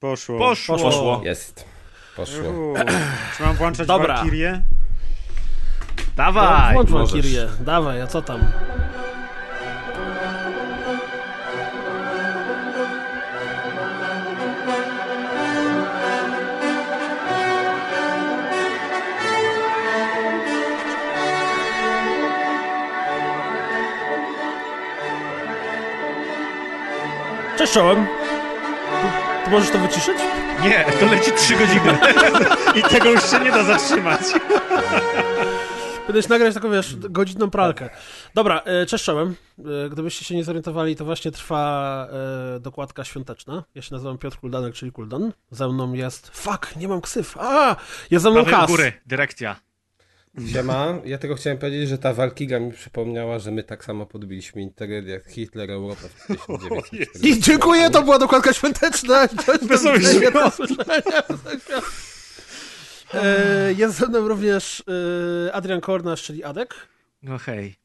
Poszło. Jest. Poszło. Czy mam włączać Dobra. Valkyrię? Dawaj! Włącz Valkyrię. Dawaj, a co tam? Cześć, czołem. Ty możesz to wyciszyć? Nie, to leci 3 godziny. I tego już się nie da zatrzymać. Powinieneś nagrać taką, wiesz, godzinną pralkę. Dobra, cześć czołem. Gdybyście się nie zorientowali, to właśnie trwa dokładka świąteczna. Ja się nazywam Piotr Kuldanek, czyli Kuldan. Ze mną jest... Fuck, nie mam ksyw. Jest ze mną Prawej Kas. u góry, dyrekcja. Siema, ja tylko chciałem powiedzieć, że ta Valkyria mi przypomniała, że my tak samo podbiliśmy internet jak Hitler Europę w 1940. I dziękuję, to była dokładka świąteczna. Jest ze mną również Adrian Kornasz, czyli Adek. No hej.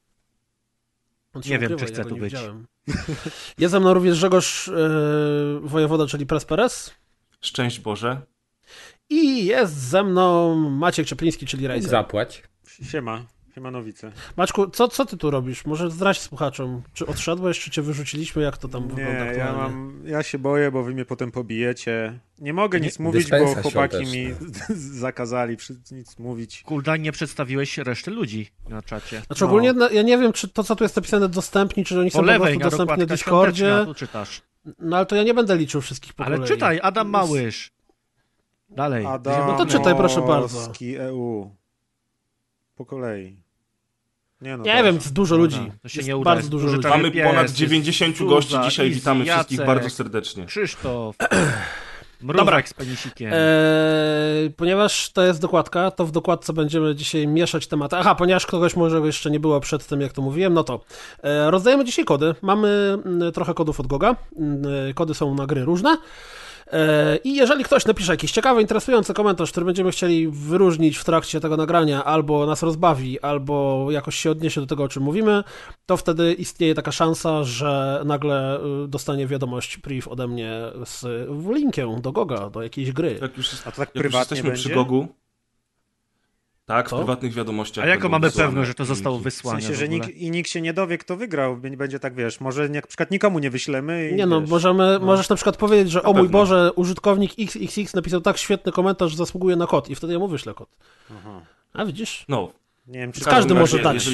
On się Nie wiem, ukrywa, czy chcę ja go tu nie być. widziałem. Jest ze mną również Grzegorz Wojewoda, czyli Presperes. Szczęść Boże. I jest ze mną Maciek Ciepliński, czyli Razer. Zapłać. Siemanowice. Maćku, co ty tu robisz? Może zdradź słuchaczom. Czy odszedłeś, czy cię wyrzuciliśmy? Jak to tam wygląda Nie, aktualnie? ja się boję, bo wy mnie potem pobijecie. Nie mogę nic mówić, bo dyspensa chłopaki świąteczna. mi zakazali nic mówić. Kuldan, nie przedstawiłeś reszty ludzi na czacie. Znaczy ogólnie, ja nie wiem, czy to, co tu jest napisane, dostępni, czy oni Po są po lewej, prostu na dostępni na dokładka Discordzie. świąteczna, tu czytasz. No ale to ja nie będę liczył wszystkich po Ale kolei. czytaj, Adam Małysz. Dalej. Adam No to czytaj, proszę bardzo. Moski EU. Po kolei. Nie no. Nie dobrze. wiem, jest dużo ludzi. Dobra, to się Jest nie uda. bardzo dużo Duży ludzi. tak- Mamy Pies, ponad jest 90 Zuza, gości. Dzisiaj Izzy, witamy wszystkich Jacek. bardzo serdecznie. Krzysztof. Dobra. Mrówek z penisikiem. Ponieważ to jest dokładka, to w dokładce będziemy dzisiaj mieszać tematy. Aha, ponieważ kogoś może jeszcze nie było przed tym, jak to mówiłem, no to rozdajemy dzisiaj kody. Mamy trochę kodów od Goga. Kody są na gry różne. I jeżeli ktoś napisze jakiś ciekawy, interesujący komentarz, który będziemy chcieli wyróżnić w trakcie tego nagrania, albo nas rozbawi, albo jakoś się odniesie do tego, o czym mówimy, to wtedy istnieje taka szansa, że nagle dostanie wiadomość priv ode mnie z linkiem do Goga, do jakiejś gry. Jak już, jest, A to tak jak już prywatnie jesteśmy będzie? przy Gogu. Tak, Co? w prywatnych wiadomościach. A jaką będą mamy wysłane pewność, że to zostało linki. W wysłane sensie, w że ogóle? nikt się nie dowie, kto wygrał. Będzie tak, wiesz, może na przykład nikomu nie wyślemy. I, Nie no, wiesz, możesz na przykład powiedzieć, że o mój pewno. Boże, użytkownik XXX napisał tak świetny komentarz, że zasługuje na kod i wtedy ja mu wyślę kod. Aha. A widzisz? No, Nie wiem, czy w Każdy każdym może razie, dać. Jeżeli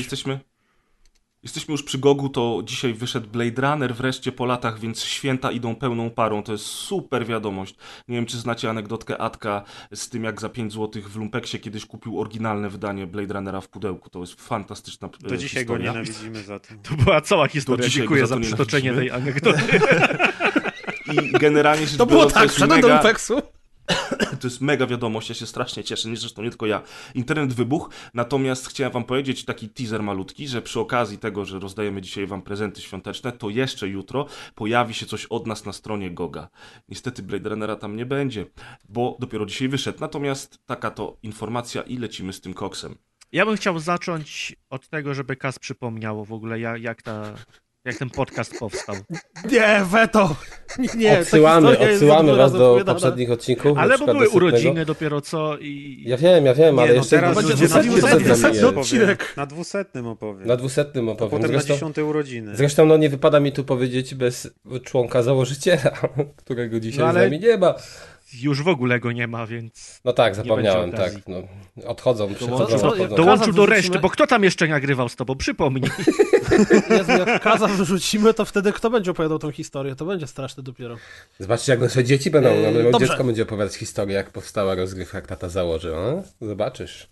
jesteśmy już przy Gogu, to dzisiaj wyszedł Blade Runner wreszcie po latach, więc święta idą pełną parą. To jest super wiadomość. Nie wiem, czy znacie anegdotkę Adka z tym, jak za 5 zł w Lumpeksie kiedyś kupił oryginalne wydanie Blade Runnera w pudełku. To jest fantastyczna do dzisiaj go historia. nienawidzimy za to. To była cała historia. dzisiaj Dziękuję go za za to przytoczenie tej nienawidzimy. anegdoty. I generalnie rzecz To było biorąc, tak, jest wszedłem do mega... Lumpeksu. To jest mega wiadomość, ja się strasznie cieszę, zresztą nie tylko ja. Internet wybuchł, natomiast chciałem wam powiedzieć taki teaser malutki, że przy okazji tego, że rozdajemy dzisiaj wam prezenty świąteczne, to jeszcze jutro pojawi się coś od nas na stronie Goga. Niestety Blade Runnera tam nie będzie, bo dopiero dzisiaj wyszedł, natomiast taka to informacja i lecimy z tym koksem. Ja bym chciał zacząć od tego, żeby Kas przypomniał w ogóle, jak ten podcast powstał. Nie, weto! Nie, ta Odsyłamy historia jest was dużo razy do opowiadana. poprzednich odcinków. na Ale bo przykład były do 100. urodziny dopiero co i... Ja wiem, ale Nie, no jeszcze teraz będzie będzie na 200 200 jest. opowiem. Na 200 opowiem. Na 200 A opowiem. potem na 10 urodziny. Zresztą no nie wypada mi tu powiedzieć bez członka założyciela, którego dzisiaj No, ale- z nami nie ma. Już w ogóle go nie ma, więc No tak, zapomniałem, będzie tak. okazji. No, odchodzą, przychodzą, to- odchodzą. Kaza dołączył do wyrzucimy- reszty, bo kto tam jeszcze nagrywał z tobą? Przypomnij. Jezu, jak Kaza wyrzucimy, to wtedy kto będzie opowiadał tą historię? To będzie straszne dopiero. Zobaczcie, jak nasze dzieci będą, dobrze. dziecko będzie opowiadać historię, jak powstała rozgrywka, jak tata założył, a? Zobaczysz.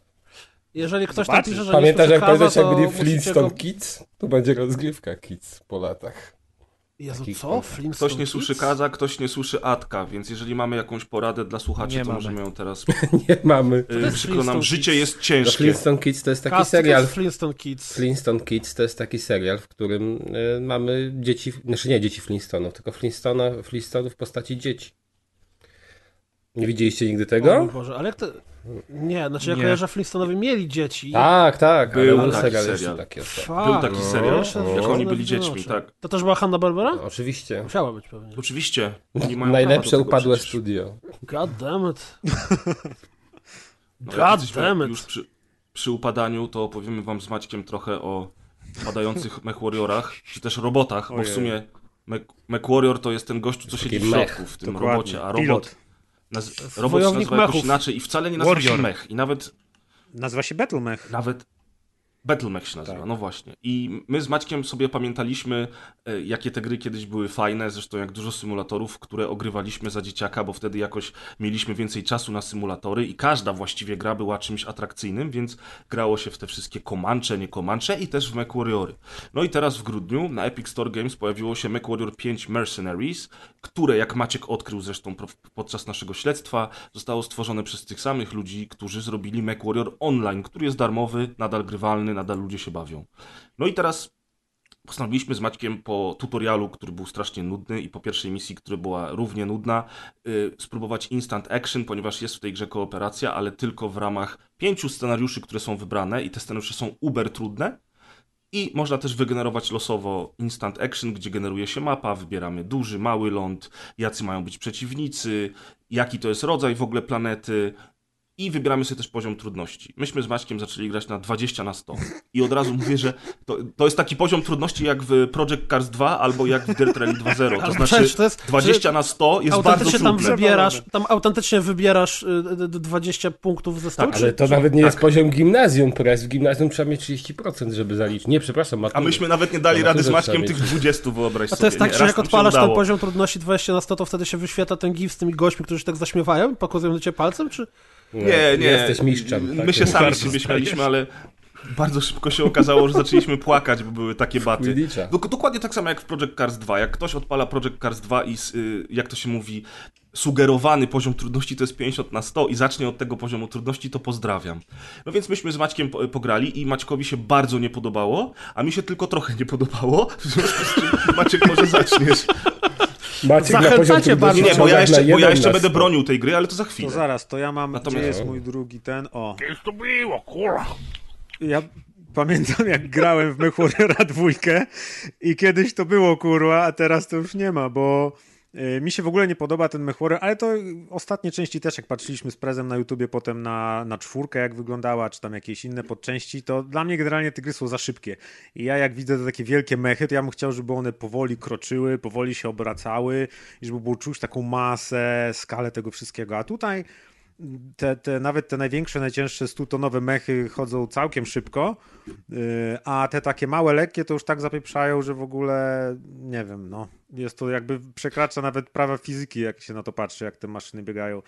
Jeżeli ktoś tam Zobaczysz. pisze, że Pamiętasz, nie jak słyszy powiedziałeś, Kaza, jak to byli musicie Flintstone go... Kids? To będzie rozgrywka Kids po latach. Jezu, Taki co? koncept. Flintstone Ktoś nie słyszy Kids? Kaza, ktoś nie słyszy Adka, więc jeżeli mamy jakąś poradę dla słuchaczy, Nie to mamy. możemy ją teraz... Nie mamy. jest Przykro nam, Flintstone życie Kids? jest No, ciężkie. Flintstone Kids to jest taki Kaz, co to serial. jest Flintstone Kids? Flintstone Kids to jest taki serial, w którym mamy dzieci, znaczy nie dzieci Flintstone'ów, tylko Flintstone'ów w postaci dzieci. Nie widzieliście nigdy O tego? mój Boże, ale jak to... Nie, znaczy ja Nie. kojarzę, że Flintstonowie mieli dzieci. Tak, ale Był był taki serial serial. jeszcze taki ostatni. Fuck. Był taki serial, Jeszcze jak to oni na byli widzę dziećmi, oczy. tak. To też była Hanna-Barbera? Oczywiście. Musiała być pewnie. Oczywiście. Oni mają Najlepsze prawo do tego upadłe przecież. studio. God damn it. No, God jak jesteśmy damn it. już przy upadaniu, to opowiemy wam z Maćkiem trochę o padających MechWarriorach, czy też robotach, bo w Ojej. sumie MechWarrior to jest ten gościu, co siedzi w mech. środku w tym Dokładnie. robocie, a Pilot. robot się Wojownik nazywa jakoś mechów. inaczej i wcale nie nazywa się Warrior. mech. I Nazywa się Battlemech. nawet Battlemech się nazywa, Tak. no właśnie. I my z Maćkiem sobie pamiętaliśmy, jakie te gry kiedyś były fajne, zresztą jak dużo symulatorów, które ogrywaliśmy za dzieciaka, bo wtedy jakoś mieliśmy więcej czasu na symulatory i każda właściwie gra była czymś atrakcyjnym, więc grało się w te wszystkie Comanche, nie Comanche i też w MechWarriory. No i teraz w grudniu na Epic Store Games pojawiło się MechWarrior 5 Mercenaries, które, jak Maciek odkrył zresztą podczas naszego śledztwa, zostało stworzone przez tych samych ludzi, którzy zrobili MechWarrior Online, który jest darmowy, nadal grywalny, nadal ludzie się bawią. No i teraz postanowiliśmy z Maćkiem po tutorialu, który był strasznie nudny i po pierwszej misji, która była równie nudna, spróbować instant action, ponieważ jest w tej grze kooperacja, ale tylko w ramach 5 scenariuszy, które są wybrane i te scenariusze są uber trudne. I można też wygenerować losowo instant action, gdzie generuje się mapa, wybieramy duży, mały ląd, jacy mają być przeciwnicy, jaki to jest rodzaj w ogóle planety i wybieramy sobie też poziom trudności. Myśmy z Maćkiem zaczęli grać na 20/100 i od razu mówię, że to jest taki poziom trudności jak w Project Cars 2 albo jak w Dirt Rally 2.0. To Ale znaczy przecież to jest- 20/100 jest bardzo Autentycznie trudne. tam autentycznie wybierasz 20 punktów ze 100? Tak, ale to nawet nie jest poziom gimnazjum, w gimnazjum trzeba mieć 30%, żeby zaliczyć. Nie, przepraszam, A matury. myśmy nawet nie dali Na rady z maturze Maćkiem trzeba tych mieć. 20, wyobraź A sobie. to jest tak, Nie, że raz jak nam się odpalasz ten udało. poziom trudności 20/100, to wtedy się wyświetla ten gif z tymi gośćmi, którzy się tak zaśmiewają, pokazują do ciebie palcem, czy... Nie. Jesteś mistrzem. My tak? się sami z siebie śmialiśmy, ale bardzo szybko się okazało, że zaczęliśmy płakać, bo były takie baty. Quidditcha. Dokładnie tak samo jak w Project Cars 2. Jak ktoś odpala Project Cars 2 i jak to się mówi, sugerowany poziom trudności to jest 50/100 i zacznie od tego poziomu trudności, to pozdrawiam. No więc myśmy z Maćkiem pograli i Maćkowi się bardzo nie podobało, a mi się tylko trochę nie podobało. W związku z czym Maciek, może zaczniesz. Maciek na poziom Zachęcacie trudności bardzo. Nie, bo ja ciąga jeszcze, na bo ja jeszcze 1/100. będę bronił tej gry, ale to za chwilę. To zaraz, to ja mam... Natomiast- Gdzie jest mój drugi ten? O. Kiedyś to było, kurwa. Ja pamiętam, jak grałem w MechWarriora 2 i kiedyś to było, kurwa, a teraz to już nie ma, bo mi się w ogóle nie podoba ten MechWarrior, ale to ostatnie części też, jak patrzyliśmy z prezem na YouTubie, potem na 4, jak wyglądała, czy tam jakieś inne podczęści, to dla mnie generalnie te gry są za szybkie. I ja jak widzę te takie wielkie mechy, to ja bym chciał, żeby one powoli kroczyły, powoli się obracały i żeby było czuć taką masę, skalę tego wszystkiego. A tutaj nawet te największe, najcięższe 100-tonowe mechy chodzą całkiem szybko, a te takie małe, lekkie to już tak zapieprzają, że w ogóle nie wiem, no jest to jakby przekracza nawet prawa fizyki, jak się na to patrzy, jak te maszyny biegają.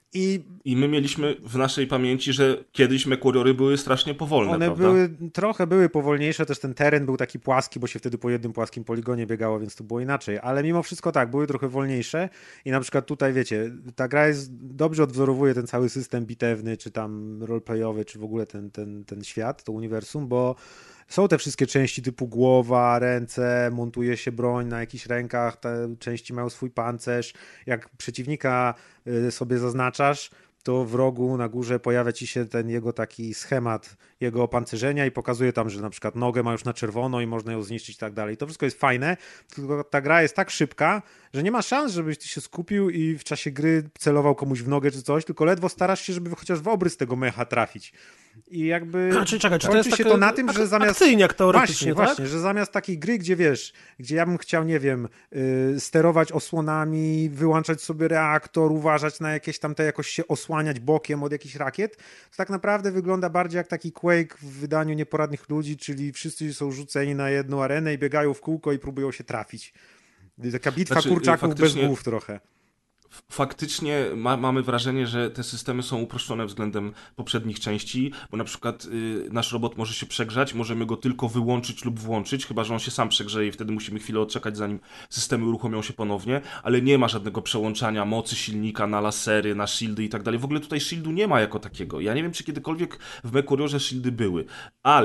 I my mieliśmy w naszej pamięci, że kiedyś MechWarriory były strasznie powolne, One prawda? trochę były powolniejsze, też ten teren był taki płaski, bo się wtedy po jednym płaskim poligonie biegało, więc to było inaczej, ale mimo wszystko tak, były trochę wolniejsze i na przykład tutaj, wiecie, ta gra dobrze odwzorowuje ten cały system bitewny, czy tam roleplayowy, czy w ogóle ten świat, to uniwersum, bo są te wszystkie części typu głowa, ręce, montuje się broń na jakichś rękach, te części mają swój pancerz. Jak przeciwnika sobie zaznaczasz, to w rogu na górze pojawia ci się ten jego taki schemat jego opancerzenia i pokazuje tam, że na przykład nogę ma już na czerwono i można ją zniszczyć i tak dalej. To wszystko jest fajne, tylko ta gra jest tak szybka, że nie ma szans, żebyś ty się skupił i w czasie gry celował komuś w nogę czy coś, tylko ledwo starasz się, żeby chociaż w obrys tego mecha trafić. I jakby Czyli czekaj, czy to kończy jest się takie to na tym, że zamiast... akcyjniak teoretycznie, Właśnie, tak? że zamiast takiej gry, gdzie wiesz, gdzie ja bym chciał, nie wiem, sterować osłonami, wyłączać sobie reaktor, uważać na jakieś tam te, jakoś się osłaniać bokiem od jakichś rakiet, to tak naprawdę wygląda bardziej jak taki Quake w wydaniu nieporadnych ludzi, czyli wszyscy są rzuceni na jedną arenę i biegają w kółko i próbują się trafić. Taka bitwa Znaczy, kurczaków bez faktycznie- głów trochę. Faktycznie mamy wrażenie, że te systemy są uproszczone względem poprzednich części, bo na przykład nasz robot może się przegrzać, możemy go tylko wyłączyć lub włączyć, chyba że on się sam przegrzeje i wtedy musimy chwilę odczekać, zanim systemy uruchomią się ponownie, ale nie ma żadnego przełączania mocy silnika na lasery, na shieldy i tak dalej. W ogóle tutaj shieldu nie ma jako takiego. Ja nie wiem, czy kiedykolwiek w MechWarriorze shieldy były, ale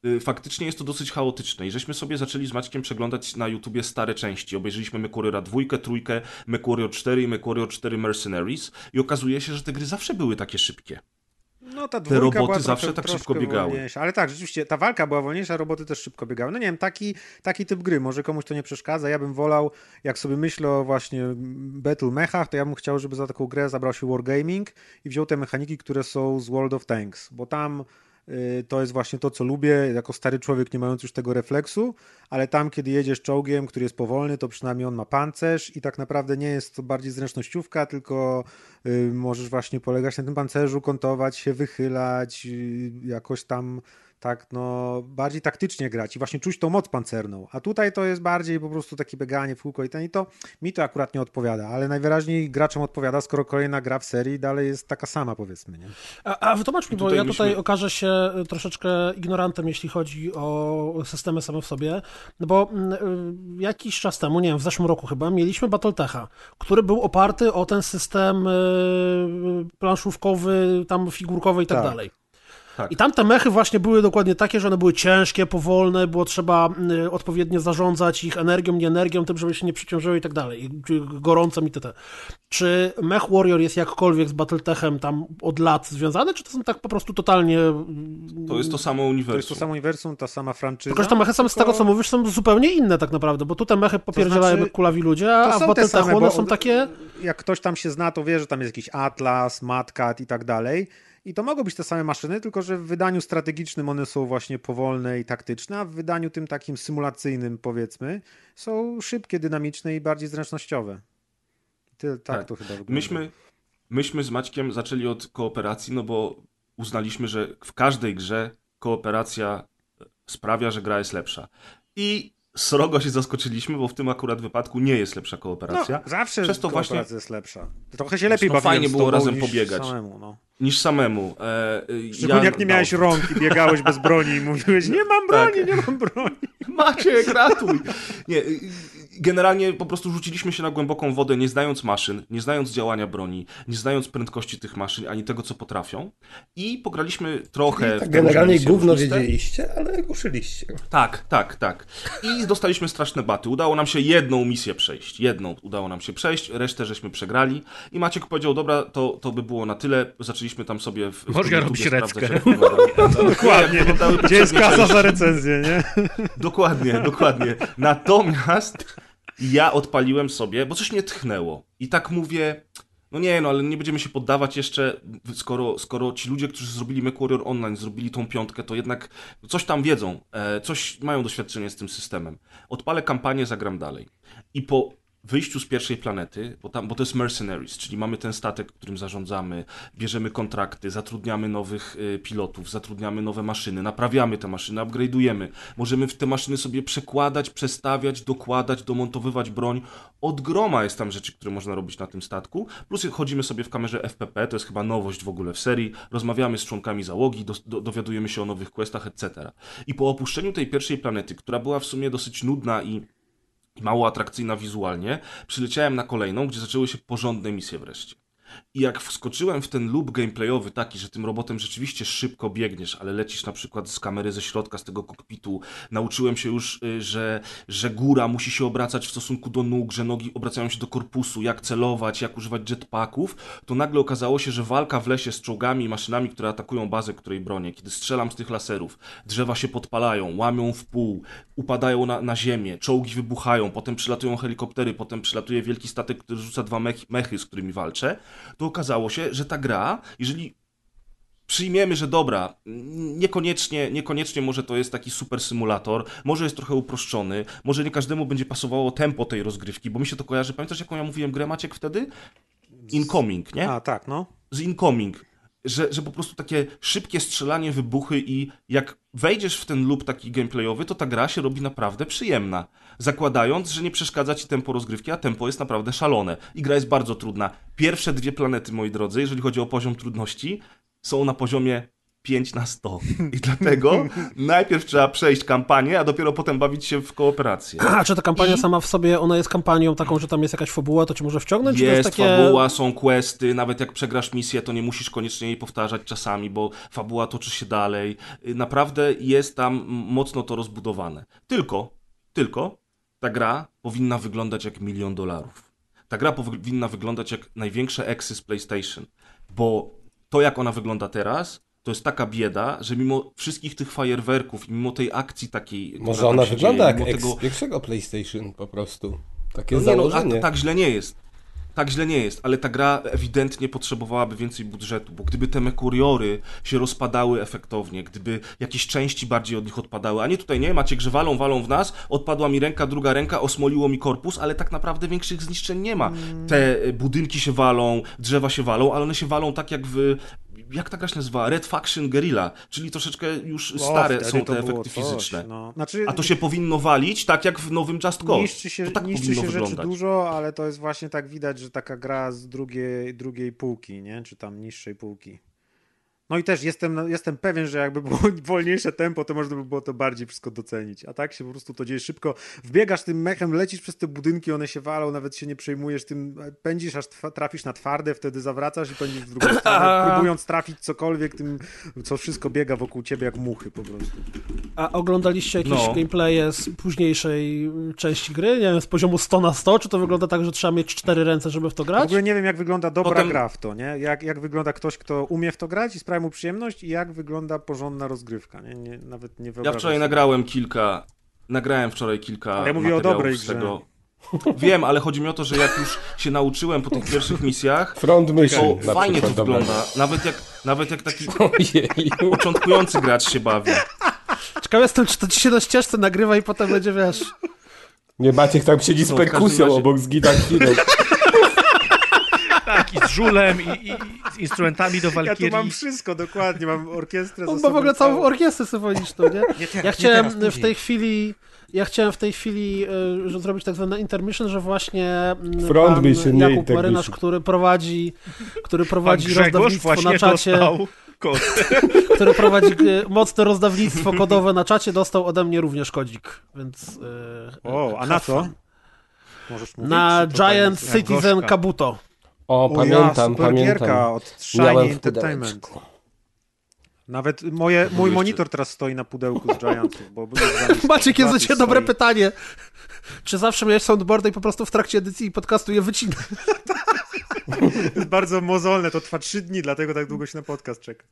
faktycznie jest to dosyć chaotyczne i żeśmy sobie zaczęli z Maćkiem przeglądać na YouTubie stare części. Obejrzeliśmy MechWarriora 2, 3, MechWarrior 4 i MechWarrior 4 Mercenaries i okazuje się, że te gry zawsze były takie szybkie. No ta Te dwójka roboty była zawsze tak szybko biegały. Wolniejsza. Ale tak, rzeczywiście, ta walka była wolniejsza, roboty też szybko biegały. No nie wiem, taki typ gry, może komuś to nie przeszkadza. Ja bym wolał, jak sobie myślę o właśnie Battle Mechach, to ja bym chciał, żeby za taką grę zabrał się Wargaming i wziął te mechaniki, które są z World of Tanks, bo tam to jest właśnie to, co lubię, jako stary człowiek nie mając już tego refleksu, ale tam, kiedy jedziesz czołgiem, który jest powolny, to przynajmniej on ma pancerz i tak naprawdę nie jest to bardziej zręcznościówka, tylko możesz właśnie polegać na tym pancerzu, kontować się, wychylać, jakoś tam tak, no, bardziej taktycznie grać i właśnie czuć tą moc pancerną. A tutaj to jest bardziej po prostu takie bieganie w kółko i to mi to akurat nie odpowiada, ale najwyraźniej graczom odpowiada, skoro kolejna gra w serii dalej jest taka sama, powiedzmy, nie? A wytłumacz mi, bo ja tutaj okażę się troszeczkę ignorantem, jeśli chodzi o systemy same w sobie, no bo jakiś czas temu, nie wiem, w zeszłym roku chyba, mieliśmy Battletecha, który był oparty o ten system planszówkowy, tam figurkowy i tak dalej. Tak. I tam te mechy właśnie były dokładnie takie, że one były ciężkie, powolne, było trzeba odpowiednio zarządzać ich energią, nie energią, tym, żeby się nie przeciążyły i tak dalej, gorącem itd. Czy MechWarrior jest jakkolwiek z Battletechem tam od lat związany, czy to są tak po prostu totalnie... To jest to samo uniwersum. To jest to samo uniwersum, ta sama franczyza. Tylko, że te mechy same z tego, co mówisz, są zupełnie inne tak naprawdę, bo tu te mechy popierdzielają jak kulawi ludzie, a w Battletechu one są takie... Jak ktoś tam się zna, to wie, że tam jest jakiś Atlas, Mad Cat i tak dalej. I to mogą być te same maszyny, tylko że w wydaniu strategicznym one są właśnie powolne i taktyczne, a w wydaniu tym takim symulacyjnym, powiedzmy, są szybkie, dynamiczne i bardziej zręcznościowe. Tak to chyba wygląda. Myśmy z Maćkiem zaczęli od kooperacji, no bo uznaliśmy, że w każdej grze kooperacja sprawia, że gra jest lepsza. I srogo się zaskoczyliśmy, bo w tym akurat wypadku nie jest lepsza kooperacja. No, zawsze przez to kooperacja właśnie jest lepsza. Trochę się lepiej bawiłem fajnie z było tobą razem niż pobiegać. Samemu, no. Niż samemu. Szczególnie jak nie miałeś rąk i biegałeś bez broni i mówiłeś, nie mam broni, Tak. nie mam broni. Maciek, ratuj! Nie, generalnie po prostu rzuciliśmy się na głęboką wodę, nie znając maszyn, nie znając działania broni, nie znając prędkości tych maszyn, ani tego, co potrafią. I pograliśmy trochę... Tak generalnie gówno wiedzieliście, ale ruszyliście. Tak. I dostaliśmy straszne baty. Udało nam się jedną misję przejść. Resztę żeśmy przegrali. I Maciek powiedział, dobra, to by było na tyle. Zaczęliśmy tam sobie w Można robić reckę. Dokładnie. Gdzie jest kasa za recenzję, nie? Dokładnie. Natomiast ja odpaliłem sobie, bo coś mnie tchnęło. I tak mówię, ale nie będziemy się poddawać jeszcze, skoro ci ludzie, którzy zrobili MechWarrior Online, zrobili tą 5, to jednak coś tam wiedzą, coś mają doświadczenie z tym systemem. Odpalę kampanię, zagram dalej. I po wyjściu z pierwszej planety, bo to jest Mercenaries, czyli mamy ten statek, którym zarządzamy, bierzemy kontrakty, zatrudniamy nowych pilotów, zatrudniamy nowe maszyny, naprawiamy te maszyny, upgrade'ujemy. Możemy w te maszyny sobie przekładać, przestawiać, dokładać, domontowywać broń. Od groma jest tam rzeczy, które można robić na tym statku. Plus chodzimy sobie w kamerze FPP, to jest chyba nowość w ogóle w serii, rozmawiamy z członkami załogi, dowiadujemy się o nowych questach, etc. I po opuszczeniu tej pierwszej planety, która była w sumie dosyć nudna i mało atrakcyjna wizualnie, przyleciałem na kolejną, gdzie zaczęły się porządne misje wreszcie. I jak wskoczyłem w ten loop gameplayowy taki, że tym robotem rzeczywiście szybko biegniesz, ale lecisz na przykład z kamery ze środka, z tego kokpitu, nauczyłem się już, że góra musi się obracać w stosunku do nóg, że nogi obracają się do korpusu, jak celować, jak używać jetpacków, to nagle okazało się, że walka w lesie z czołgami i maszynami, które atakują bazę, której bronię, kiedy strzelam z tych laserów, drzewa się podpalają, łamią w pół, upadają na ziemię, czołgi wybuchają, potem przylatują helikoptery, potem przylatuje wielki statek, który rzuca 2 mechy, z którymi walczę, to okazało się, że ta gra, jeżeli przyjmiemy, że dobra, niekoniecznie może to jest taki super symulator, może jest trochę uproszczony, może nie każdemu będzie pasowało tempo tej rozgrywki, bo mi się to kojarzy, pamiętasz jaką ja mówiłem grę, Maciek, wtedy? Incoming, nie? A, tak, no. Z Incoming. Że po prostu takie szybkie strzelanie, wybuchy i jak wejdziesz w ten loop taki gameplayowy, to ta gra się robi naprawdę przyjemna. Zakładając, że nie przeszkadza ci tempo rozgrywki, a tempo jest naprawdę szalone. I gra jest bardzo trudna. Pierwsze 2 planety, moi drodzy, jeżeli chodzi o poziom trudności, są na poziomie 5/100. I dlatego najpierw trzeba przejść kampanię, a dopiero potem bawić się w kooperację. A czy ta kampania sama w sobie, ona jest kampanią taką, że tam jest jakaś fabuła, to cię może wciągnąć? Czy to jest takie... fabuła, są questy, nawet jak przegrasz misję, to nie musisz koniecznie jej powtarzać czasami, bo fabuła toczy się dalej. Naprawdę jest tam mocno to rozbudowane. Tylko ta gra powinna wyglądać jak $1 milion. Ta gra powinna wyglądać jak największe eksy z PlayStation, bo to jak ona wygląda teraz, to jest taka bieda, że mimo wszystkich tych fajerwerków i mimo tej akcji takiej... Może ona wygląda dzieje, jak tego... pierwszego PlayStation po prostu. Takie No założenie. tak źle nie jest. Tak źle nie jest, ale ta gra ewidentnie potrzebowałaby więcej budżetu, bo gdyby te mekuriory się rozpadały efektownie, gdyby jakieś części bardziej od nich odpadały, a nie tutaj nie, macie, że walą w nas, odpadła mi ręka, druga ręka, osmoliło mi korpus, ale tak naprawdę większych zniszczeń nie ma. Te budynki się walą, drzewa się walą, ale one się walą tak jak jak ta gra się nazywa? Red Faction Guerrilla, czyli troszeczkę już stare są te efekty fizyczne. No. Znaczy, a to się powinno walić tak jak w nowym Just Cause. Niszczy się wyglądać. rzeczy dużo, ale to jest właśnie tak widać, że taka gra z drugiej półki, nie? Czy tam niższej półki. No i też jestem pewien, że jakby było wolniejsze tempo, to można by było to bardziej wszystko docenić. A tak się po prostu to dzieje szybko. Wbiegasz tym mechem, lecisz przez te budynki, one się walą, nawet się nie przejmujesz tym, pędzisz aż trafisz na twarde, wtedy zawracasz i pędzisz w drugą stronę, próbując trafić cokolwiek tym, co wszystko biega wokół ciebie jak muchy po prostu. A oglądaliście jakieś gameplaye z późniejszej części gry? Nie wiem, z poziomu 100/100? Czy to wygląda tak, że trzeba mieć 4 ręce, żeby w to grać? W ogóle nie wiem, jak wygląda dobra gra w to, nie? Jak wygląda ktoś, kto umie w to grać i sprawia mu przyjemność i jak wygląda porządna rozgrywka, nie? Nawet nie wyobrażam Ja wczoraj nagrałem wczoraj kilka ale ja mówię o dobrej z tego. Wiem, ale chodzi mi o to, że jak już się nauczyłem po tych pierwszych misjach, to fajnie to wygląda. Nawet jak taki początkujący gracz się bawi. Ciekaw jestem, czy to ci się na ścieżce nagrywa i potem będzie, wiesz... Nie, Maciek tam siedzi z perkusją obok z Guitar Hero. Tak, i z żulem, i z instrumentami do Valkyrii. Ja tu mam wszystko, dokładnie, mam orkiestrę. On ma w ogóle całą orkiestrę symfoniczną, nie? Ja chciałem w tej chwili zrobić tak zwane intermission, że właśnie pan Jakub Marynarz, który prowadzi rozdawnictwo na czacie, który prowadzi mocne rozdawnictwo kodowe na czacie, dostał ode mnie również kodzik, więc... a na co? Możesz mówić, na Giant Citizen Kabuto. O, pamiętam. Gierka od Shiny Entertainment. Nawet mój monitor teraz stoi na pudełku z Giantów. Maciek, jest do ciebie dobre pytanie. Czy zawsze miałeś soundboarda i po prostu w trakcie edycji podcastu je wycinasz? To jest bardzo mozolne, to trwa 3 dni, dlatego tak długo się na podcast czeka.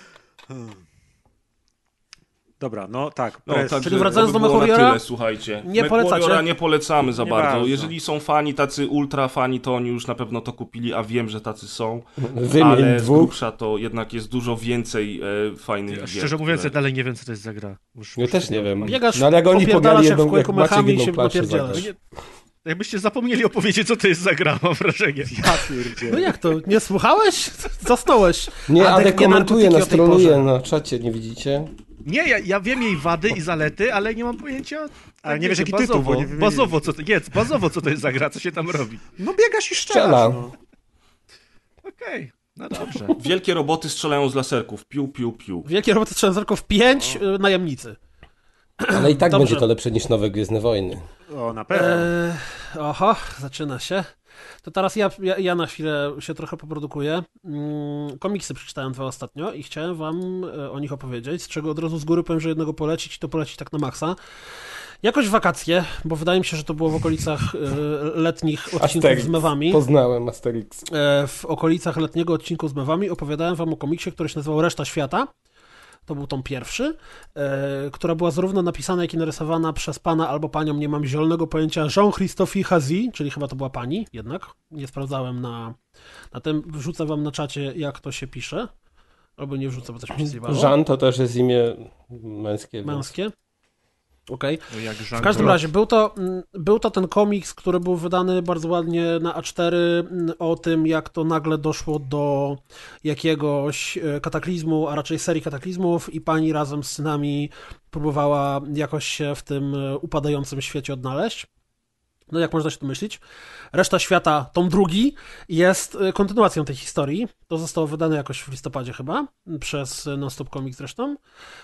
Dobra, no tak. Czyli wracając do MechWarriora, słuchajcie. Nie polecacie? Nie polecamy za bardzo. bardzo. Jeżeli są fani, tacy ultra fani, to oni już na pewno to kupili, a wiem, że tacy są. Wymień ale z dwóch. grubsza to jednak jest dużo więcej fajnych gier. Szczerze mówiąc, ja dalej nie wiem, co to jest za gra. Ja też nie wiem. Biegasz, no ale jak oni pogali się w kółku jak Maciek mechami i jedną się planszę napierdzielasz. zagrać. Jakbyście zapomnieli opowiedzieć, co to jest za gra, mam wrażenie. No jak to? Nie słuchałeś? Zasnąłeś? Nie, ale komentuje, narkotyki o tej nastroluje porze. na czacie, nie widzicie? Nie, ja wiem jej wady i zalety, ale nie mam pojęcia... Ale nie wiesz, jaki tytuł, bo nie bazowo, co to jest za gra, co się tam robi. No biegasz i strzelasz. No. Okej, no dobrze. Wielkie roboty strzelają z laserków. Piu, piu, piu. Wielkie roboty strzelają 5 najemnicy. Ale i tak Dobrze. będzie to lepsze niż nowe Gwiezdne Wojny. O, na pewno. Oho, zaczyna się. To teraz ja na chwilę się trochę poprodukuję. Komiksy przeczytałem 2 ostatnio i chciałem wam o nich opowiedzieć, z czego od razu z góry powiem, że jednego polecić i to polecić tak na maksa. Jakoś wakacje, bo wydaje mi się, że to było w okolicach letnich odcinków z mewami. Poznałem Asterix. W okolicach letniego odcinku z mewami opowiadałem wam o komiksie, który się nazywał Reszta Świata. To był tom pierwszy, która była zarówno napisana, jak i narysowana przez pana albo panią, nie mam zielonego pojęcia, Jean-Christophe Hazy, czyli chyba to była pani jednak. Nie sprawdzałem na tym. Wrzucę wam na czacie, jak to się pisze. Albo nie wrzucę, bo coś mi się zjebało. Jean to też jest imię męskie. Męskie. Okej. No w każdym razie był to ten komiks, który był wydany bardzo ładnie na A4 o tym, jak to nagle doszło do jakiegoś kataklizmu, a raczej serii kataklizmów i pani razem z synami próbowała jakoś się w tym upadającym świecie odnaleźć. No jak można się domyślić, Reszta Świata, tom 2, jest kontynuacją tej historii. To zostało wydane jakoś w listopadzie chyba, przez Non-Stop Comics zresztą.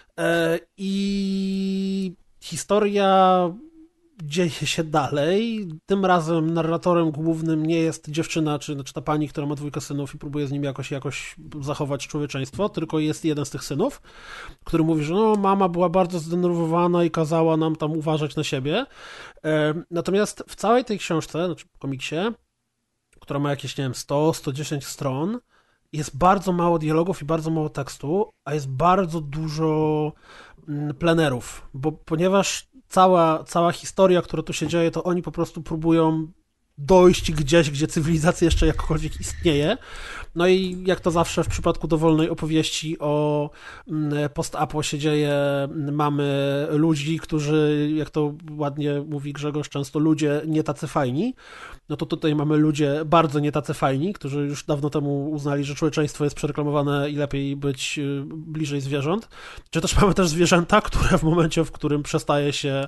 I historia dzieje się dalej. Tym razem narratorem głównym nie jest dziewczyna, czy ta pani, która ma 2 synów i próbuje z nimi jakoś zachować człowieczeństwo, tylko jest jeden z tych synów, który mówi, że no, mama była bardzo zdenerwowana i kazała nam tam uważać na siebie. Natomiast w całej tej książce, znaczy komiksie, która ma jakieś, nie wiem, 100-110 stron, jest bardzo mało dialogów i bardzo mało tekstu, a jest bardzo dużo plenerów, ponieważ cała historia, która tu się dzieje, to oni po prostu próbują dojść gdzieś, gdzie cywilizacja jeszcze jakkolwiek istnieje. No i jak to zawsze w przypadku dowolnej opowieści o post-apo się dzieje, mamy ludzi, którzy, jak to ładnie mówi Grzegorz, często ludzie nie tacy fajni. No to tutaj mamy ludzie bardzo nie tacy fajni, którzy już dawno temu uznali, że człowieczeństwo jest przereklamowane i lepiej być bliżej zwierząt. Czy też mamy też zwierzęta, które w momencie, w którym przestaje się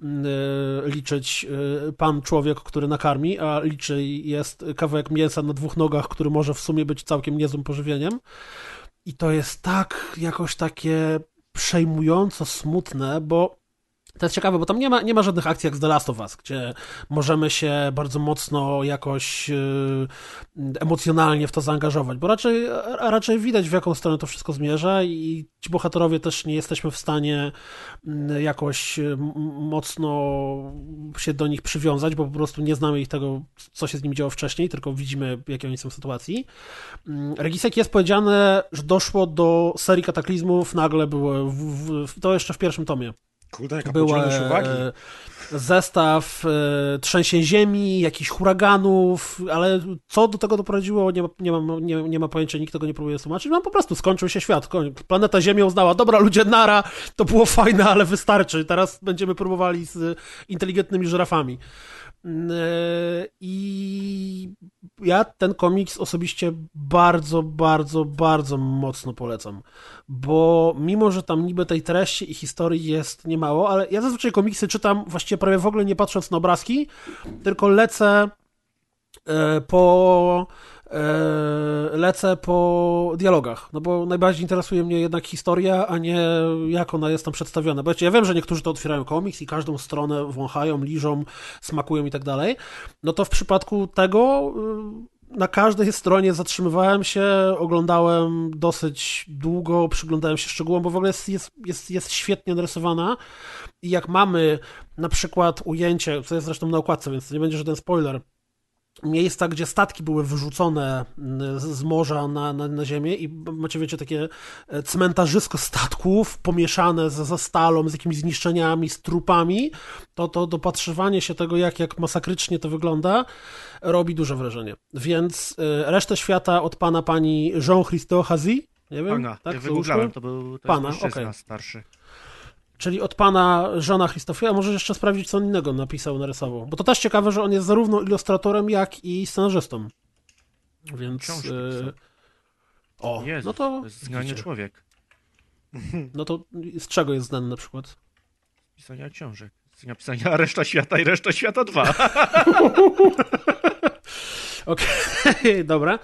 liczyć pan człowiek, który nakarmi, a liczy jest kawałek mięsa na 2 nogach, który może w sumie być całkiem niezłym pożywieniem. I to jest tak jakoś takie przejmująco smutne, bo to jest ciekawe, bo tam nie ma żadnych akcji jak z The Last of Us, gdzie możemy się bardzo mocno jakoś emocjonalnie w to zaangażować, bo raczej widać, w jaką stronę to wszystko zmierza i ci bohaterowie też nie jesteśmy w stanie jakoś mocno się do nich przywiązać, bo po prostu nie znamy ich tego, co się z nimi działo wcześniej, tylko widzimy, w jakiej oni są sytuacji. Regisek jest powiedziane, że doszło do serii kataklizmów, nagle było to jeszcze w 1. tomie. Kurde, jaka Był uwagi. zestaw trzęsień ziemi, jakichś huraganów, ale co do tego doprowadziło, nie ma pojęcia, nikt tego nie próbuje tłumaczyć. No po prostu skończył się świat. Planeta Ziemia uznała, dobra ludzie, nara, to było fajne, ale wystarczy. Teraz będziemy próbowali z inteligentnymi żyrafami. I ja ten komiks osobiście bardzo, bardzo, bardzo mocno polecam, bo mimo, że tam niby tej treści i historii jest niemało, ale ja zazwyczaj komiksy czytam właściwie prawie w ogóle nie patrząc na obrazki, tylko lecę po dialogach, no bo najbardziej interesuje mnie jednak historia, a nie jak ona jest tam przedstawiona. Bo ja wiem, że niektórzy to otwierają komiks i każdą stronę wąchają, liżą, smakują i tak dalej. No to w przypadku tego na każdej stronie zatrzymywałem się, oglądałem dosyć długo, przyglądałem się szczegółom, bo w ogóle jest świetnie narysowana i jak mamy na przykład ujęcie, co jest zresztą na okładce, więc to nie będzie żaden spoiler, miejsca, gdzie statki były wyrzucone z morza na ziemię i macie, wiecie, takie cmentarzysko statków pomieszane ze stalą, z jakimiś zniszczeniami, z trupami, to dopatrywanie się tego, jak masakrycznie to wygląda, robi duże wrażenie. Więc Resztę Świata od pani Jean-Christophe Hazy, nie wiem, Pana, tak? ja wygooglałem, to jest mężczyzna starszy. Czyli od pana Jeana Christophe, a może jeszcze sprawdzić, co on innego napisał, narysował. Bo to też ciekawe, że on jest zarówno ilustratorem, jak i scenarzystą. Więc... Jezus, no to jest znany człowiek. No to z czego jest znany na przykład? Z pisania książek. Z napisania Reszta Świata i Reszta Świata 2. Okej, dobra.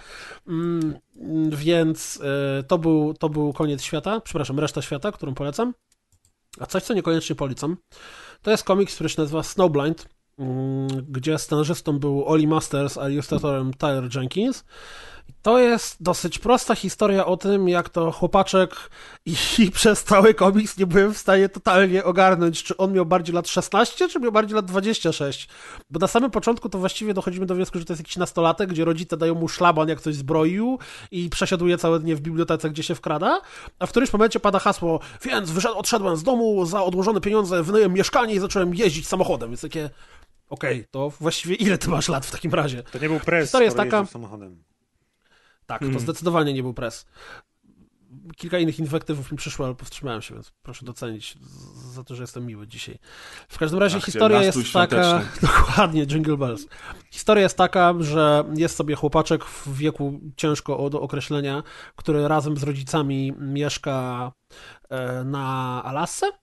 Więc to był koniec świata, przepraszam, Reszta Świata, którą polecam. A coś, co niekoniecznie polecam, to jest komiks, który się nazywa Snowblind, gdzie scenarzystą był Oli Masters, a ilustratorem Tyler Jenkins. To jest dosyć prosta historia o tym, jak to chłopaczek i przez cały komiks nie byłem w stanie totalnie ogarnąć, czy on miał bardziej lat 16, czy miał bardziej lat 26. Bo na samym początku to właściwie dochodzimy do wniosku, że to jest jakiś nastolatek, gdzie rodzice dają mu szlaban, jak coś zbroił i przesiaduje całe dnie w bibliotece, gdzie się wkrada, a w którymś momencie pada hasło, więc odszedłem z domu za odłożone pieniądze, wynająłem mieszkanie i zacząłem jeździć samochodem. Więc takie, okej, to właściwie ile ty masz lat w takim razie? To nie był pres, historia jest taka samochodem. Tak, to zdecydowanie nie był pres. Kilka innych inwektywów mi przyszło, ale powstrzymałem się, więc proszę docenić za to, że jestem miły dzisiaj. W każdym razie historia jest taka... Dokładnie, Jingle Bells. Historia jest taka, że jest sobie chłopaczek w wieku ciężko do określenia, który razem z rodzicami mieszka na Alasce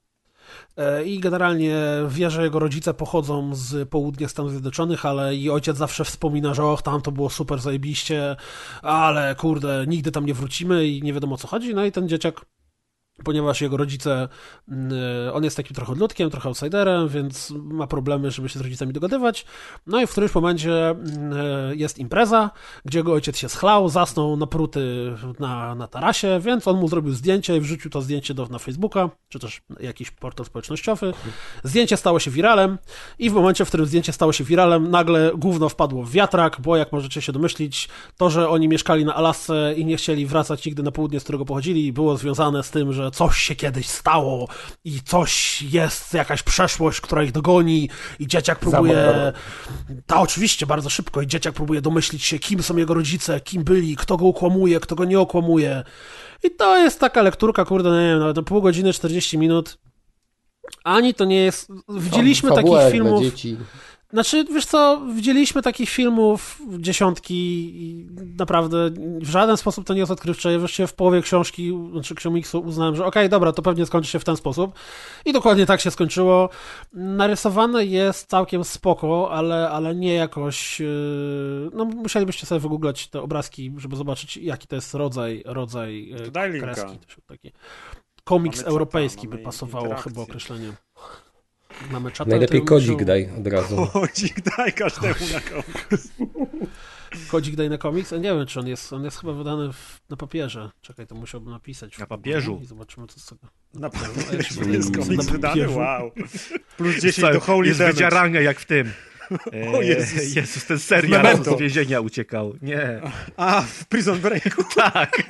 i generalnie wie, że jego rodzice pochodzą z południa Stanów Zjednoczonych, ale i ojciec zawsze wspomina, że tam to było super zajebiście, ale kurde, nigdy tam nie wrócimy i nie wiadomo o co chodzi. No i ten dzieciak, ponieważ jego rodzice, on jest takim trochę odludkiem, trochę outsiderem, więc ma problemy, żeby się z rodzicami dogadywać. No i w którymś momencie jest impreza, gdzie jego ojciec się schlał, zasnął napruty na tarasie, więc on mu zrobił zdjęcie i wrzucił to zdjęcie na Facebooka, czy też jakiś portal społecznościowy. Zdjęcie stało się wiralem i w momencie, w którym zdjęcie stało się wiralem, nagle gówno wpadło w wiatrak, bo jak możecie się domyślić, to, że oni mieszkali na Alasce i nie chcieli wracać nigdy na południe, z którego pochodzili, było związane z tym, że coś się kiedyś stało i coś jest, jakaś przeszłość, która ich dogoni i dzieciak próbuje... Oczywiście, bardzo szybko i dzieciak próbuje domyślić się, kim są jego rodzice, kim byli, kto go okłamuje, kto go nie okłamuje. I to jest taka lekturka, kurde, nie wiem, nawet pół godziny, 40 minut. Ani to nie jest... Widzieliśmy takich filmów... Znaczy, wiesz co, widzieliśmy takich filmów dziesiątki i naprawdę w żaden sposób to nie jest odkrywcze. Ja wreszcie w połowie książki, znaczy komiksu uznałem, że okej, dobra, to pewnie skończy się w ten sposób. I dokładnie tak się skończyło. Narysowane jest całkiem spoko, ale nie jakoś... No, musielibyście sobie wygooglać te obrazki, żeby zobaczyć, jaki to jest rodzaj kreski. Taki komiks europejski by pasowało chyba określenie. Mamy czata. Najlepiej kodzik daj od razu. Kodzik daj każdemu na komiks. Kodzik daj na komiks? Ja nie wiem, czy on jest chyba wydany na papierze. Czekaj, to musiałbym napisać. Na papieżu. I zobaczymy, co z tego. Na papierzu jest komiks wydany? Wow. Plus 10 do Holy jest Damage. wydzieranie jak w tym. O Jezus. Jezus, ten serial z więzienia uciekał. Nie. A, w Prison Breaku. Tak.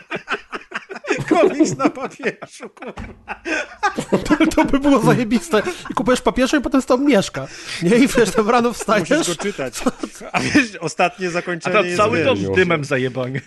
Komiks na papierzu, kurwa. To by było zajebiste. I kupujesz papierze i potem z tobą mieszka. Nie? I wiesz, tam rano wstajesz. Musisz go czytać. A wiesz, ostatnie zakończenie A to jest, cały dom wiesz, z dymem zajebany.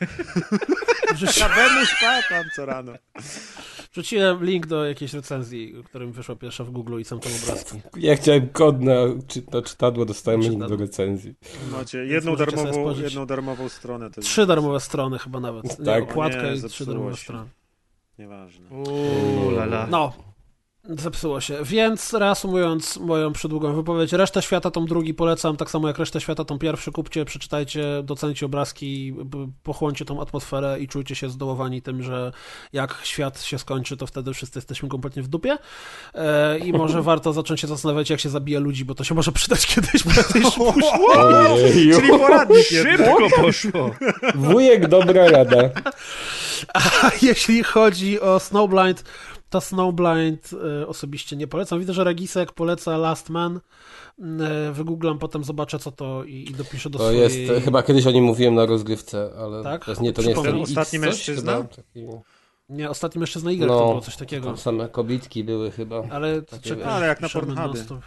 Kabemu spał tam co rano. Wrzuciłem link do jakiejś recenzji, którym wyszła pierwsza w Google i są tam obrazki. Ja chciałem kod na czytadło, dostałem link do recenzji. Macie jedną darmową stronę. To 3 darmowe strony chyba nawet. Tak. Nie, okładka Nie, i 3 darmowe się. strony. Nieważne. Lala. No, zepsuło się. Więc reasumując moją przydługą wypowiedź, resztę świata tom drugi polecam, tak samo jak resztę świata tom pierwszy. Kupcie, przeczytajcie, docencie obrazki, pochłoncie tą atmosferę i czujcie się zdołowani tym, że jak świat się skończy, to wtedy wszyscy jesteśmy kompletnie w dupie. I może warto zacząć się zastanawiać, jak się zabija ludzi, bo to się może przydać kiedyś prędzej czy później. Czyli poradnik Szybko poszło. Wujek, dobra rada. A jeśli chodzi o Snowblind, to Snowblind osobiście nie polecam. Widzę, że Regisek poleca Last Man. Wygooglam, potem zobaczę co to i dopiszę do To swojej... jest, chyba kiedyś o nim mówiłem na rozgrywce, ale Tak? to nie jest ten Ostatni mężczyzna? Chyba, taki... Nie, ostatni mężczyzna Y, to było coś takiego. Tam same kobitki były chyba. Ale Takie ale jak na piszemy Pornhubie. non-stop.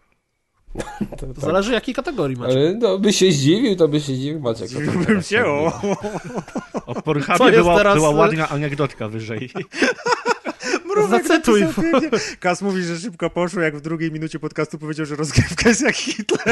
To tak. Zależy jakiej kategorii macie. Ale no, by się zdziwił, Maciek. Zdziwiłbym się, o. O Co Pornhubie jest była teraz? ładna anegdotka wyżej. Mrówek Zacytuj. napisał pięknie. Kas mówi, że szybko poszło, jak w drugiej minucie podcastu powiedział, że rozgrywka jest jak Hitler.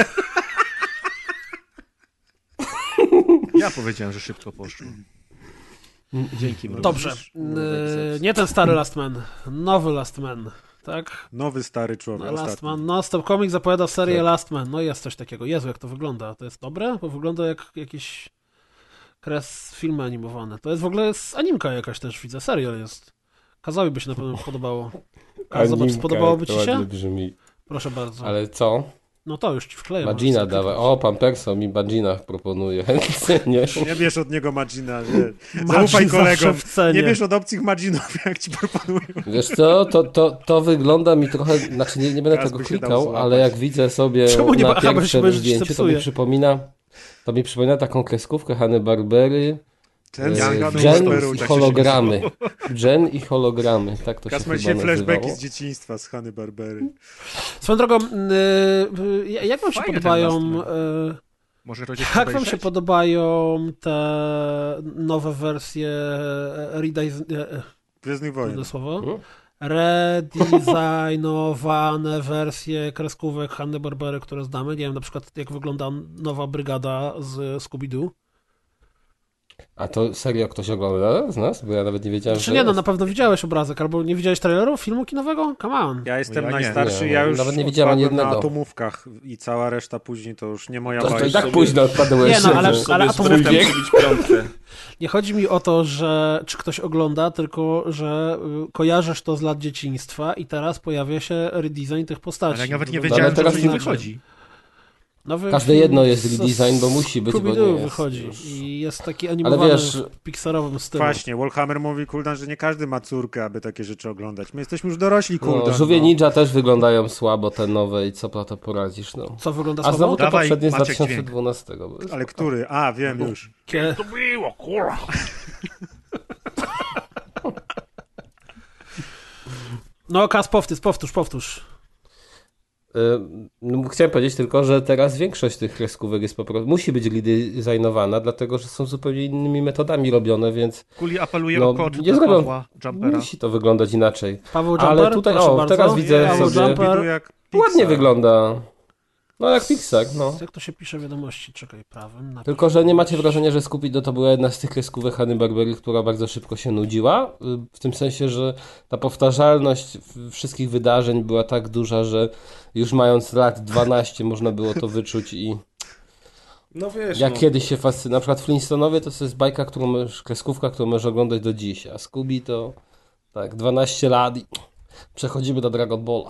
Ja powiedziałem, że szybko poszło. Dzięki. Mrówek. Dobrze. Nie ten stary Last Man. Nowy Last Man. Tak? Nowy, stary człowiek. Last ostatni. Man. Non-stop Comics zapowiada serię Tak. Last Man. No jest coś takiego. Jezu, jak to wygląda. To jest dobre? Bo wygląda jak jakiś kres filmy animowane. To jest w ogóle animka jakaś też, widzę. Serial jest. Kazowi by się na pewno podobało. Kaz, zobacz, spodobałoby ci się? Brzmi. Proszę bardzo. Ale co? No to już ci wkleję. Magina możesz sobie dawaj. kliknąć. O, pan Perso mi Magina proponuje. nie? Nie bierz od niego Magina, nie. Magin Zaufaj zawsze kolegom. w cenie. Nie bierz od obcych Maginów, jak ci proponują. Wiesz co, to wygląda mi trochę, znaczy nie będę Kaz tego by się dał klikał, złapać. ale jak widzę sobie Czemu nie na ma- bo się pierwszym będziesz zdjęciu, to zepsuje. mi przypomina taką kreskówkę Hanny-Barbery, Ten z Jan Hanną Gen Barberą i tak się hologramy. Gen i hologramy, tak to się Kas ma chyba dzisiaj flashbacki nazywało. z dzieciństwa, z Hanny Barbery. Swoją drogą, jak wam się Fajny ten podobają... Last Może Rodziec Jak wam się obejrzeć? podobają te nowe wersje Gwiezdnych Wojen. trudne słowo? Hmm? Redesignowane wersje kreskówek Hanny-Barbery, które znamy. Nie wiem, na przykład jak wygląda nowa brygada z Scooby-Doo. A to serio ktoś ogląda z nas? Bo ja nawet nie wiedziałem, Czy że nie, no jest. na pewno widziałeś obrazek, albo nie widziałeś traileru filmu kinowego? Come on. Ja jestem Ja nie. najstarszy, Nie, ja już nawet nie widziałem ani odpadłem na jednego. atomówkach i cała reszta później to już nie moja To bajka. i tak sobie- późno odpadłeś. Nie, no, ale- Sobie z atomówki- driftem przybić piątkę. Nie chodzi mi o to, że czy ktoś ogląda, tylko że kojarzysz to z lat dzieciństwa i teraz pojawia się redesign tych postaci. Ale ja nawet nie Wygląda wiedziałem, teraz że to nie inaczej. wychodzi. Nowy Każde film jedno jest z- redesign, bo musi być, bo nie Scooby-Doo jest wychodzi już. i jest taki animowany wiesz- w pixarowym stylu. Właśnie, Warhammer mówi, Kuldan, że nie każdy ma córkę, aby takie rzeczy oglądać. My jesteśmy już dorośli, Kuldan. No, żółwie ninja też wyglądają słabo, te nowe i co po to poradzisz, no. Co wygląda A słabo? znowu to Dawaj, poprzednie z Maciek, 2012. Bo jest Ale spoko. który? A, wiem już. Kie... No, Kas, powtórz. No, chciałem powiedzieć tylko, że teraz większość tych kreskówek jest po prostu, musi być redesignowana, dlatego że są zupełnie innymi metodami robione, więc Kuli apeluje No, o kod nie do zrobią- Pawła Jumpera. musi to wyglądać inaczej. Paweł Jumper, Ale tutaj, proszę o, bardzo. teraz widzę Paweł sobie- Jumper. Scooby-Doo jak Ładnie Pixar. wygląda. No jak Pixar, no. Jak to się pisze wiadomości? Czekaj, prawym. napisz. Tylko, że nie macie wrażenia, że Scooby-Doo to była jedna z tych kreskówek Hanny-Barbery, która bardzo szybko się nudziła? W tym sensie, że ta powtarzalność wszystkich wydarzeń była tak duża, że już mając lat 12 można było to wyczuć i No wiesz, jak no. kiedyś się fascynuje. Na przykład Flintstonowie to jest bajka, kreskówka, którą możesz oglądać do dziś, a Scooby to tak 12 lat i przechodzimy do Dragon Balla.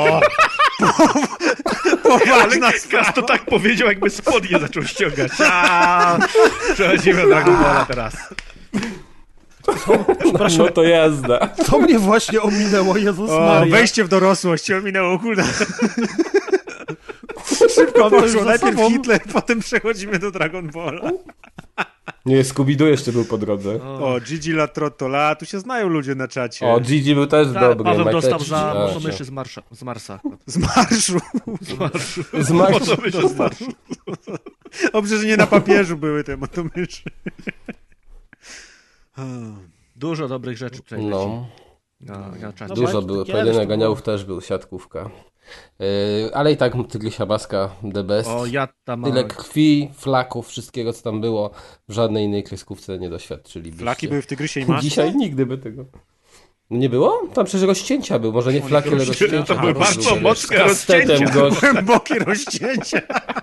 Ale Kas to tak powiedział, jakby spodnie zaczął ściągać. Przechodzimy do Dragon Balla teraz. No to jazda. To mnie właśnie ominęło, Jezus O, Maria. wejście w dorosłość ominęło Kuldan. Szybko już poszło. za Najpierw sobą. Hitler, potem przechodzimy do Dragon Balla. Nie, Scooby-Doo jeszcze był po drodze. O, Gigi La Trottola, tu się znają ludzie na czacie. O, Gigi był też Tak, dobry. Paweł dostał Majteczki. za A, motomyszy z Marsa. Z marszu. Z Max... Motomyszy z Marsa. Dobrze, że nie na papieżu były te motomyszy. Dużo dobrych rzeczy tutaj leci No, na czacie. No dużo Majki, było. kiedyś Pojedynek to ganiałów też był, siatkówka. Ale i tak Tygrysia Baska, the best. O, ja tam Tyle krwi, flaków, wszystkiego co tam było, w żadnej innej kreskówce nie doświadczylibyście. Flaki były w Tygrysie i Masce? Dzisiaj nigdy by tego... Nie było? Tam przecież rozcięcia był, może nie flaki, ale rozcięcia. to były po bardzo prostu, mocne z kastetem rozcięcia. gość. Głębokie rozcięcia.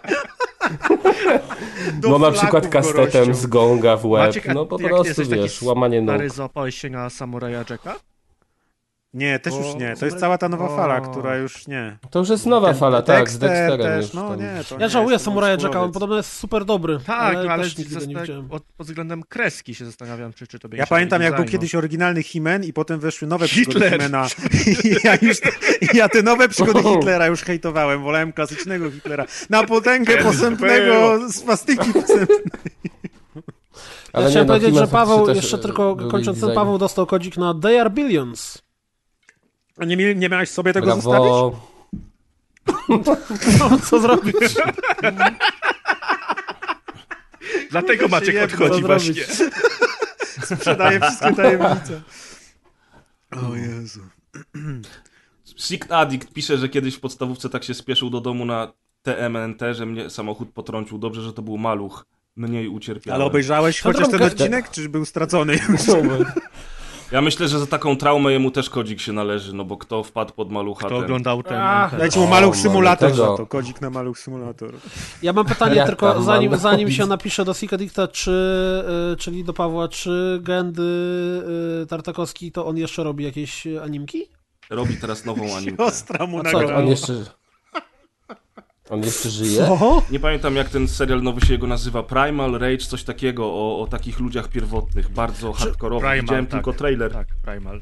Do No na flaków przykład go kastetem rozciął. z gonga w łeb. Maciek, a No po ty jak ty prostu, jesteś taki wiesz, łamanie nóg. Stary, złapałeś się na samuraja Jacka? Nie, też O, już nie. To jest cała ta nowa o. fala, która już nie. To już jest nowa fala, tak, z Dexterem też, już. no tam. nie, to Ja nie żałuję jest Samuraja oldschoolowiec. Jacka, on podobno jest super dobry. Tak, ale też nigdy go nie widziałem. pod względem kreski się zastanawiam, czy tobie Ja nie się pamiętam, jak był designu. kiedyś oryginalny He-Man i potem weszły nowe przygody Hitler. He-Mana. Ja te nowe przygody Hitlera już hejtowałem. Wolałem klasycznego Hitlera. Na potęgę posępnego swastyki posępnej. Ale Ja chciałem nie, no, powiedzieć, że He-Man Paweł, faktycznie też, jeszcze tylko był kończąc ten design. Paweł dostał kodzik na They Are Billions. A nie miałeś sobie tego zostawić? Brawo. No, co zrobisz? Dlatego Maciek nie odchodzi co właśnie. zrobić. Sprzedaję wszystkie tajemnice. O Jezu. Sick Addict pisze, że kiedyś w podstawówce tak się spieszył do domu na TMNT, że mnie samochód potrącił. Dobrze, że to był maluch. Mniej ucierpiałem. Ale obejrzałeś chociaż ten drogę- odcinek, czy był stracony? Ja myślę, że za taką traumę jemu też kodzik się należy, no bo kto wpadł pod malucha, Kto ten... oglądał ten... Dajcie mu O, maluch mamy symulator tego. za to. Kodzik na maluch symulator. Ja mam pytanie Jak tylko, tam zanim mam się napisze do Sika Dicta, czyli do Pawła, czy Gendy Tartakowski, to on jeszcze robi jakieś animki? Robi teraz nową animkę. Ostra mu A na co, głowę. On jeszcze żyje? O! Nie pamiętam jak ten serial nowy się jego nazywa, Primal Rage, coś takiego, o takich ludziach pierwotnych, bardzo hardkorowych. Primal, Widziałem tak. tylko trailer. Tak, Primal.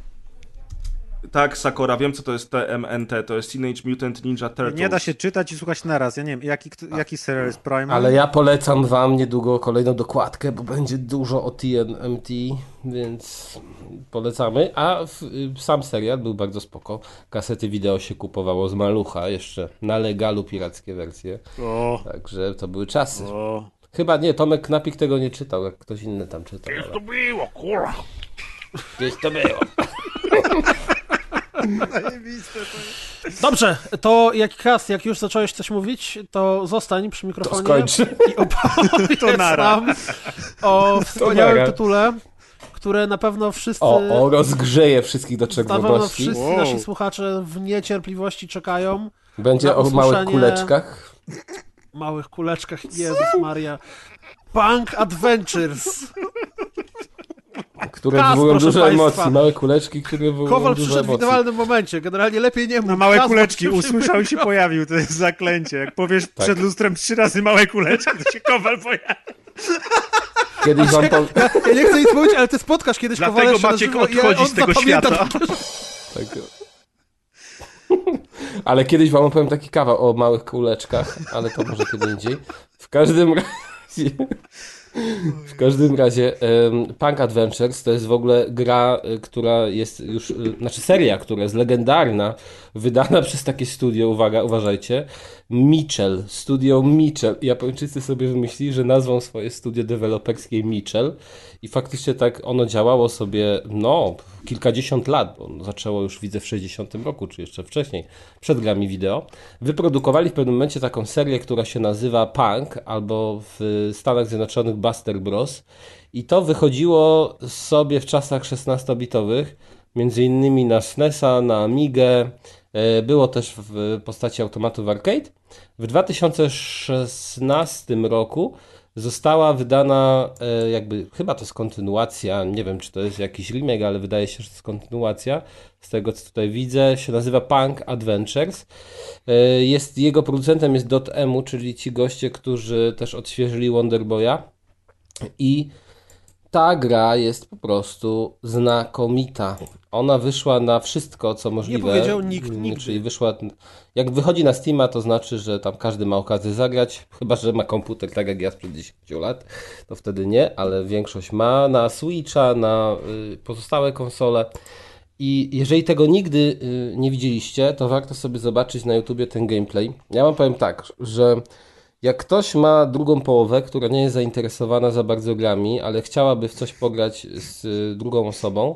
Tak, Sakura, wiem co to jest TMNT, to jest Teenage Mutant Ninja Turtles. Nie da się czytać i słuchać naraz. Ja nie wiem, jaki serial jest Prime? Ale ja polecam wam niedługo kolejną dokładkę, bo będzie dużo o TNMT, więc polecamy. A sam serial był bardzo spoko. Kasety wideo się kupowało z malucha, jeszcze na legalu pirackie wersje. O, Także to były czasy. o. Chyba nie, Tomek Knapik tego nie czytał, jak ktoś inny tam czytał. To było, kurwa. Gdzieś to było. Zajebiste to jest. Dobrze, to jak już zacząłeś coś mówić, to zostań przy mikrofonie skończ. i opowiedz nam o wspaniałym tytule, które na pewno wszyscy... O, rozgrzeje wszystkich do na pewno czerwoności. wszyscy nasi słuchacze w niecierpliwości czekają. Będzie na o małych usłyszenie- kuleczkach. Małych kuleczkach, Jezus Maria. Punk Adventures. Które Kas, wywołują proszę dużo państwa. emocji. Małe kuleczki, które wywołują Kowal dużo przyszedł w emocji. idealnym momencie. Generalnie lepiej nie mów. Na małe Kas, kuleczki, bo usłyszał i się pojawił, to jest zaklęcie. Jak powiesz przed lustrem 3 razy małe kuleczki, to się Kowal pojawi. Kiedyś wam Ja nie chcę nic mówić, ale ty spotkasz kiedyś Dlatego Kowala jeszcze Maciek na żywo i odchodzi on z tego zapamięta świata. Tak. Ale kiedyś wam opowiem taki kawał o małych kuleczkach, ale to może kiedy indziej. W każdym razie Punk Adventures to jest w ogóle gra, która jest już, znaczy seria, która jest legendarna, wydana przez takie studio, uważajcie, Mitchell, studio Mitchell. Japończycy sobie wymyślili, że nazwą swoje studio deweloperskie Mitchell i faktycznie tak ono działało sobie, kilkadziesiąt lat, bo ono zaczęło już, widzę, w 60 roku, czy jeszcze wcześniej, przed grami wideo. Wyprodukowali w pewnym momencie taką serię, która się nazywa Punk, albo w Stanach Zjednoczonych Buster Bros. I to wychodziło sobie w czasach 16-bitowych, między innymi na SNES-a, na Amigę, było też w postaci automatów arcade. W 2016 roku została wydana chyba to jest kontynuacja, nie wiem czy to jest jakiś remake, ale wydaje się, że to jest kontynuacja z tego co tutaj widzę, się nazywa Punk Adventures. Jego producentem jest Dotemu, czyli ci goście, którzy też odświeżyli Wonder Boya i ta gra jest po prostu znakomita. Ona wyszła na wszystko, co możliwe. Nie powiedział nikt nigdy. Czyli wyszła, jak wychodzi na Steama, to znaczy, że tam każdy ma okazję zagrać, chyba że ma komputer, tak jak ja sprzed 10 lat, to wtedy nie, ale większość ma na Switcha, na pozostałe konsole. I jeżeli tego nigdy nie widzieliście, to warto sobie zobaczyć na YouTubie ten gameplay. Ja wam powiem tak, że jak ktoś ma drugą połowę, która nie jest zainteresowana za bardzo grami, ale chciałaby w coś pograć z drugą osobą,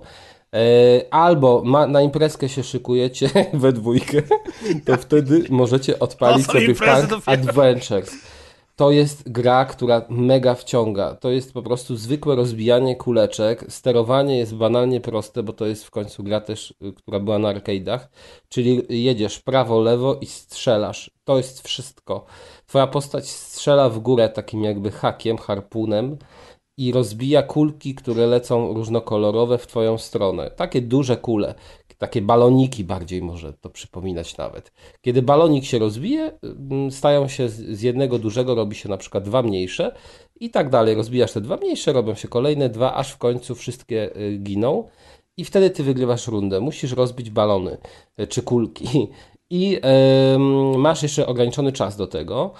albo na imprezkę się szykujecie we dwójkę, to wtedy możecie odpalić To są sobie imprezy Punk dopiero. Adventures. To jest gra, która mega wciąga. To jest po prostu zwykłe rozbijanie kuleczek. Sterowanie jest banalnie proste, bo to jest w końcu gra też, która była na arcade'ach. Czyli jedziesz prawo, lewo i strzelasz. To jest wszystko. Twoja postać strzela w górę takim jakby hakiem, harpunem i rozbija kulki, które lecą różnokolorowe w twoją stronę. Takie duże kule. Takie baloniki bardziej może to przypominać nawet. Kiedy balonik się rozbije, stają się z jednego dużego, robi się na przykład 2 mniejsze i tak dalej. Rozbijasz te 2 mniejsze, robią się kolejne 2, aż w końcu wszystkie giną i wtedy ty wygrywasz rundę. Musisz rozbić balony czy kulki i masz jeszcze ograniczony czas do tego.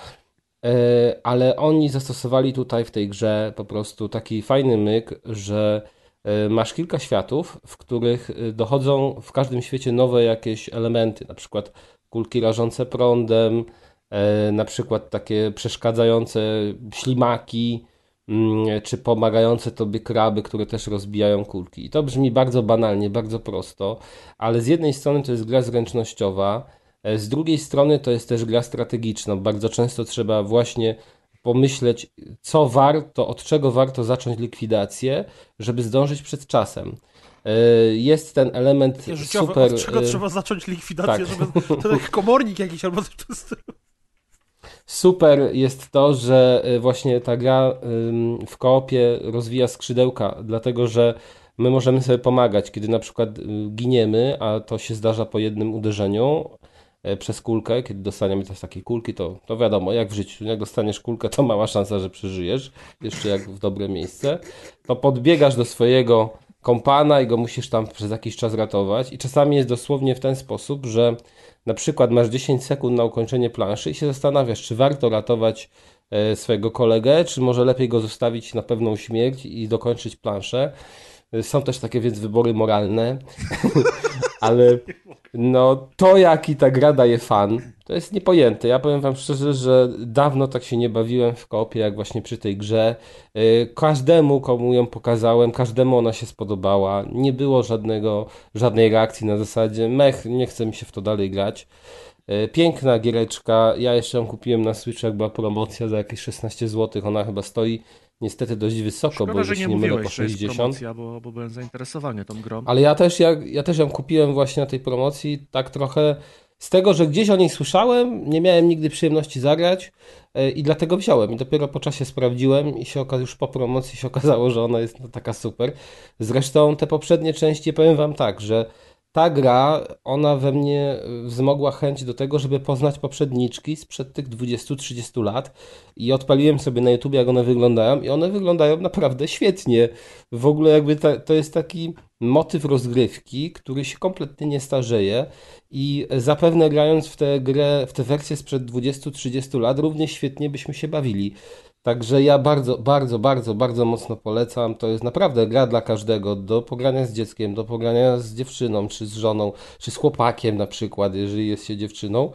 Ale oni zastosowali tutaj w tej grze po prostu taki fajny myk, że masz kilka światów, w których dochodzą w każdym świecie nowe jakieś elementy, na przykład kulki rażące prądem, na przykład takie przeszkadzające ślimaki, czy pomagające tobie kraby, które też rozbijają kulki. I to brzmi bardzo banalnie, bardzo prosto, ale z jednej strony to jest gra zręcznościowa, z drugiej strony to jest też gra strategiczna. Bardzo często trzeba właśnie pomyśleć, co warto, od czego warto zacząć likwidację, żeby zdążyć przed czasem. Jest ten element Życiowe, super... od czego trzeba zacząć likwidację, tak. żeby to taki komornik jakiś albo coś w tym stylu. Super jest to, że właśnie ta gra w koopie rozwija skrzydełka, dlatego że my możemy sobie pomagać, kiedy na przykład giniemy, a to się zdarza po jednym uderzeniu przez kulkę, kiedy dostaniemy też takiej kulki, to wiadomo, jak w życiu, jak dostaniesz kulkę, to mała szansa, że przeżyjesz, jeszcze jak w dobre miejsce, to podbiegasz do swojego kompana i go musisz tam przez jakiś czas ratować i czasami jest dosłownie w ten sposób, że na przykład masz 10 sekund na ukończenie planszy i się zastanawiasz, czy warto ratować swojego kolegę, czy może lepiej go zostawić na pewną śmierć i dokończyć planszę. Są też takie więc wybory moralne. Ale no to jaki ta gra daje fan, to jest niepojęte. Ja powiem wam szczerze, że dawno tak się nie bawiłem w koopie jak właśnie przy tej grze. Każdemu, komu ją pokazałem, każdemu ona się spodobała. Nie było żadnej reakcji na zasadzie nie chce mi się w to dalej grać. Piękna giereczka, ja jeszcze ją kupiłem na Switchu, jak była promocja za jakieś 16 zł, ona chyba stoi niestety dość wysoko, Szkoda, bo że jeśli nie nie mylę po mówiłeś, że jest 60. promocja, bo byłem zainteresowany tą grą. Ale ja też ją kupiłem właśnie na tej promocji, tak trochę z tego, że gdzieś o niej słyszałem, nie miałem nigdy przyjemności zagrać i dlatego wziąłem. I dopiero po czasie sprawdziłem i już po promocji się okazało, że ona jest taka super. Zresztą te poprzednie części, powiem wam tak, że ta gra, ona we mnie wzmogła chęć do tego, żeby poznać poprzedniczki sprzed tych 20-30 lat i odpaliłem sobie na YouTube, jak one wyglądają i one wyglądają naprawdę świetnie. W ogóle jakby to jest taki motyw rozgrywki, który się kompletnie nie starzeje i zapewne grając w tę grę, w tę wersję sprzed 20-30 lat równie świetnie byśmy się bawili. Także ja bardzo, bardzo, bardzo, bardzo mocno polecam. To jest naprawdę gra dla każdego. Do pogrania z dzieckiem, do pogrania z dziewczyną, czy z żoną, czy z chłopakiem na przykład, jeżeli jest się dziewczyną.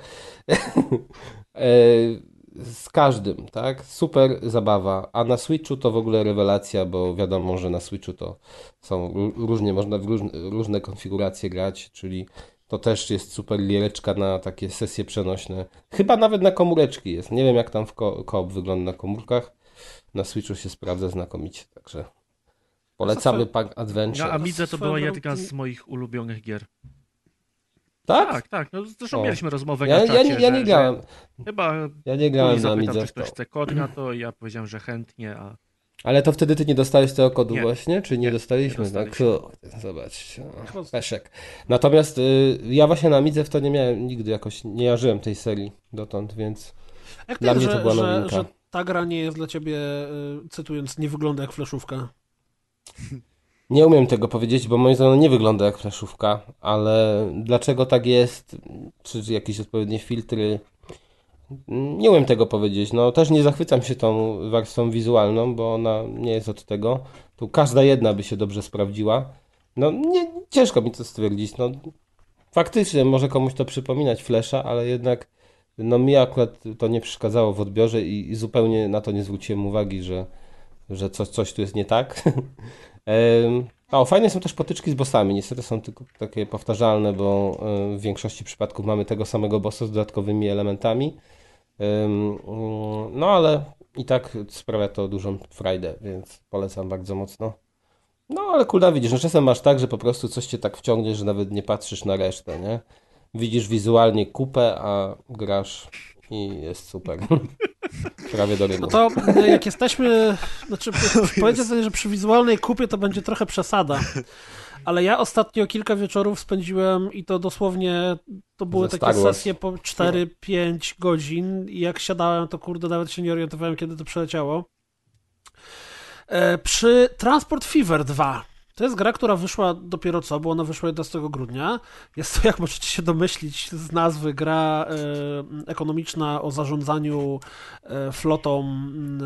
Z każdym, tak? Super zabawa. A na Switchu to w ogóle rewelacja, bo wiadomo, że na Switchu to są różnie, można w różne konfiguracje grać, czyli to też jest super giereczka na takie sesje przenośne. Chyba nawet na komóreczki jest. Nie wiem jak tam w koop wygląda na komórkach. Na Switchu się sprawdza znakomicie, także polecamy Pack Adventure. Na Amidze to była Swoją jedna z moich ulubionych gier. Tak? Tak. No, zresztą O. mieliśmy rozmowę Ja na czacie, nie grałem. Chyba Ja nie grałem na zapytał, Amidze czy w ktoś to. chce kod na to i ja powiedziałem, że chętnie, a Ale to wtedy ty nie dostałeś tego kodu Nie. właśnie? Czy nie dostaliśmy? nie Tak, dostaliśmy. kurde, zobaczcie. Peszek. Natomiast ja właśnie na Amidze w to nie miałem nigdy jakoś, nie jarzyłem tej serii dotąd, więc Jak dla to mnie jest, to była że nowinka. ta gra nie jest dla ciebie, cytując, nie wygląda jak fleszówka? Nie umiem tego powiedzieć, bo moim zdaniem nie wygląda jak fleszówka, ale dlaczego tak jest, czy jakieś odpowiednie filtry, nie umiem tego powiedzieć. No też nie zachwycam się tą warstwą wizualną, bo ona nie jest od tego. Tu każda jedna by się dobrze sprawdziła. No nie, ciężko mi to stwierdzić. No faktycznie może komuś to przypominać Flasha, ale jednak no mi akurat to nie przeszkadzało w odbiorze i zupełnie na to nie zwróciłem uwagi, że coś tu jest nie tak. Fajne są też potyczki z bossami. Niestety są tylko takie powtarzalne, bo w większości przypadków mamy tego samego bossa z dodatkowymi elementami. No ale i tak sprawia to dużą frajdę, więc polecam bardzo mocno. No ale kurwa, widzisz, no czasem masz tak, że po prostu coś cię tak wciągnie, że nawet nie patrzysz na resztę, nie? Widzisz wizualnie kupę, a grasz i jest super. Prawie do rymu. No to jak jesteśmy, znaczy powiedzmy sobie, że przy wizualnej kupie to będzie trochę przesada, ale ja ostatnio kilka wieczorów spędziłem i to dosłownie, to były Ze takie Star Wars. sesje po 4-5 godzin i jak siadałem, to kurde, nawet się nie orientowałem, kiedy to przeleciało. Przy Transport Fever 2. To jest gra, która wyszła dopiero co, bo ona wyszła 11 grudnia. Jest to, jak możecie się domyślić z nazwy, gra ekonomiczna o zarządzaniu flotą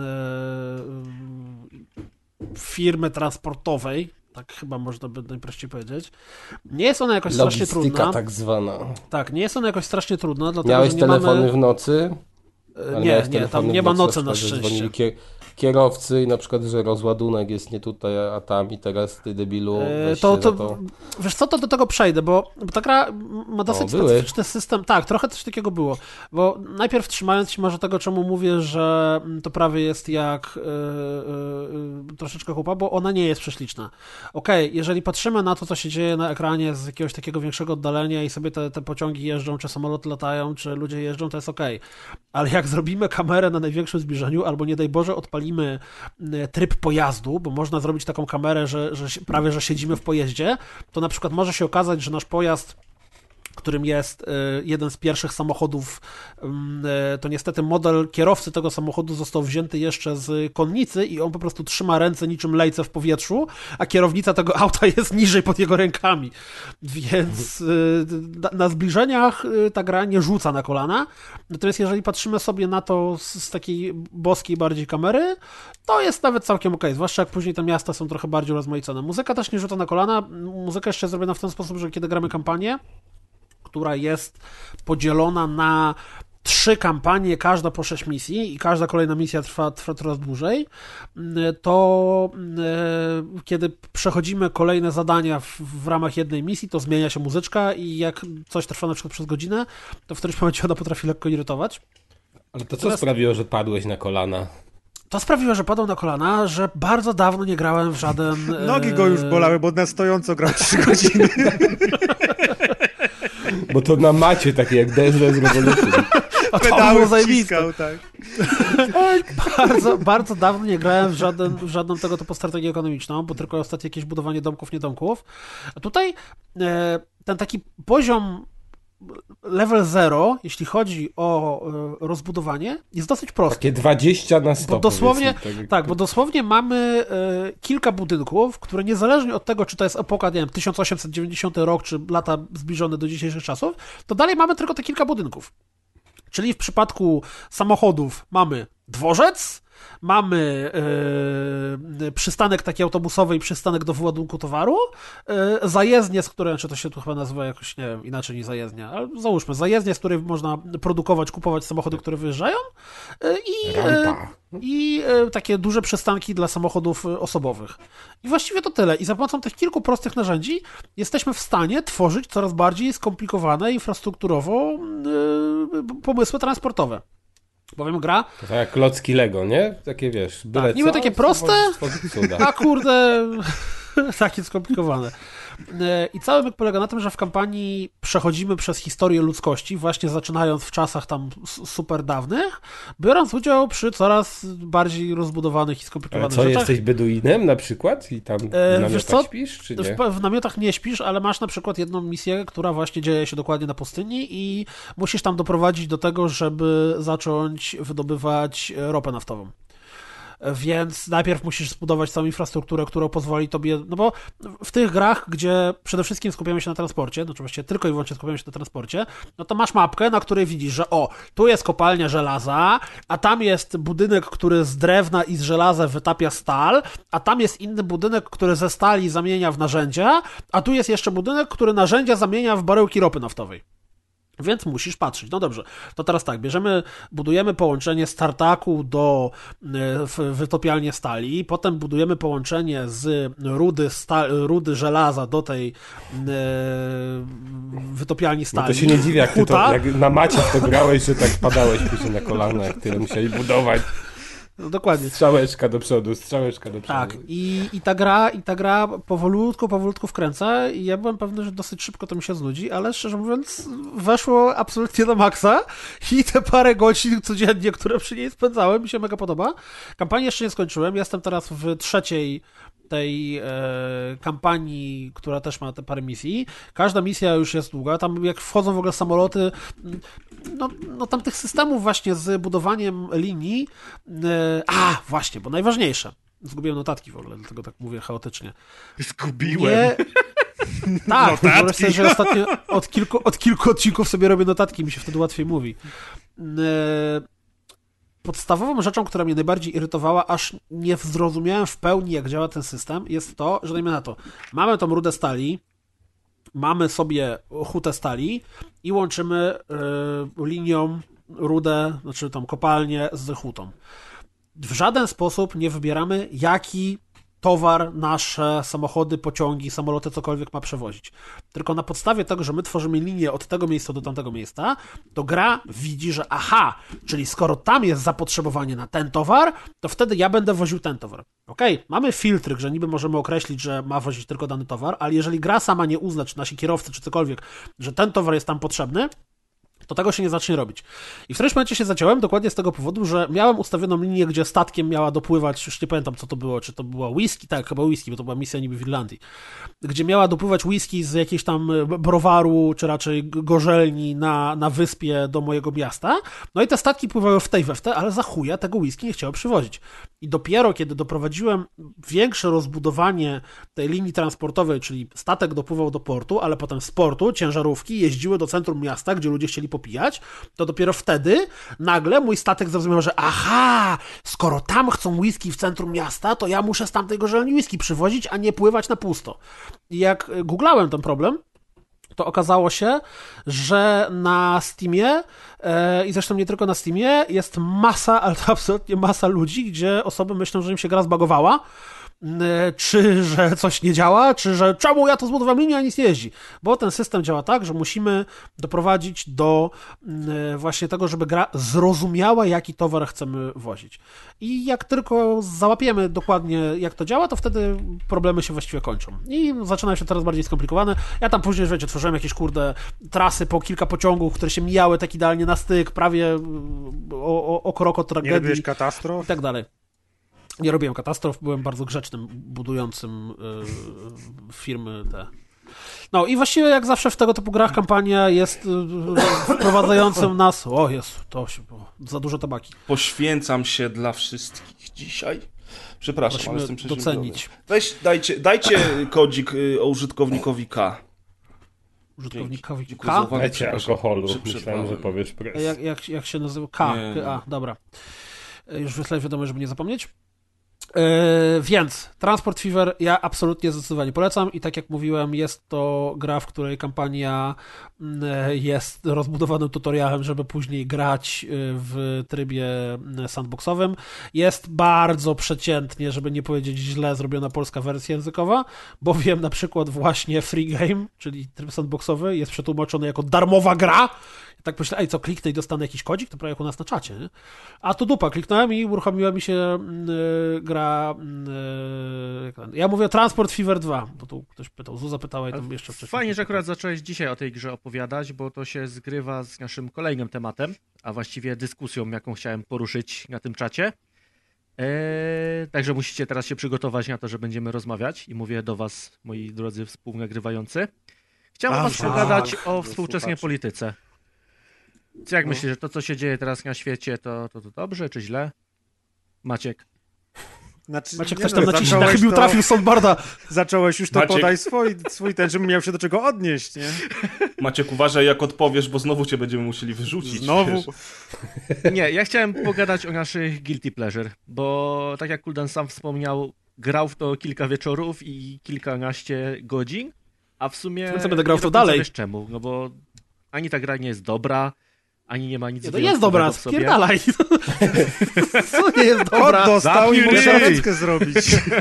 firmy transportowej. Tak chyba można by najprościej powiedzieć. Nie jest ona jakoś strasznie Logistyka trudna. tak zwana. Tak, nie jest ona jakoś strasznie trudna, dlatego Miałeś że nie telefony mamy... w nocy? Ale miałeś Nie, telefony tam w nie ma nocy na na przykład, że szczęście. dzwonili kierowcy i na przykład, że rozładunek jest nie tutaj, a tam i teraz ty debilu weź się za to. Wiesz co, to do tego przejdę, bo ta gra ma dosyć były. specyficzny system. Tak, trochę coś takiego było, bo najpierw trzymając się może tego, czemu mówię, że to prawie jest jak troszeczkę chłopa, bo ona nie jest prześliczna. Okej, jeżeli patrzymy na to, co się dzieje na ekranie z jakiegoś takiego większego oddalenia i sobie te pociągi jeżdżą, czy samoloty latają, czy ludzie jeżdżą, to jest okej. Ale jak zrobimy kamerę na największym zbliżeniu, albo nie daj Boże odpalimy tryb pojazdu, bo można zrobić taką kamerę, że prawie że siedzimy w pojeździe, to na przykład może się okazać, że nasz pojazd którym jest jeden z pierwszych samochodów, to niestety model kierowcy tego samochodu został wzięty jeszcze z konnicy i on po prostu trzyma ręce niczym lejce w powietrzu, a kierownica tego auta jest niżej pod jego rękami. Więc na zbliżeniach ta gra nie rzuca na kolana. Natomiast jeżeli patrzymy sobie na to z takiej boskiej bardziej kamery, to jest nawet całkiem okej, zwłaszcza jak później te miasta są trochę bardziej rozmaicone. Muzyka też nie rzuca na kolana. Muzyka jeszcze jest zrobiona w ten sposób, że kiedy gramy kampanię, która jest podzielona na 3 kampanie, każda po 6 misji i każda kolejna misja trwa coraz dłużej, to kiedy przechodzimy kolejne zadania w ramach jednej misji, to zmienia się muzyczka i jak coś trwa na przykład przez godzinę, to w którymś momencie ona potrafi lekko irytować. Ale to co sprawiło, że padłeś na kolana? To sprawiło, że padł na kolana, że bardzo dawno nie grałem w żaden... Nogi go już bolały, bo na stojąco grał 3 godziny. Bo to na macie takie jak Dance Dance Revolution. A to było zajebiste. Tak. Bardzo, bardzo dawno nie grałem w żadną tego typu strategię ekonomiczną, bo tylko ostatnio jakieś budowanie domków, nie domków. A tutaj ten taki poziom level 0, jeśli chodzi o rozbudowanie, jest dosyć prosty. Takie 20 na 100. Bo dosłownie, tak, bo dosłownie mamy kilka budynków, które niezależnie od tego, czy to jest epoka, nie wiem, 1890 rok, czy lata zbliżone do dzisiejszych czasów, to dalej mamy tylko te kilka budynków. Czyli w przypadku samochodów mamy dworzec, mamy przystanek taki autobusowy i przystanek do wyładunku towaru, zajezdnię, z której, czy to się tu chyba nazywa jakoś, nie wiem, inaczej niż zajezdnia, ale załóżmy, zajezdnię, z której można produkować, kupować samochody, które wyjeżdżają i takie duże przystanki dla samochodów osobowych. I właściwie to tyle. I za pomocą tych kilku prostych narzędzi jesteśmy w stanie tworzyć coraz bardziej skomplikowane infrastrukturowo pomysły transportowe. Bowiem gra... To tak jak klocki Lego, nie? Takie wiesz, byle tak, niby takie proste, a kurde, takie skomplikowane. I cały myk polega na tym, że w kampanii przechodzimy przez historię ludzkości, właśnie zaczynając w czasach tam super dawnych, biorąc udział przy coraz bardziej rozbudowanych i skomplikowanych rzeczach. rzeczach. Jesteś Beduinem na przykład i tam w namiotach śpisz, czy nie? W namiotach nie śpisz, ale masz na przykład jedną misję, która właśnie dzieje się dokładnie na pustyni i musisz tam doprowadzić do tego, żeby zacząć wydobywać ropę naftową. Więc najpierw musisz zbudować całą infrastrukturę, która pozwoli tobie, no bo w tych grach, gdzie przede wszystkim skupiamy się na transporcie, no oczywiście tylko i wyłącznie skupiamy się na transporcie, no to masz mapkę, na której widzisz, że tu jest kopalnia żelaza, a tam jest budynek, który z drewna i z żelaza wytapia stal, a tam jest inny budynek, który ze stali zamienia w narzędzia, a tu jest jeszcze budynek, który narzędzia zamienia w baryłki ropy naftowej. Więc musisz patrzeć. No dobrze, to teraz tak, budujemy połączenie z tartaku do wytopialni stali, potem budujemy połączenie z rudy żelaza do tej wytopialni stali. No to się nie dziwię, jak na macie to grałeś, że tak padałeś później na kolana, jak tyle musieli budować. No dokładnie. Strzałeczka do przodu. Tak, i ta gra powolutku wkręca i ja byłem pewny, że dosyć szybko to mi się znudzi, ale szczerze mówiąc weszło absolutnie na maksa i te parę godzin codziennie, które przy niej spędzałem, mi się mega podoba. Kampanię jeszcze nie skończyłem, jestem teraz w trzeciej tej kampanii, która też ma te parę misji. Każda misja już jest długa. Tam jak wchodzą w ogóle samoloty, no tam tych systemów właśnie z budowaniem linii. Właśnie, bo najważniejsze. Zgubiłem notatki w ogóle, dlatego tak mówię chaotycznie. Zgubiłem. Tak, wyobraź sobie, że ostatnio od kilku odcinków sobie robię notatki, mi się wtedy łatwiej mówi. Podstawową rzeczą, która mnie najbardziej irytowała, aż nie zrozumiałem w pełni, jak działa ten system, jest to, że dajmy na to, mamy tą rudę stali, mamy sobie hutę stali i łączymy linią rudę, znaczy tą kopalnię z hutą. W żaden sposób nie wybieramy, jaki towar nasze samochody, pociągi, samoloty, cokolwiek ma przewozić. Tylko na podstawie tego, że my tworzymy linię od tego miejsca do tamtego miejsca, to gra widzi, że czyli skoro tam jest zapotrzebowanie na ten towar, to wtedy ja będę woził ten towar. Okej, mamy filtry, że niby możemy określić, że ma wozić tylko dany towar, ale jeżeli gra sama nie uzna, czy nasi kierowcy, czy cokolwiek, że ten towar jest tam potrzebny, to tego się nie zacznie robić. I w którymś momencie się zaciąłem dokładnie z tego powodu, że miałem ustawioną linię, gdzie statkiem miała dopływać, już nie pamiętam co to było, czy to była whisky, tak, chyba whisky, bo to była misja niby w Irlandii, gdzie miała dopływać whisky z jakiejś tam browaru, czy raczej gorzelni na wyspie do mojego miasta. No i te statki pływały w tej we w te, ale za chuja tego whisky nie chciało przywozić. I dopiero kiedy doprowadziłem większe rozbudowanie tej linii transportowej, czyli statek dopływał do portu, ale potem z portu ciężarówki jeździły do centrum miasta, gdzie ludzie chcieli popijać, to dopiero wtedy nagle mój statek zrozumiał, że aha, skoro tam chcą whisky w centrum miasta, to ja muszę z tamtej gorzelni whisky przywozić, a nie pływać na pusto. I jak googlałem ten problem, to okazało się, że na Steamie i zresztą nie tylko na Steamie jest masa, ale to absolutnie masa ludzi, gdzie osoby myślą, że im się gra zbagowała, czy że coś nie działa, czy że czemu ja to zbudowałem linię, a nic nie jeździ. Bo ten system działa tak, że musimy doprowadzić do właśnie tego, żeby gra zrozumiała, jaki towar chcemy wozić. I jak tylko załapiemy dokładnie, jak to działa, to wtedy problemy się właściwie kończą. I zaczynają się coraz bardziej skomplikowane. Ja tam później, wiecie, tworzyłem jakieś trasy po kilka pociągów, które się mijały tak idealnie na styk, prawie o krok od tragedii. Nie robiłeś katastrof? I tak dalej. Nie robiłem katastrof, byłem bardzo grzecznym, budującym firmy te. No i właściwie jak zawsze w tego typu grach kampania jest wprowadzającym nas... O Jezu, to się było za dużo tabaki. Poświęcam się dla wszystkich dzisiaj. Przepraszam, Musimy ale jestem przeziębiony. docenić. Weź, dajcie kodzik użytkownikowi K. Użytkownikowi Dziękuję za uwagę. Dajcie alkoholu. Przepraszam. Myślałem, że powiesz pres. Jak się nazywa? K. Nie. A, dobra. Już wyślę wiadomość, żeby nie zapomnieć. Więc Transport Fever ja absolutnie zdecydowanie polecam i tak jak mówiłem, jest to gra, w której kampania jest rozbudowanym tutorialem, żeby później grać w trybie sandboxowym. Jest bardzo przeciętnie, żeby nie powiedzieć źle, zrobiona polska wersja językowa, bowiem na przykład właśnie free game, czyli tryb sandboxowy jest przetłumaczony jako darmowa gra. Tak myślę, ej, co, kliknę i dostanę jakiś kodzik? To prawie jak u nas na czacie, nie? A tu dupa, kliknąłem i uruchomiła mi się gra... ja mówię Transport Fever 2, bo tu ktoś pytał, Zuza pytała i tam jeszcze wcześniej. Fajnie, że akurat zacząłeś dzisiaj o tej grze opowiadać, bo to się zgrywa z naszym kolejnym tematem, a właściwie dyskusją, jaką chciałem poruszyć na tym czacie. Także musicie teraz się przygotować na to, że będziemy rozmawiać i mówię do was, moi drodzy współnagrywający. Chciałem was pogadać o współczesnej polityce. Co jak myślisz, że to, co się dzieje teraz na świecie, to dobrze czy źle? Maciek. Znaczy, Maciek ktoś tam naciśnie, na chybił trafił Soundbarda. Zacząłeś już to, Maciek. podaj swój ten, żebym miał się do czego odnieść, nie? Maciek, uważaj jak odpowiesz, bo znowu cię będziemy musieli wyrzucić. Znowu? Wiesz. Nie, ja chciałem pogadać o naszych guilty pleasure, bo tak jak Kuldan sam wspomniał, grał w to kilka wieczorów i kilkanaście godzin, a w sumie Co będę grał w to nie do końca dalej? wiesz czemu, no bo ani ta gra nie jest dobra, ani nie ma nic Nie, to jest dobra, wyjątkowego w sobie. spierdalaj. Co nie jest dobra? Dostał i Zamknij muszę ryj. rękę zrobić.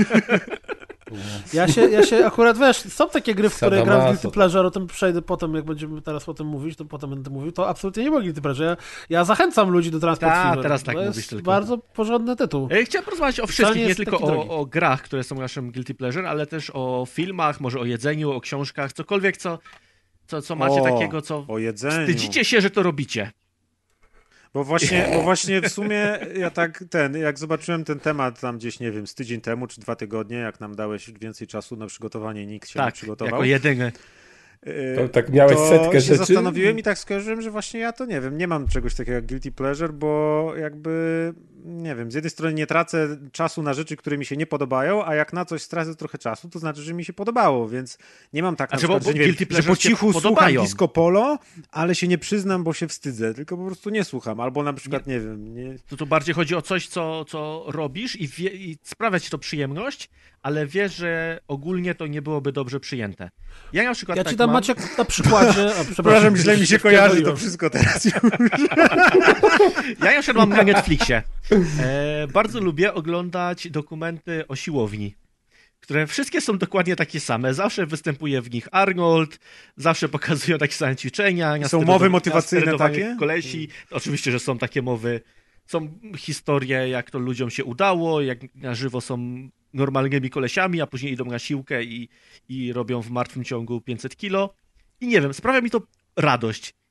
Ja się akurat, wiesz, są takie gry, w które gram w Sadomaso. Guilty Pleasure, o tym przejdę potem, jak będziemy teraz o tym mówić, to potem będę mówił, to absolutnie nie było Guilty Pleasure. Ja zachęcam ludzi do Transport Ta, Fever. teraz tak to mówisz jest tylko. bardzo porządny tytuł. Chciałem porozmawiać o Wcale wszystkich, nie nie jest tylko taki drogi. o grach, które są naszym guilty pleasure, ale też o filmach, może o jedzeniu, o książkach, cokolwiek, co macie takiego, co O jedzeniu. wstydzicie się, że to robicie. Bo właśnie w sumie ja jak zobaczyłem ten temat tam gdzieś, nie wiem, z tydzień temu czy 2 tygodnie, jak nam dałeś więcej czasu na przygotowanie, nikt się nie Tak, przygotował. jako jedyny. To tak miałeś to setkę się rzeczy? zastanowiłem i tak skojarzyłem, że właśnie ja to nie wiem, nie mam czegoś takiego jak guilty pleasure, bo jakby, nie wiem, z jednej strony nie tracę czasu na rzeczy, które mi się nie podobają, a jak na coś stracę trochę czasu, to znaczy, że mi się podobało, więc nie mam tak na przykład, że, nie wiem, guilty że pleasure po cichu się słucham podobają. disco polo, ale się nie przyznam, bo się wstydzę, tylko po prostu nie słucham, albo na przykład, nie wiem, nie... To bardziej chodzi o coś, co robisz i sprawia ci to przyjemność, ale wiesz, że ogólnie to nie byłoby dobrze przyjęte. Ja na przykład Ja tak ci dam, mam... Maciek, na przykładzie... Przepraszam, źle mi się kojarzy to wszystko teraz już. Ja na przykład mam na Netflixie. Bardzo lubię oglądać dokumenty o siłowni, które wszystkie są dokładnie takie same. Zawsze występuje w nich Arnold, zawsze pokazują takie same ćwiczenia. Są mowy motywacyjne takie? Kolesi. Oczywiście, że są takie mowy. Są historie, jak to ludziom się udało, jak na żywo są normalnymi kolesiami, a później idą na siłkę i robią w martwym ciągu 500 kilo. I nie wiem, sprawia mi to radość.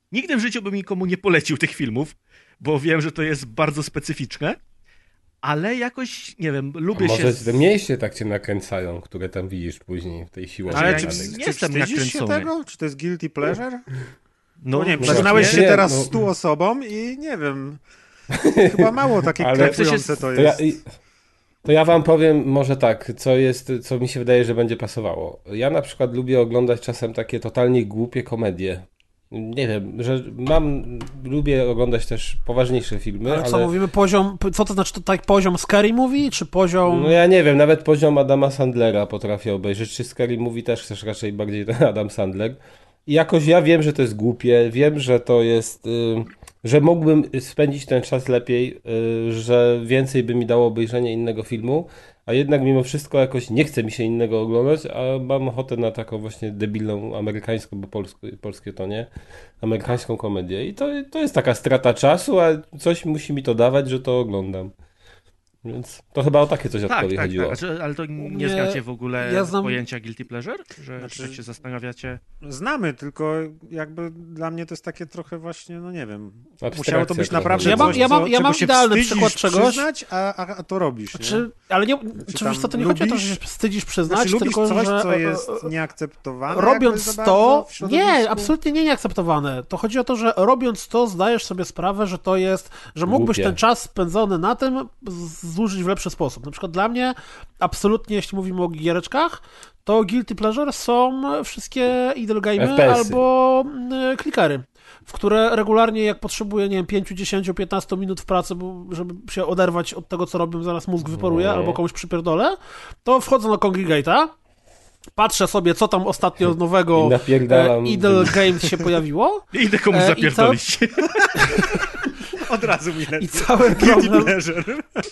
nigdy w życiu bym nikomu nie polecił tych filmów, bo wiem, że to jest bardzo specyficzne, ale jakoś, nie wiem, lubię się... Może te mniejsze tak cię nakręcają, które tam widzisz później w tej siłowni. Ale ja czy, nie czy jestem wstydzisz się nakręcony. tego? Czy to jest guilty pleasure? No, Nie, no przyznałeś właśnie, się teraz no. 100 osobom i nie wiem, chyba mało takie Ale- krępujące to To ja, jest. to ja wam powiem może tak, co mi się wydaje, że będzie pasowało. Ja na przykład lubię oglądać czasem takie totalnie głupie komedie. Nie wiem, że lubię oglądać też poważniejsze filmy, Ale co mówimy, poziom, co to znaczy, to tak poziom Scary Movie, czy poziom... No ja nie wiem, nawet poziom Adama Sandlera potrafię obejrzeć, czy Scary Movie też chcesz raczej bardziej ten Adam Sandler. I jakoś ja wiem, że to jest głupie, wiem, że to jest, że mógłbym spędzić ten czas lepiej, że więcej by mi dało obejrzenie innego filmu, a jednak mimo wszystko jakoś nie chce mi się innego oglądać, a mam ochotę na taką właśnie debilną amerykańską, bo polskie to nie, amerykańską komedię. I to jest taka strata czasu, a coś musi mi to dawać, że to oglądam. Więc to chyba o takie coś od kolei chodziło. Znaczy, ale to nie Nie, znacie w ogóle ja znam- pojęcia guilty pleasure? Że Znaczy- tak się zastanawiacie? Znamy, tylko jakby dla mnie to jest takie trochę właśnie, no nie wiem. Abstrakcja Musiało to być trochę. naprawdę Ja mam- coś, ja mam- co, ja czego mam się idealny wstydzisz przykład czegoś. przyznać, a to robisz, nie? Ale nie, Czy czy tam wiesz co, to nie chodzi o to, że lubisz- się wstydzisz przyznać, Znaczy, lubisz tylko coś, że co jest nieakceptowane jakby robiąc za to, bardzo w środowisku? nie, absolutnie nie nieakceptowane. To chodzi o to, że robiąc to zdajesz sobie sprawę, że to jest, że mógłbyś Głupie. ten czas spędzony na tym zużyć w lepszy sposób. Na przykład dla mnie absolutnie, jeśli mówimy o giereczkach, to guilty pleasure są wszystkie idle game'y FPS-y. albo klikery, w które regularnie jak potrzebuję, nie wiem, 5, 10, 15 minut w pracy, żeby się oderwać od tego, co robię, zaraz mózg wyparuje, albo komuś przypierdolę, to wchodzę na Congregate'a, patrzę sobie, co tam ostatnio nowego I napierdalam. idle games się pojawiło I idę komuś zapierdolić. Od razu mi lepiej. i cały Guilty problem, pleasure.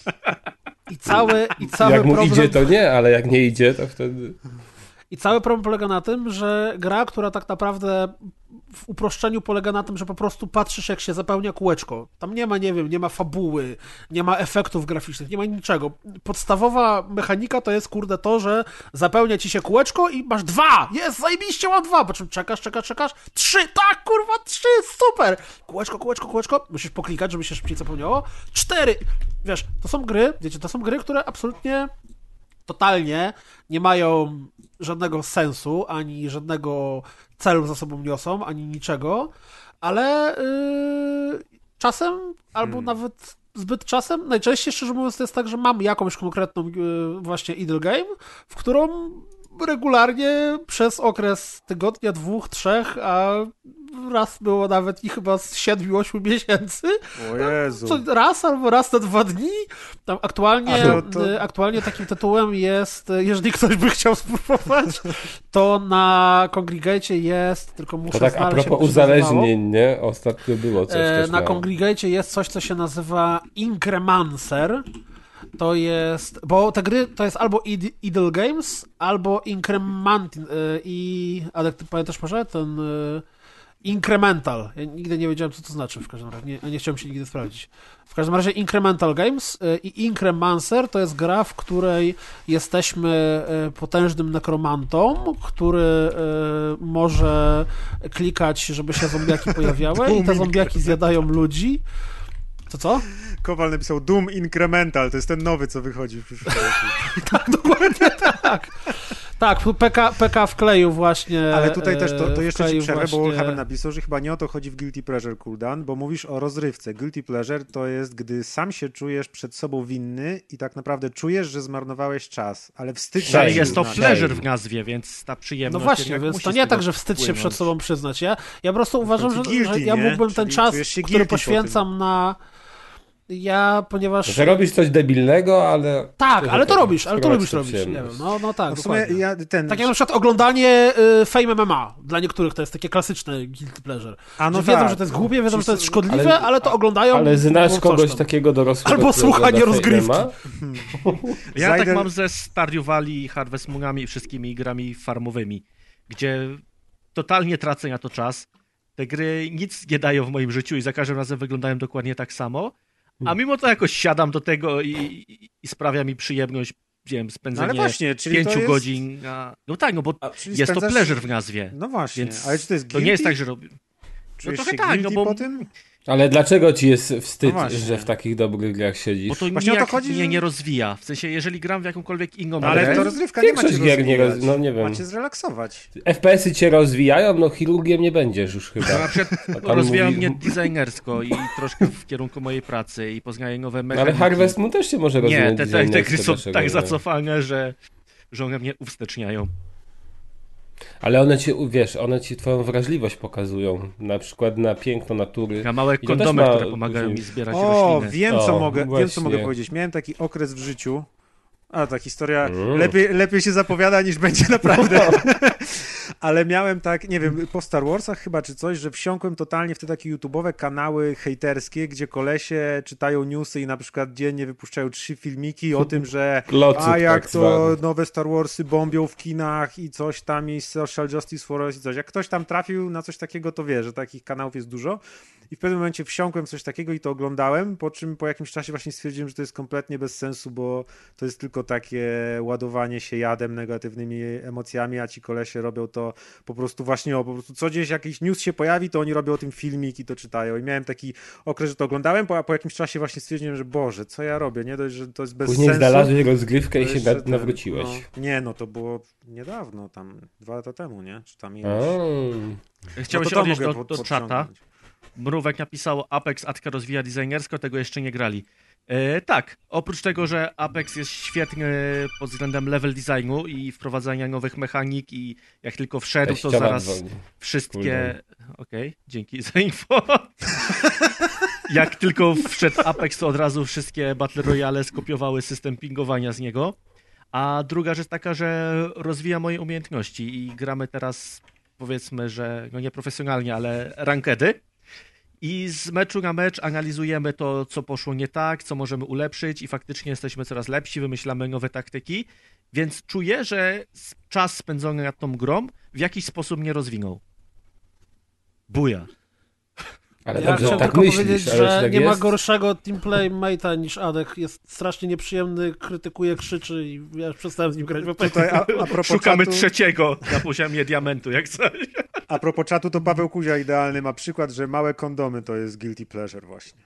i cały Jak mu problem... idzie, to nie, ale jak nie idzie, to wtedy... I cały problem polega na tym, że gra, która tak naprawdę w uproszczeniu polega na tym, że po prostu patrzysz, jak się zapełnia kółeczko. Tam nie ma, nie wiem, nie ma fabuły, nie ma efektów graficznych, nie ma niczego. Podstawowa mechanika to jest, kurde, to, że zapełnia ci się kółeczko i masz 2! Jest, zajebiście, mam 2! Po czym czekasz, 3! Tak, kurwa, 3! Super! Kółeczko. Musisz poklikać, żeby się szybciej zapełniało. 4! Wiesz, to są gry, wiecie, to są gry, które absolutnie totalnie nie mają żadnego sensu, ani żadnego celu za sobą niosą, ani niczego, ale czasem, albo nawet zbyt czasem, najczęściej szczerze mówiąc to jest tak, że mam jakąś konkretną właśnie idle game, w którą regularnie przez okres tygodnia, 2, 3, a raz było nawet i chyba z 7-8 miesięcy. O Jezu. Co raz albo raz na 2 dni. Tam aktualnie takim tytułem jest, jeżeli ktoś by chciał spróbować, to na Congregate'cie jest, tylko muszę To tak a znaleźć, propos jak to się nazywało. uzależnień, nie? Ostatnio było coś też Na na... Congregate'cie jest coś, co się nazywa Incremancer. To jest, bo te gry to jest albo Idle Games, albo ale ty pamiętasz może ten Incremental. Ja nigdy nie wiedziałem, co to znaczy w każdym razie. Nie chciałem się nigdy sprawdzić. W każdym razie Incremental Games i Incremancer to jest gra, w której jesteśmy potężnym nekromantą, który może klikać, żeby się zombiaki pojawiały i te zombiaki zjadają ludzi. Co? Kowal napisał Doom Incremental, to jest ten nowy, co wychodzi w przyszłym roku. Tak, dokładnie tak. Tak, PK wkleił właśnie. Ale tutaj też to jeszcze ci wkleił przerwę, bo właśnie- Warhammer napisał, że chyba nie o to chodzi w Guilty Pleasure, Kuldan, bo mówisz o rozrywce. Guilty Pleasure to jest, gdy sam się czujesz przed sobą winny i tak naprawdę czujesz, że zmarnowałeś czas, ale wstyd się Ale Shame. jest to przyznać. pleasure w nazwie, więc ta przyjemność... No właśnie, jednak więc musi to z nie tego tak, że wstyd się wpłynąć. przed sobą przyznać. Ja po prostu uważam, końcu że guilty, ja nie? mógłbym ten Czyli czas, czujesz się który guilty po poświęcam na... ponieważ... Że robisz coś debilnego, ale... Tak, ale to robisz, ale to Sprawdź lubisz to robić. Nie wiem, przyjemność. no tak, No w sumie dokładnie. Tak jak na przykład oglądanie Fame MMA, dla niektórych to jest takie klasyczne guilty pleasure. A no Że wiedzą, tak. że to jest głupie, wiedzą, że to jest Wszyscy- szkodliwe, ale to oglądają. Ale znasz bo coś kogoś tam. takiego dorosłego, Albo który słuchanie ogląda rozgrywki. Fame Ja tak Zajdę- mam ze Stardew Valley, Harvest Moonami i wszystkimi grami farmowymi, gdzie totalnie tracę na to czas. Te gry nic nie dają w moim życiu i za każdym razem wyglądają dokładnie tak samo, a mimo to jakoś siadam do tego i sprawia mi przyjemność, nie wiem, No spędzenie ale właśnie, czyli 5 to jest... godzin. No tak, no bo czyli jest to spędzasz- pleasure w nazwie. No właśnie, Więc ale czy to jest to guilty? nie jest tak, że robię. Czujesz trochę się tak, guilty bo- po tym? Ale dlaczego ci jest wstyd, No właśnie. że w takich dobrych grach siedzisz? Bo to Właśnie o to nijak chodzi, mnie że- nie rozwija. W sensie, jeżeli gram w jakąkolwiek inną No, ale grę, to rozrywka nie ma cię Większość gier nie rozwijać. no nie wiem. Ma cię zrelaksować. FPS-y cię rozwijają, no chirurgiem nie będziesz już to chyba. na przykład A tam rozwija mówi- mnie designersko i troszkę w kierunku mojej pracy i poznaję nowe No, mechaniki. ale Harvest Moon też się może Nie, rozwinąć te designersko, gry są dlaczego tak nie? zacofane, że one mnie uwsteczniają. Ale one ci, wiesz, one ci twoją wrażliwość pokazują. Na przykład na piękno natury. Ja małe I to kondomy, też ma które pomagają mi zbierać O, rośliny. wiem O, co mogę właśnie. powiedzieć. Miałem taki okres w życiu. A, ta historia Mm. lepiej się zapowiada niż będzie naprawdę. Ale miałem tak, nie wiem, po Star Warsach chyba czy coś, że wsiąkłem totalnie w te takie YouTube'owe kanały hejterskie, gdzie kolesie czytają newsy i na przykład dziennie wypuszczają 3 filmiki o tym, że Klocuch a jak tak to zwany. nowe Star Warsy bombią w kinach i coś tam i Social Justice for Us i coś. Jak ktoś tam trafił na coś takiego, to wie, że takich kanałów jest dużo. I w pewnym momencie wsiąkłem w coś takiego i to oglądałem, po czym po jakimś czasie właśnie stwierdziłem, że to jest kompletnie bez sensu, bo to jest tylko takie ładowanie się jadem, negatywnymi emocjami, a ci kolesie robią to po prostu właśnie po prostu co gdzieś jakiś news się pojawi, to oni robią o tym filmik i to czytają. I miałem taki okres, że to oglądałem, po jakimś czasie właśnie stwierdziłem, że Boże, co ja robię? Nie dość, że to jest bez Później sensu. znalazłeś rozgrywkę i to się jeszcze ten, nawróciłeś. No, nie, no to było niedawno, tam 2 lata temu, nie? Czy tam A, ileś. Chciałem No się to odnieść mogę do czata. podciągnąć. Mrówek napisało, Apex Atka rozwija designersko, tego jeszcze nie grali. Tak, oprócz tego, że Apex jest świetny pod względem level designu i wprowadzania nowych mechanik i jak tylko wszedł, to teściowa zaraz dzwoni. wszystkie... Okej, dzięki za info. Jak tylko wszedł Apex, to od razu wszystkie Battle Royale skopiowały system pingowania z niego. A druga rzecz taka, że rozwija moje umiejętności i gramy teraz, powiedzmy, że no nie profesjonalnie, ale rankedy. I z meczu na mecz analizujemy to, co poszło nie tak, co możemy ulepszyć i faktycznie jesteśmy coraz lepsi, wymyślamy nowe taktyki, więc czuję, że czas spędzony nad tą grą w jakiś sposób mnie rozwinął. Buja. Ale Ja dobrze, chciałem tak tylko myślisz, powiedzieć, ale że czy tak nie ma jest? gorszego teamplay mate'a niż Adek. Jest strasznie nieprzyjemny, krytykuje, krzyczy i ja już przestałem z nim grać w Apex. Tutaj a propos Szukamy czatu, trzeciego na poziomie diamentu, jak coś. a propos czatu, to Paweł Kuzia idealny ma przykład, że małe kondomy to jest guilty pleasure właśnie.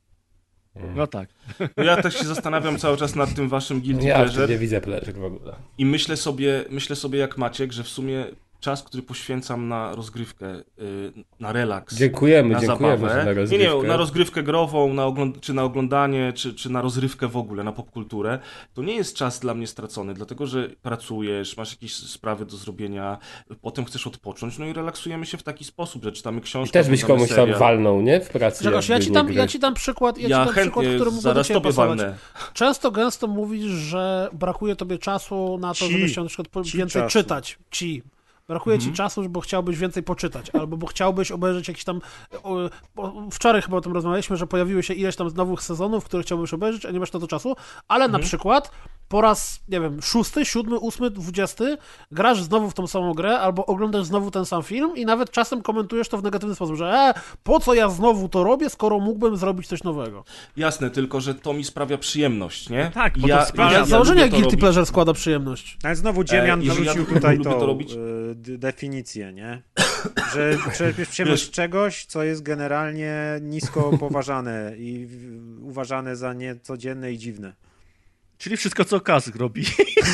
No tak. No ja też się zastanawiam cały czas nad tym waszym guilty Ja pleasure nie widzę pleasure w ogóle. i myślę sobie jak Maciek, że w sumie czas, który poświęcam na rozgrywkę, na relaks, Dziękujemy na za zabawę, rozgrywkę. nie, na rozgrywkę grową, czy na oglądanie, czy na rozrywkę w ogóle, na popkulturę, to nie jest czas dla mnie stracony, dlatego że pracujesz, masz jakieś sprawy do zrobienia, potem chcesz odpocząć, no i relaksujemy się w taki sposób, że czytamy książkę, I też byś oglądamy komuś tam serial. walnął, nie? W pracy. Grzegorz, jakby nie ja grać. ci dam przykład, Ja chętnie, który mógł do zaraz ciebie tobie pasować. walnę. Często gęsto mówisz, że brakuje tobie czasu na to, Ci. żebyś chciał na przykład Ci więcej czasu. czytać. Brakuje Mhm. ci czasu, bo chciałbyś więcej poczytać, albo bo chciałbyś obejrzeć jakiś tam... Wczoraj chyba o tym rozmawialiśmy, że pojawiły się ileś tam z nowych sezonów, które chciałbyś obejrzeć, a nie masz na to czasu, ale na przykład po raz, nie wiem, 6., 7., 8., 20 grasz znowu w tą samą grę, albo oglądasz znowu ten sam film i nawet czasem komentujesz to w negatywny sposób, że po co ja znowu to robię, skoro mógłbym zrobić coś nowego. Jasne, tylko że to mi sprawia przyjemność, nie? tak, bo to sprawia- Ja z założenia lubię to Guilty robić. Pleasure składa przyjemność. Ale znowu Dziemian jeżeli wrzucił ja tutaj lubię tą to robić. definicję, nie? Że czerpiesz przyjemność z czegoś, co jest generalnie nisko poważane i uważane za niecodzienne i dziwne. Czyli wszystko, co Kaz robi.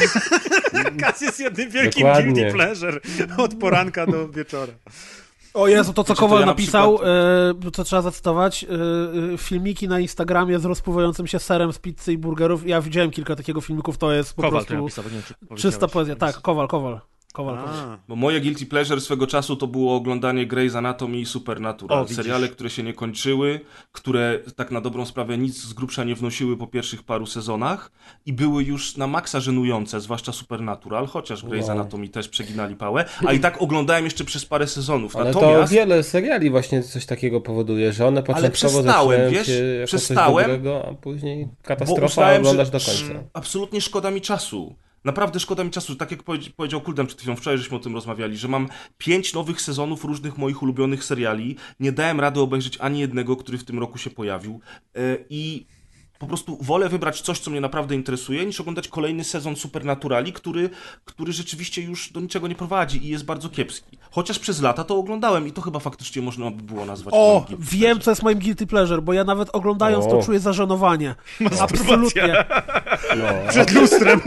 Kaz jest jednym wielkim Dokładnie. guilty pleasure od poranka do wieczora. O Jezu, to co Znaczy, to Kowal ja na napisał, przykład- to trzeba zacytować, filmiki na Instagramie z rozpływającym się serem z pizzy i burgerów. Ja widziałem kilka takiego filmików, to jest po Kowal to prostu napisał, bo nie wiem, czy powiedziałeś. czysta poezja. Tak, Kowal. A, Bo moje guilty pleasure swego czasu to było oglądanie Grey's Anatomy i Supernatural. O, widzisz. Seriale, które się nie kończyły, które tak na dobrą sprawę nic z grubsza nie wnosiły po pierwszych paru sezonach i były już na maksa żenujące, zwłaszcza Supernatural, chociaż Grey's Anatomy też przeginali pałę, a i tak oglądałem jeszcze przez parę sezonów. Ale to Natomiast wiele seriali właśnie coś takiego powoduje, że one początkowo przestałem, zaczynają wiesz, cię jako przestałem, coś dobrego, a później bo katastrofa, a uznałem, oglądasz że do końca. absolutnie szkoda mi czasu. Naprawdę szkoda mi czasu. Tak jak powiedział Kuldem przed chwilą, wczoraj żeśmy o tym rozmawiali, że mam 5 nowych sezonów różnych moich ulubionych seriali. Nie dałem rady obejrzeć ani jednego, który w tym roku się pojawił. I po prostu wolę wybrać coś, co mnie naprawdę interesuje, niż oglądać kolejny sezon Supernaturali, który rzeczywiście już do niczego nie prowadzi i jest bardzo kiepski. Chociaż przez lata to oglądałem i to chyba faktycznie można by było nazwać. O, moim guilty wiem, pleasure. co jest moim guilty pleasure, bo ja nawet oglądając to czuję zażenowanie. Absolutnie. No. Przed lustrem.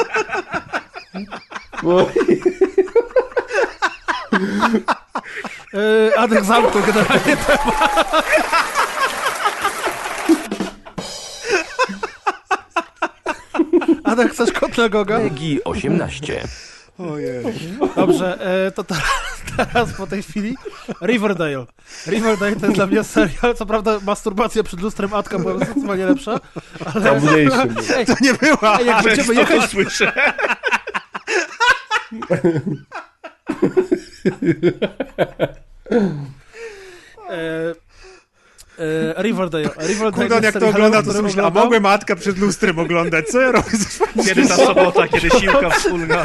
Adek zamknął generalnie temat. Adek, chcesz kot na Goga? Peggy 18. Ojej. Dobrze, to teraz po tej chwili Riverdale. Riverdale to jest dla mnie serial, co prawda masturbacja przed lustrem Adka była zdecydowanie lepsza, ale... Ej, To nie była. ej, jak będziemy jechać... słyszę. Riverdale. Kurde, jak to ogląda, to sobie myślę, a mogłem matkę przed lustrem oglądać, co ja robię? Kiedy ta sobota, kiedy siłka wspólna.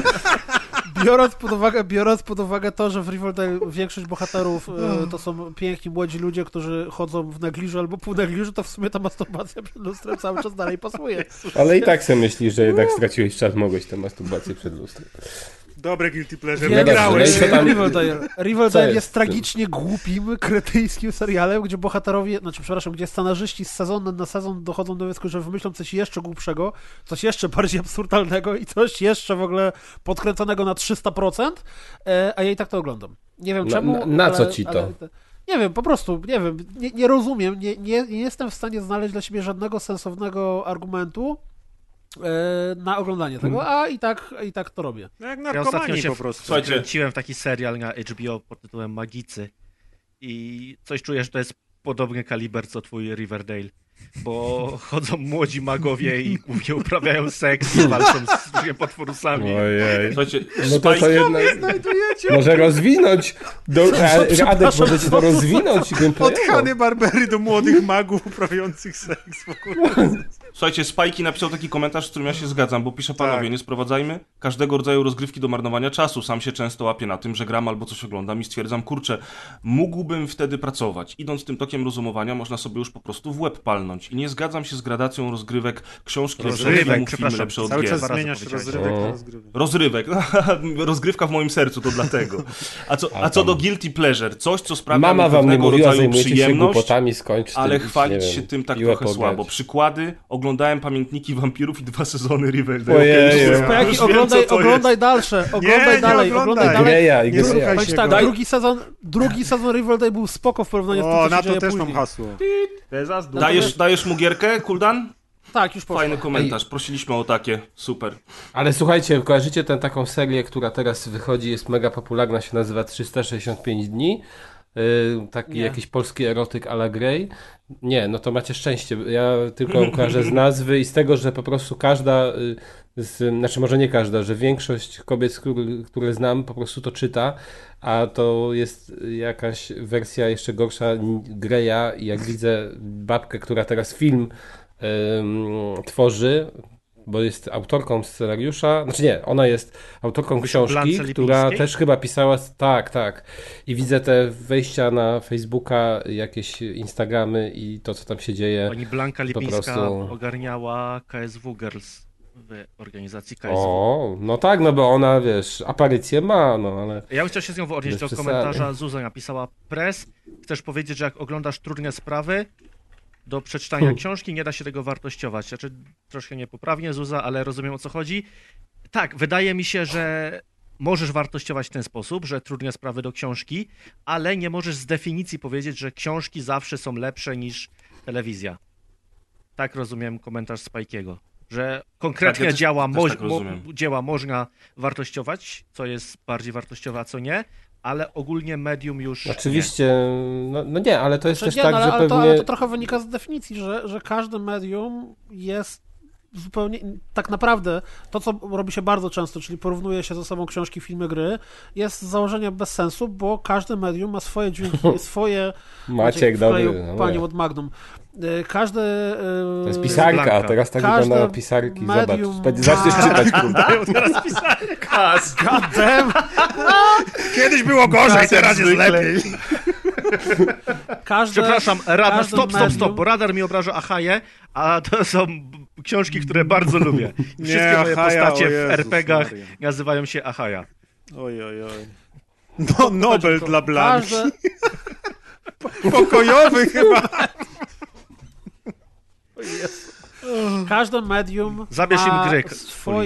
Biorąc pod uwagę to, że w Riverdale większość bohaterów to są piękni młodzi ludzie, którzy chodzą w negliżu albo pół negliżu, to w sumie ta masturbacja przed lustrem cały czas dalej pasuje. Ale i tak sobie myślisz, że jednak straciłeś czas, mogłeś tę masturbację przed lustrem. Dobre guilty pleasure, Więc wygrałeś. co tam- Riverdale jest jest tragicznie głupim, kretyńskim serialem, gdzie bohaterowie, gdzie scenarzyści z sezonu na sezon dochodzą do wniosku, że wymyślą coś jeszcze głupszego, coś jeszcze bardziej absurdalnego i coś jeszcze w ogóle podkręconego na 300%, a ja i tak to oglądam. Nie wiem czemu. Na co ci to? Nie wiem, po prostu, nie wiem, nie rozumiem, nie jestem w stanie znaleźć dla siebie żadnego sensownego argumentu na oglądanie tego, a i tak to robię. No jak Ja ostatnio narkomani się po prostu. Słuchajcie. wkręciłem w taki serial na HBO pod tytułem Magicy i coś czuję, że to jest podobny kaliber co twój Riverdale, bo chodzą młodzi magowie i głównie uprawiają seks i walczą z różnymi potworusami. Ojej. Słuchajcie, No to jednak może rozwinąć. Adek, możecie to rozwinąć Od gameplayowo. Hany Barbery do młodych magów uprawiających seks w ogóle. Słuchajcie, Spajki napisał taki komentarz, z którym ja się zgadzam, bo pisze: panowie, Tak. nie sprowadzajmy każdego rodzaju rozgrywki do marnowania czasu. Sam się często łapię na tym, że gram albo coś oglądam i stwierdzam, kurczę, mógłbym wtedy pracować. Idąc tym tokiem rozumowania, można sobie już po prostu w łeb palnąć. I nie zgadzam się z gradacją rozgrywek, książki lepsze od Rozrywek, filmów, filmy przepraszam. lepsze od Cały gier. czas Dwa razy zmienia się powiedziałeś. rozrywek O. na rozgrywek. Rozrywek. Rozgrywka w moim sercu, to dlatego. A co do guilty pleasure, coś, co sprawia Mama mi wam nie pewnego mówiła, rodzaju zajmujecie się przyjemność, głupotami, skończ ale tym, chwalić nie się wiem, tym tak piłę trochę pograć. słabo. Przykłady: oglądałem Pamiętniki Wampirów i 2 sezony Riverdale. Ojej. Okej, już Pojaki, wiem, co to jest. oglądaj dalsze, oglądaj nie dalej, oglądaj. oglądaj dalej. Greja i Nie słuchaj Greja. Powiem ci się tak, go. drugi sezon Riverdale był spoko w porównaniu z tym, O, co się na to dzieje też później. mam hasło. Dajesz mu gierkę, Kuldan? Tak, już poszło. Fajny komentarz, prosiliśmy o takie, super. Ale słuchajcie, kojarzycie tę taką serię, która teraz wychodzi, jest mega popularna, się nazywa 365 dni? Taki Nie. jakiś polski erotyk à la Grey. Nie, no to macie szczęście. Ja tylko kojarzę z nazwy i z tego, że po prostu każda, znaczy może nie każda, że większość kobiet, które znam, po prostu to czyta, a to jest jakaś wersja jeszcze gorsza Greya i jak widzę babkę, która teraz film tworzy, bo jest autorką scenariusza, znaczy nie, ona jest autorką książki, Blance która Lipińskiej? też chyba pisała, tak, i widzę te wejścia na Facebooka, jakieś Instagramy i to, co tam się dzieje. Pani Blanka po Lipińska prostu- ogarniała KSW Girls w organizacji KSW. O, no tak, no bo ona, wiesz, aparycję ma, no ale... Ja bym chciał się z nią odnieść Bez do przesady. komentarza. Zuza napisała: Press, chcesz powiedzieć, że jak oglądasz trudne sprawy do przeczytania książki, nie da się tego wartościować. Znaczy, troszkę niepoprawnie, Zuza, ale rozumiem, o co chodzi. Tak, wydaje mi się, że możesz wartościować w ten sposób, że trudne sprawy do książki, ale nie możesz z definicji powiedzieć, że książki zawsze są lepsze niż telewizja. Tak rozumiem komentarz Spajkiego. Że konkretnie Tak, ja też tak rozumiem. dzieła można wartościować, co jest bardziej wartościowe, a co nie, ale ogólnie medium już Oczywiście, no nie, ale to jest Znaczy, też nie, tak, no, że ale, pewnie... ale to trochę wynika z definicji, że każde medium jest zupełnie, tak naprawdę to, co robi się bardzo często, czyli porównuje się ze sobą książki, filmy, gry, jest z założenia bez sensu, bo każde medium ma swoje dźwięki, swoje... Maciek dobry, wkleił no panią nie. od Magnum. Każde... To jest pisarka, Blanka. teraz tak Każde wygląda na pisarki, medium zobacz. Zaczniesz czytać, kurde. God damn! Kiedyś było gorzej, teraz jest lepiej. Każde... Przepraszam, radar, każde stop, medium- bo radar mi obraża Achaję, a to są książki, które bardzo lubię. Wszystkie moje Achaja, postacie o w Jezus RPG-ach Maria. nazywają się Achaja. Oj. No, Nobel dla Blanki. Każde... Pokojowy chyba. Każde medium Zabierz im ma gry,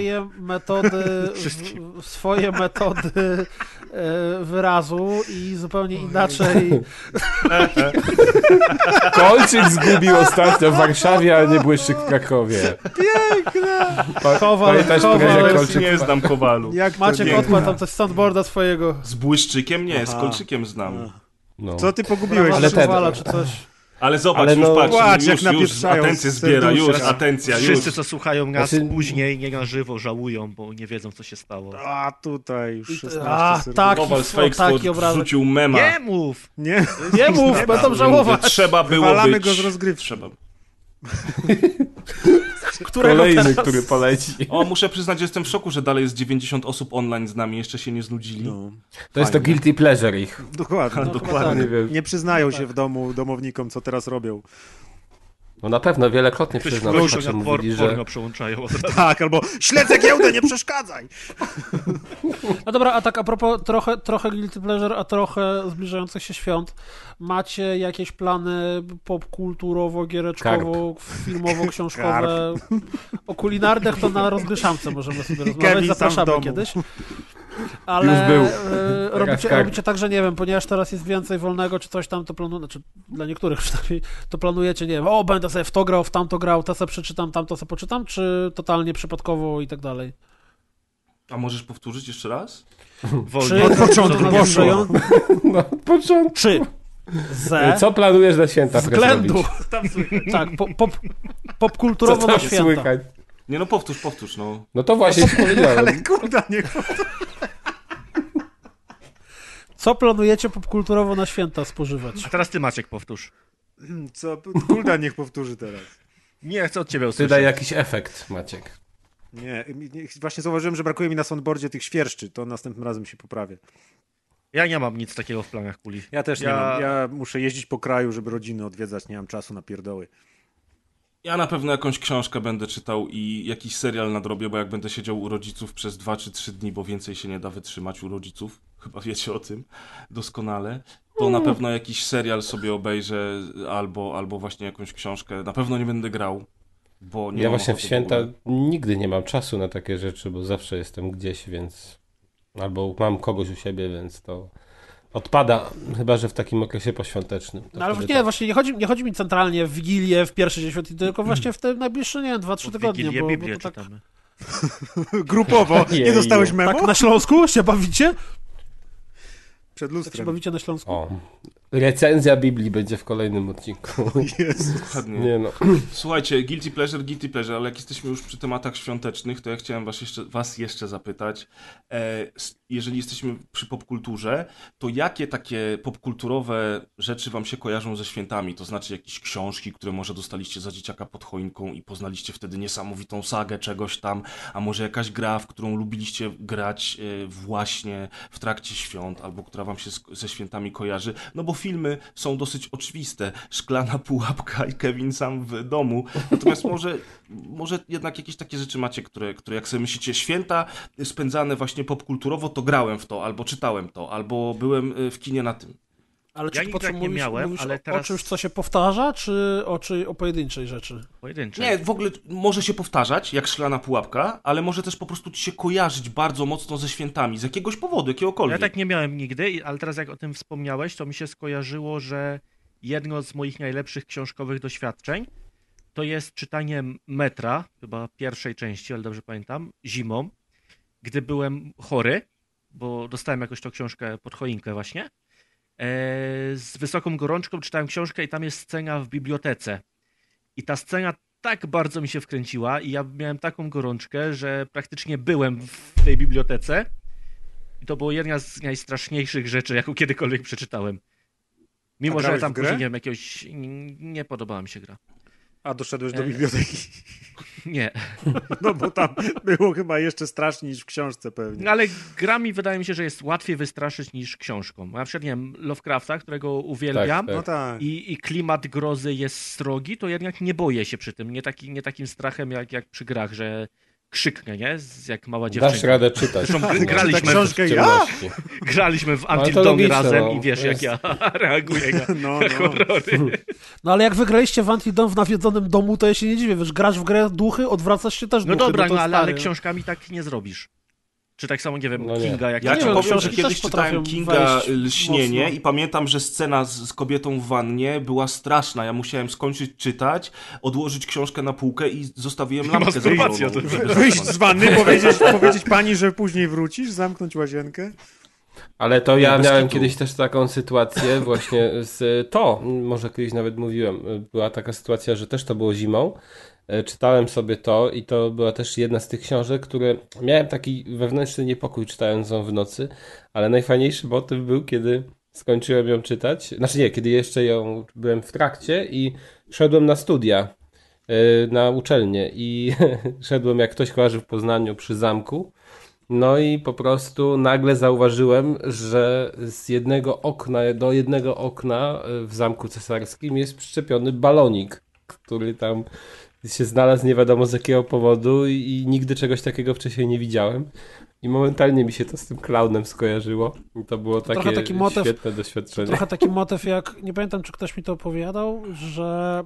swoje metody wyrazu i zupełnie inaczej. Kolczyk zgubił ostatnio w Warszawie, a nie błyszczyk w Krakowie. Piękne. Pamiętasz, Kowal. Kolczyk... Nie znam Kowalu. Jak to Maciek piękne. odkład tam coś z soundboarda swojego. Z Błyszczykiem nie, z Aha. Kolczykiem znam. No. Co ty pogubiłeś? Ale ten- Szuwala czy coś. Ale zobacz, Ale już no- patrz, Patrz, jak już napieprzają atencję z zbiera, już serduszka. atencja, już. Wszyscy, co słuchają nas Znaczy- później, nie na żywo, żałują, bo nie wiedzą, co się stało. A tutaj już 16 serduszek. tak. Kowal z taki Fakesport obrazek. wrzucił mema. Nie mów! Nie, Nie mów, będą żałować. Trzeba było wywalamy być... go z rozgrywki. Trzeba. Którego Kolejny, teraz? który poleci. O, muszę przyznać, że jestem w szoku, że dalej jest 90 osób online z nami, jeszcze się nie znudzili. No, To jest to Fajnie. guilty pleasure ich. dokładnie. Dokładnie. Nie wiem. Nie przyznają się w domu domownikom, co teraz robią. No na pewno wielokrotnie Ktoś przyznał, wrócił że na mówili, że... porno przełączają. Tak, albo śledzę giełdę, nie przeszkadzaj. No dobra, a tak a propos trochę guilty pleasure, a trochę zbliżających się świąt. Macie jakieś plany popkulturowo, giereczkowo, filmowo-książkowe? O kulinarnych to na rozgryszamce możemy sobie rozmawiać, Kevin sam w zapraszamy domu. kiedyś. Ale Już był. robicie tak, że nie wiem, ponieważ teraz jest więcej wolnego, czy coś tam, to planujecie, znaczy dla niektórych przynajmniej, to planujecie, nie wiem, o, będę sobie w to grał, w tamto grał, to sobie przeczytam, tamto sobie poczytam, czy totalnie przypadkowo i tak dalej? A możesz powtórzyć jeszcze raz? Wolno. Od początku Co poszło. zrobić? No, początek. Czy ze Co planujesz na święta względu, zrobić? Tam słychać. tak, Co popkulturowo na tam święta. słychać? Nie no, powtórz, no. No to właśnie ci powiedziałem. Ale kurda, nie. Co planujecie popkulturowo na święta spożywać? A teraz ty, Maciek, powtórz. Co? Kulda niech powtórzy teraz. Nie, chcę od ciebie Ty usłyszeć. daj jakiś efekt, Maciek. Właśnie zauważyłem, że brakuje mi na soundboardzie tych świerszczy, to następnym razem się poprawię. Ja nie mam nic takiego w planach, Kuli. Ja też nie mam. Ja muszę jeździć po kraju, żeby rodziny odwiedzać, nie mam czasu na pierdoły. Ja na pewno jakąś książkę będę czytał i jakiś serial nadrobię, bo jak będę siedział u rodziców przez 2 czy 3 dni, bo więcej się nie da wytrzymać u rodziców, chyba wiecie o tym doskonale, to na pewno jakiś serial sobie obejrzę albo właśnie jakąś książkę. Na pewno nie będę grał, bo nie Ja mam właśnie w ochoty święta ogóle. nigdy nie mam czasu na takie rzeczy, bo zawsze jestem gdzieś, więc... Albo mam kogoś u siebie, więc to odpada, chyba że w takim okresie poświątecznym. To No, ale wtedy nie, tak. właśnie nie chodzi mi centralnie w Wigilię, w pierwszy dzień świąt, tylko właśnie w te najbliższe, nie wiem, 2-3 tygodnie, Wigilię bo Biblię to tak, czytamy. Grupowo. Nie Jeju. dostałeś memo? tak na Śląsku się bawicie? Przed Tak się lustrem. bawicie na Śląsku? O, recenzja Biblii będzie w kolejnym odcinku. Jezu. Dokładnie. Nie no. Słuchajcie, guilty pleasure, ale jak jesteśmy już przy tematach świątecznych, to ja chciałem was jeszcze zapytać, jeżeli jesteśmy przy popkulturze, to jakie takie popkulturowe rzeczy wam się kojarzą ze świętami? To znaczy jakieś książki, które może dostaliście za dzieciaka pod choinką i poznaliście wtedy niesamowitą sagę czegoś tam, a może jakaś gra, w którą lubiliście grać właśnie w trakcie świąt, albo która wam się ze świętami kojarzy? No bo filmy są dosyć oczywiste. Szklana pułapka i Kevin sam w domu. Natomiast może jednak jakieś takie rzeczy macie, które jak sobie myślicie, święta spędzane właśnie popkulturowo, to grałem w to, albo czytałem to, albo byłem w kinie na tym. Ale Ja czy nigdy tak nie miałem, ale o teraz- czymś, co się powtarza, czy o pojedynczej rzeczy? Pojedyncze. Nie, w ogóle może się powtarzać, jak szklana pułapka, ale może też po prostu ci się kojarzyć bardzo mocno ze świętami, z jakiegoś powodu, jakiegokolwiek. Ja tak nie miałem nigdy, ale teraz jak o tym wspomniałeś, to mi się skojarzyło, że jedno z moich najlepszych książkowych doświadczeń to jest czytanie Metra, chyba pierwszej części, ale dobrze pamiętam, zimą, gdy byłem chory, bo dostałem jakoś tą książkę pod choinkę właśnie. Z wysoką gorączką czytałem książkę i tam jest scena w bibliotece. I ta scena tak bardzo mi się wkręciła i ja miałem taką gorączkę, że praktycznie byłem w tej bibliotece. I to było jedna z najstraszniejszych rzeczy, jaką kiedykolwiek przeczytałem. Mimo, A że grałeś tam w grę? później nie wiem, nie podobała mi się gra. A doszedłeś do E, biblioteki. Nie. No bo tam było chyba jeszcze straszniej niż w książce pewnie. No, ale grami wydaje mi się, że jest łatwiej wystraszyć niż książką. Na przykład, nie wiem, Lovecrafta, którego uwielbiam, Tak, No tak. i klimat grozy jest srogi, to jednak nie boję się przy tym. Nie takim strachem jak przy grach, że krzyknę, nie? Jak mała dziewczynka. Dasz radę czytać. Zresztą No, graliśmy Czyta książkę, w ciemności. graliśmy w Ale Until to Dawn logiczne, razem no. i wiesz, jak ja reaguję na No. horrory. No ale jak wygraliście w Until Dawn w nawiedzonym domu, to ja się nie dziwię, wiesz, grasz w grę duchy, odwracasz się też No duchy. dobra, to no ale stary. książkami tak nie zrobisz. Czy tak samo, nie wiem, No nie. Kinga, jak Ja nie ci wiem, powiem, że książki kiedyś też czytałem potrafią Kinga wejść Lśnienie mocno. i pamiętam, że scena z kobietą w wannie była straszna. Ja musiałem skończyć czytać, odłożyć książkę na półkę i zostawiłem lampkę Masturbacja zapaloną. to żeby Wyjść zasnąć. z wanny, powiedzieć pani, że później wrócisz, zamknąć łazienkę. Ale to ja bez miałem kitu. kiedyś też taką sytuację właśnie z to, może kiedyś nawet mówiłem, była taka sytuacja, że też to było zimą, czytałem sobie to i to była też jedna z tych książek, które miałem taki wewnętrzny niepokój czytając ją w nocy, ale najfajniejszy motyw był, kiedy skończyłem ją czytać, znaczy nie, kiedy jeszcze ją byłem w trakcie i szedłem na studia, na uczelnię i szedłem, jak ktoś kojarzy, w Poznaniu przy zamku. No i po prostu nagle zauważyłem, że z jednego okna do jednego okna w Zamku Cesarskim jest przyczepiony balonik, który tam się znalazł nie wiadomo z jakiego powodu i nigdy czegoś takiego wcześniej nie widziałem. I momentalnie mi się to z tym klaunem skojarzyło. I to było Trochę takie taki motyw- świetne doświadczenie. Trochę taki motyw jak, nie pamiętam czy ktoś mi to opowiadał, że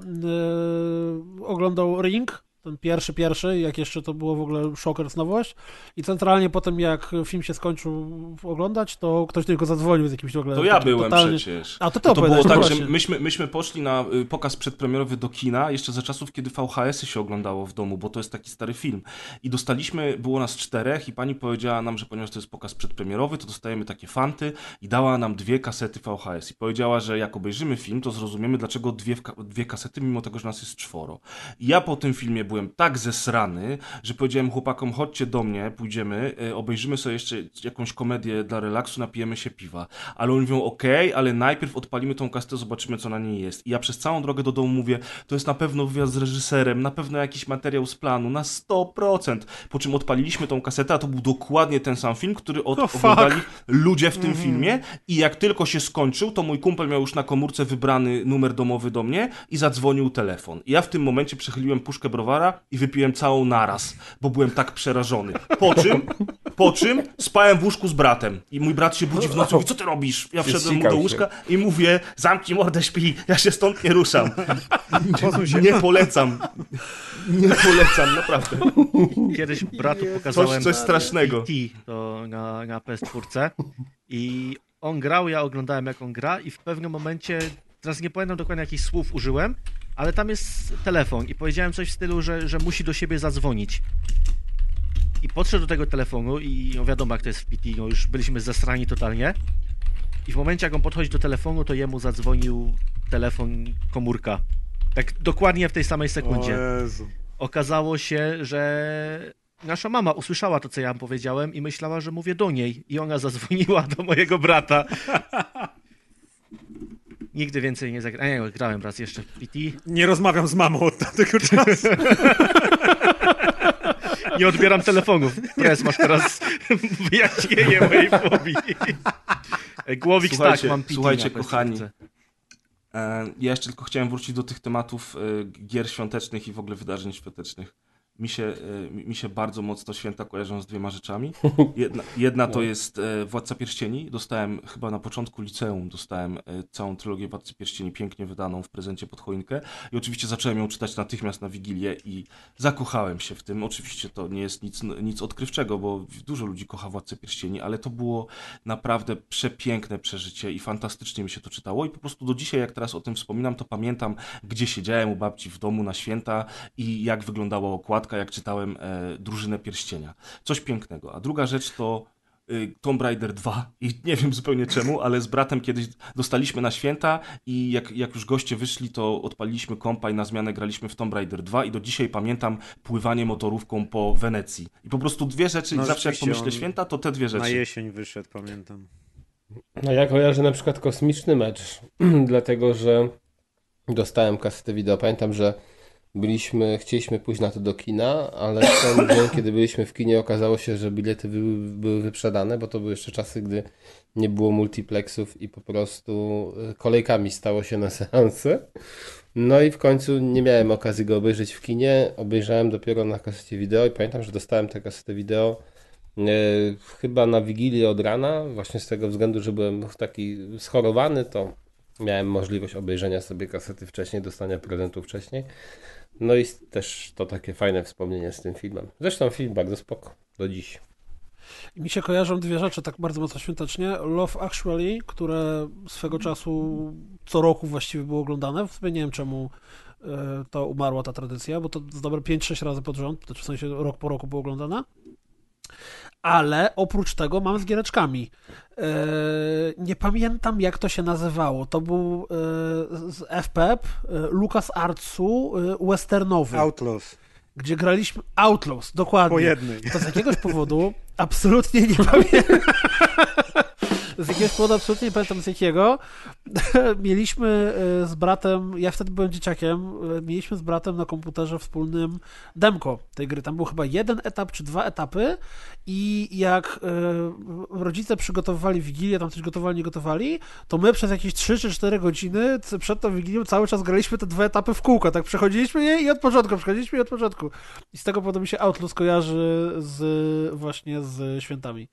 oglądał Ring, ten pierwszy, jak jeszcze to było w ogóle szokers nowość i centralnie potem jak film się skończył oglądać, to ktoś do niego zadzwonił z jakimś w ogóle To ja takim byłem totalnie... przecież. A to To było opowiadałeś, tak, no że właśnie. myśmy poszli na pokaz przedpremierowy do kina jeszcze za czasów, kiedy VHS-y się oglądało w domu, bo to jest taki stary film. I dostaliśmy, było nas 4 i pani powiedziała nam, że ponieważ to jest pokaz przedpremierowy, to dostajemy takie fanty i dała nam 2 kasety VHS. I powiedziała, że jak obejrzymy film, to zrozumiemy, dlaczego 2 kasety, mimo tego, że nas jest 4. I ja po tym filmie byłem tak zesrany, że powiedziałem chłopakom, chodźcie do mnie, pójdziemy, obejrzymy sobie jeszcze jakąś komedię dla relaksu, napijemy się piwa. Ale oni mówią, okej, ale najpierw odpalimy tą kasetę, zobaczymy, co na niej jest. I ja przez całą drogę do domu mówię, to jest na pewno wywiad z reżyserem, na pewno jakiś materiał z planu, na 100%. Po czym odpaliliśmy tą kasetę, a to był dokładnie ten sam film, który oglądali ludzie w tym filmie. I jak tylko się skończył, to mój kumpel miał już na komórce wybrany numer domowy do mnie i zadzwonił telefon. I ja w tym momencie przechyliłem puszkę browara i wypiłem całą naraz, bo byłem tak przerażony. Po czym spałem w łóżku z bratem. I mój brat się budzi w nocy i mówi, co ty robisz? Ja wszedłem mu do łóżka i mówię, zamknij mordę, śpi, ja się stąd nie ruszam. Nie polecam. Nie polecam, naprawdę. Kiedyś bratu pokazałem Coś strasznego. PT to na PS4 i on grał, ja oglądałem jak on gra i w pewnym momencie, teraz nie pamiętam dokładnie jakich słów użyłem, ale tam jest telefon i powiedziałem coś w stylu, że musi do siebie zadzwonić. I podszedł do tego telefonu i no wiadomo jak to jest w PT, no już byliśmy zesrani totalnie. I w momencie jak on podchodzi do telefonu, to jemu zadzwonił telefon komórka. Tak dokładnie w tej samej sekundzie. O Jezu. Okazało się, że nasza mama usłyszała to, co ja wam powiedziałem i myślała, że mówię do niej. I ona zadzwoniła do mojego brata. Nigdy więcej nie zagrałem. Nie, grałem raz jeszcze w PT. Nie rozmawiam z mamą od tamtego czasu. Nie odbieram telefonów. Pres, masz teraz wyjaśnienie mojej fobii. Głowik tak, mam PT. Słuchajcie, na kochani. PS4. Ja jeszcze tylko chciałem wrócić do tych tematów gier świątecznych i w ogóle wydarzeń świątecznych. Mi się bardzo mocno święta kojarzą z 2 rzeczami. Jedna to jest Władca Pierścieni. Dostałem chyba na początku liceum, dostałem całą trylogię Władcy Pierścieni pięknie wydaną w prezencie pod choinkę i oczywiście zacząłem ją czytać natychmiast na Wigilię i zakochałem się w tym. Oczywiście to nie jest nic odkrywczego, bo dużo ludzi kocha Władcę Pierścieni, ale to było naprawdę przepiękne przeżycie i fantastycznie mi się to czytało i po prostu do dzisiaj, jak teraz o tym wspominam, to pamiętam, gdzie siedziałem u babci w domu na święta i jak wyglądała okładka, jak czytałem Drużynę Pierścienia. Coś pięknego. A druga rzecz to Tomb Raider 2 i nie wiem zupełnie czemu, ale z bratem kiedyś dostaliśmy na święta i jak już goście wyszli, to odpaliliśmy kompa i na zmianę graliśmy w Tomb Raider 2 i do dzisiaj pamiętam pływanie motorówką po Wenecji. I po prostu 2 rzeczy No i zawsze jak rzeczywiście, pomyślę święta, to te 2 rzeczy. Na jesień wyszedł, pamiętam. No ja kojarzę na przykład kosmiczny mecz, dlatego że dostałem kasetę wideo. Pamiętam, że chcieliśmy pójść na to do kina, ale ten dzień, kiedy byliśmy w kinie, okazało się, że bilety były wyprzedane, bo to były jeszcze czasy, gdy nie było multiplexów i po prostu kolejkami stało się na seanse. No i w końcu nie miałem okazji go obejrzeć w kinie, obejrzałem dopiero na kasecie wideo i pamiętam, że dostałem tę kasetę wideo Chyba na Wigilię od rana, właśnie z tego względu, że byłem taki schorowany, to miałem możliwość obejrzenia sobie kasety wcześniej, dostania prezentów wcześniej. No i też to takie fajne wspomnienie z tym filmem. Zresztą film bardzo spoko, do dziś. I mi się kojarzą dwie rzeczy tak bardzo mocno świątecznie. Love Actually, które swego czasu co roku właściwie było oglądane. W sumie nie wiem czemu to umarła ta tradycja, bo to z dobre 5-6 razy pod rząd, to w sensie rok po roku było oglądane. Ale oprócz tego mam z giereczkami. Nie pamiętam jak to się nazywało. To był z FPEP, LucasArtsu westernowy. Outlaws. Gdzie graliśmy Outlaws, dokładnie. Po jednej. To z jakiegoś powodu absolutnie nie pamiętam. Z jakiegoś powodu absolutnie nie pamiętam z jakiego. Mieliśmy z bratem, ja wtedy byłem dzieciakiem, mieliśmy z bratem na komputerze wspólnym demko tej gry. Tam był chyba 1 etap czy 2 etapy i jak rodzice przygotowywali Wigilię, tam coś gotowali, nie gotowali, to my przez jakieś 3 czy 4 godziny przed tą Wigilią cały czas graliśmy te 2 etapy w kółko. Tak przechodziliśmy je i od początku, przechodziliśmy je od początku. I z tego powodu mi się Outlaws kojarzy właśnie z świętami.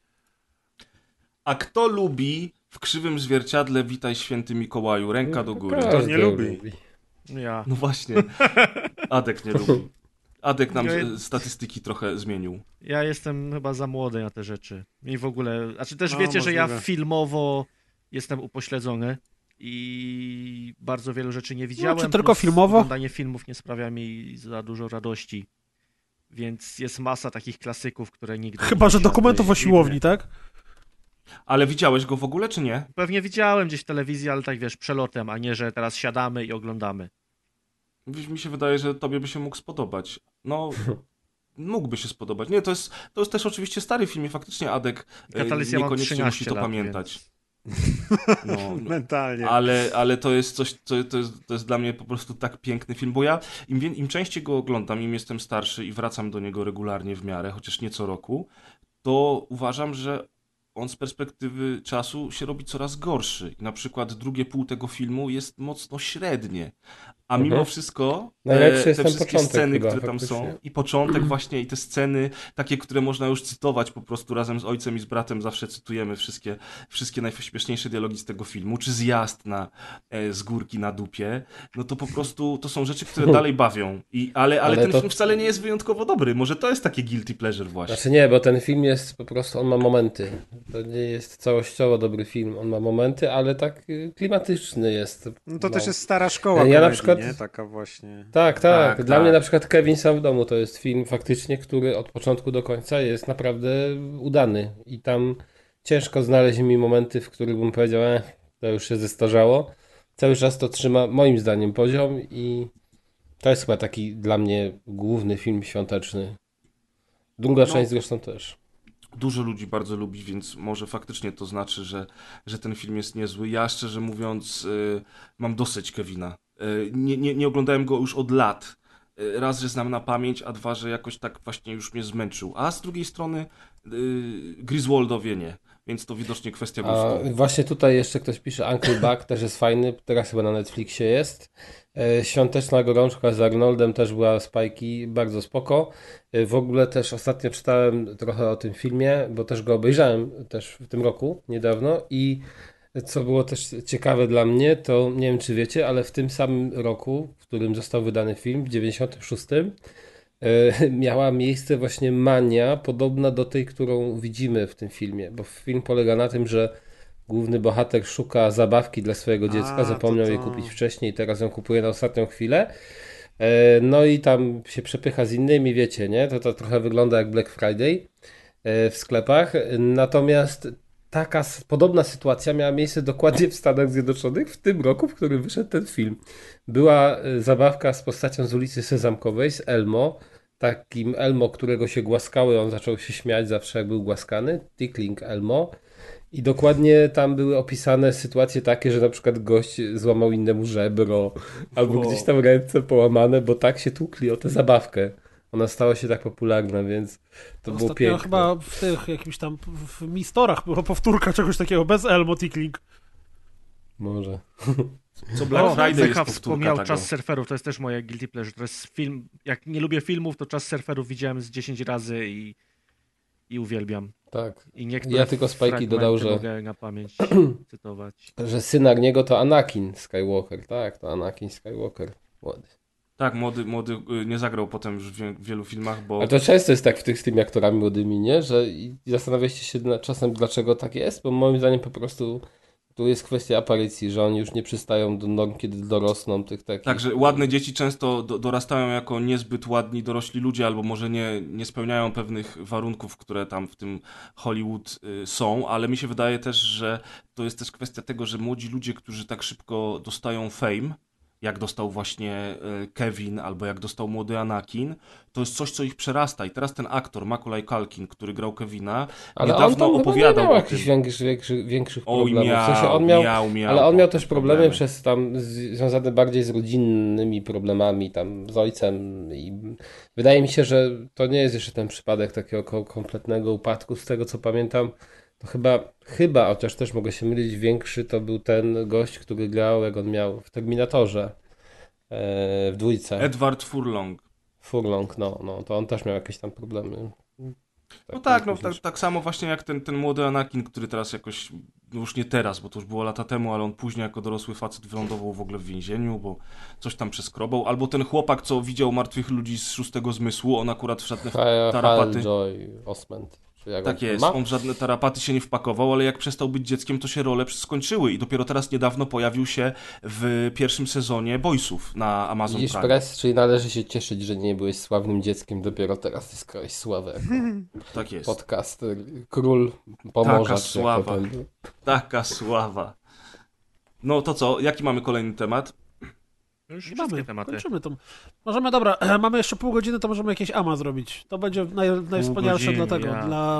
A kto lubi w krzywym zwierciadle Witaj Święty Mikołaju? Ręka do góry. Kto nie lubi? Ja. No właśnie. Adek nie lubi. Adek nam statystyki trochę zmienił. Ja jestem chyba za młody na te rzeczy. I w ogóle, znaczy też No, wiecie, że ja możliwe. filmowo jestem upośledzony i bardzo wielu rzeczy nie widziałem. czy tylko plus filmowo? Oglądanie filmów nie sprawia mi za dużo radości. Więc jest masa takich klasyków, które nigdy... Chyba, że nie dokumentów o widziałem. siłowni, tak? Ale widziałeś go w ogóle, czy nie? Pewnie widziałem gdzieś w telewizji, ale tak wiesz, przelotem, a nie, że teraz siadamy i oglądamy. Mi się wydaje, że tobie by się mógł spodobać. No, mógłby się spodobać. Nie, to jest też oczywiście stary film i faktycznie Adek Katalyz, ja mam niekoniecznie 13 musi to lat, pamiętać. No, Mentalnie. ale to jest coś, to jest dla mnie po prostu tak piękny film, bo ja im częściej go oglądam, im jestem starszy i wracam do niego regularnie w miarę, chociaż nie co roku, to uważam, że on z perspektywy czasu się robi coraz gorszy. I na przykład drugie pół tego filmu jest mocno średnie. A mimo wszystko Najlepszy jest te ten wszystkie początek sceny, chyba, które tam faktycznie. są i początek właśnie i te sceny takie, które można już cytować po prostu razem z ojcem i z bratem zawsze cytujemy wszystkie najśmieszniejsze dialogi z tego filmu, czy zjazd z górki na dupie, no to po prostu to są rzeczy, które dalej bawią. Ale ten to- film wcale nie jest wyjątkowo dobry. Może to jest takie guilty pleasure właśnie. Znaczy nie, bo ten film jest po prostu, on ma momenty. To nie jest całościowo dobry film, on ma momenty, ale tak klimatyczny jest. No to też jest stara szkoła Ja na komedii, przykład- nie? Taka właśnie. Tak. Tak, Dla tak. mnie na przykład Kevin sam w domu to jest film faktycznie, który od początku do końca jest naprawdę udany. I tam ciężko znaleźć mi momenty, w których bym powiedział, to już się zestarzało. Cały czas to trzyma moim zdaniem poziom i to jest chyba taki dla mnie główny film świąteczny. Druga część zresztą też. Dużo ludzi bardzo lubi, więc może faktycznie to znaczy, że ten film jest niezły. Ja szczerze mówiąc mam dosyć Kevina. Nie oglądałem go już od lat. Raz, że znam na pamięć, a dwa, że jakoś tak właśnie już mnie zmęczył. A z drugiej strony Griswoldowie nie, więc to widocznie kwestia A gustu. właśnie tutaj jeszcze ktoś pisze, Uncle Buck też jest fajny, teraz chyba na Netflixie jest. Świąteczna gorączka z Arnoldem też była spajki, bardzo spoko. W ogóle też ostatnio czytałem trochę o tym filmie, bo też go obejrzałem też w tym roku niedawno i co było też ciekawe dla mnie, to nie wiem czy wiecie, ale w tym samym roku, w którym został wydany film, w 96, miała miejsce właśnie mania podobna do tej, którą widzimy w tym filmie, bo film polega na tym, że główny bohater szuka zabawki dla swojego dziecka, zapomniał to. jej kupić wcześniej, teraz ją kupuje na ostatnią chwilę. No i tam się przepycha z innymi, wiecie, nie? To trochę wygląda jak Black Friday w sklepach. Natomiast taka podobna sytuacja miała miejsce dokładnie w Stanach Zjednoczonych w tym roku, w którym wyszedł ten film. Była zabawka z postacią z ulicy Sezamkowej, z Elmo. Takim Elmo, którego się głaskały, on zaczął się śmiać zawsze jak był głaskany. Tickling Elmo. I dokładnie tam były opisane sytuacje takie, że na przykład gość złamał innemu żebro, albo gdzieś tam ręce połamane, bo tak się tłukli o tę zabawkę. Ona stała się tak popularna, więc to było Ostatnio piękne. chyba w tych jakimś tam w Mistorach była powtórka czegoś takiego bez Elmo Tickling. Może. Co Black Friday jest Zecha powtórka wspomniał tego. Czas surferów, to jest też moje guilty pleasure. To jest film, jak nie lubię filmów, to Czas surferów widziałem z 10 razy i i uwielbiam. Tak. I niektóre Ja tylko Spajki fragmenty dodał, że mogę na pamięć cytować. syn Arniego to Anakin Skywalker. Tak, to Anakin Skywalker. Młody. Tak, młody nie zagrał potem już w wielu filmach, bo Ale to często jest tak z tymi aktorami młodymi, nie? Że i zastanawiacie się czasem, dlaczego tak jest, bo moim zdaniem po prostu tu jest kwestia aparycji, że oni już nie przystają do norm, kiedy dorosną tych takich. Także ładne dzieci często dorastają jako niezbyt ładni dorośli ludzie, albo może nie spełniają pewnych warunków, które tam w tym Hollywood są, ale mi się wydaje też, że to jest też kwestia tego, że młodzi ludzie, którzy tak szybko dostają fame, jak dostał właśnie Kevin, albo jak dostał młody Anakin, to jest coś, co ich przerasta. I teraz ten aktor, Macaulay Culkin, który grał Kevina, ale niedawno on tam opowiadał miał o jakichś tym. większych Oj, problemów. W sensie ale on miał też problemy przez tam związane bardziej z rodzinnymi problemami, tam z ojcem i wydaje mi się, że to nie jest jeszcze ten przypadek takiego kompletnego upadku, z tego co pamiętam. To chyba, chociaż też mogę się mylić, większy to był ten gość, który grał, jak on miał w Terminatorze, w dwójce. Edward Furlong. Furlong, no, to on też miał jakieś tam problemy. Tak samo właśnie jak ten młody Anakin, który teraz jakoś, no już nie teraz, bo to już było lata temu, ale on później jako dorosły facet wylądował w ogóle w więzieniu, bo coś tam przeskrobał. Albo ten chłopak, co widział martwych ludzi z szóstego zmysłu, on akurat w żadne tarapaty... Joy Osment. Tak jest, on w żadne tarapaty się nie wpakował, ale jak przestał być dzieckiem, to się role skończyły i dopiero teraz niedawno pojawił się w pierwszym sezonie Boysów na Amazon Widzisz, Prime. Press, czyli należy się cieszyć, że nie byłeś sławnym dzieckiem, dopiero teraz zyskałeś sławę jako Tak jest. podcaster, król pomorza. Taka sława. Taka sława. No to co, jaki mamy kolejny temat? Już Nie wszystkie mamy, tematy. kończymy to. Możemy, dobra, mamy jeszcze pół godziny, to możemy jakieś AMA zrobić. To będzie najwspanialsze godziny, dlatego,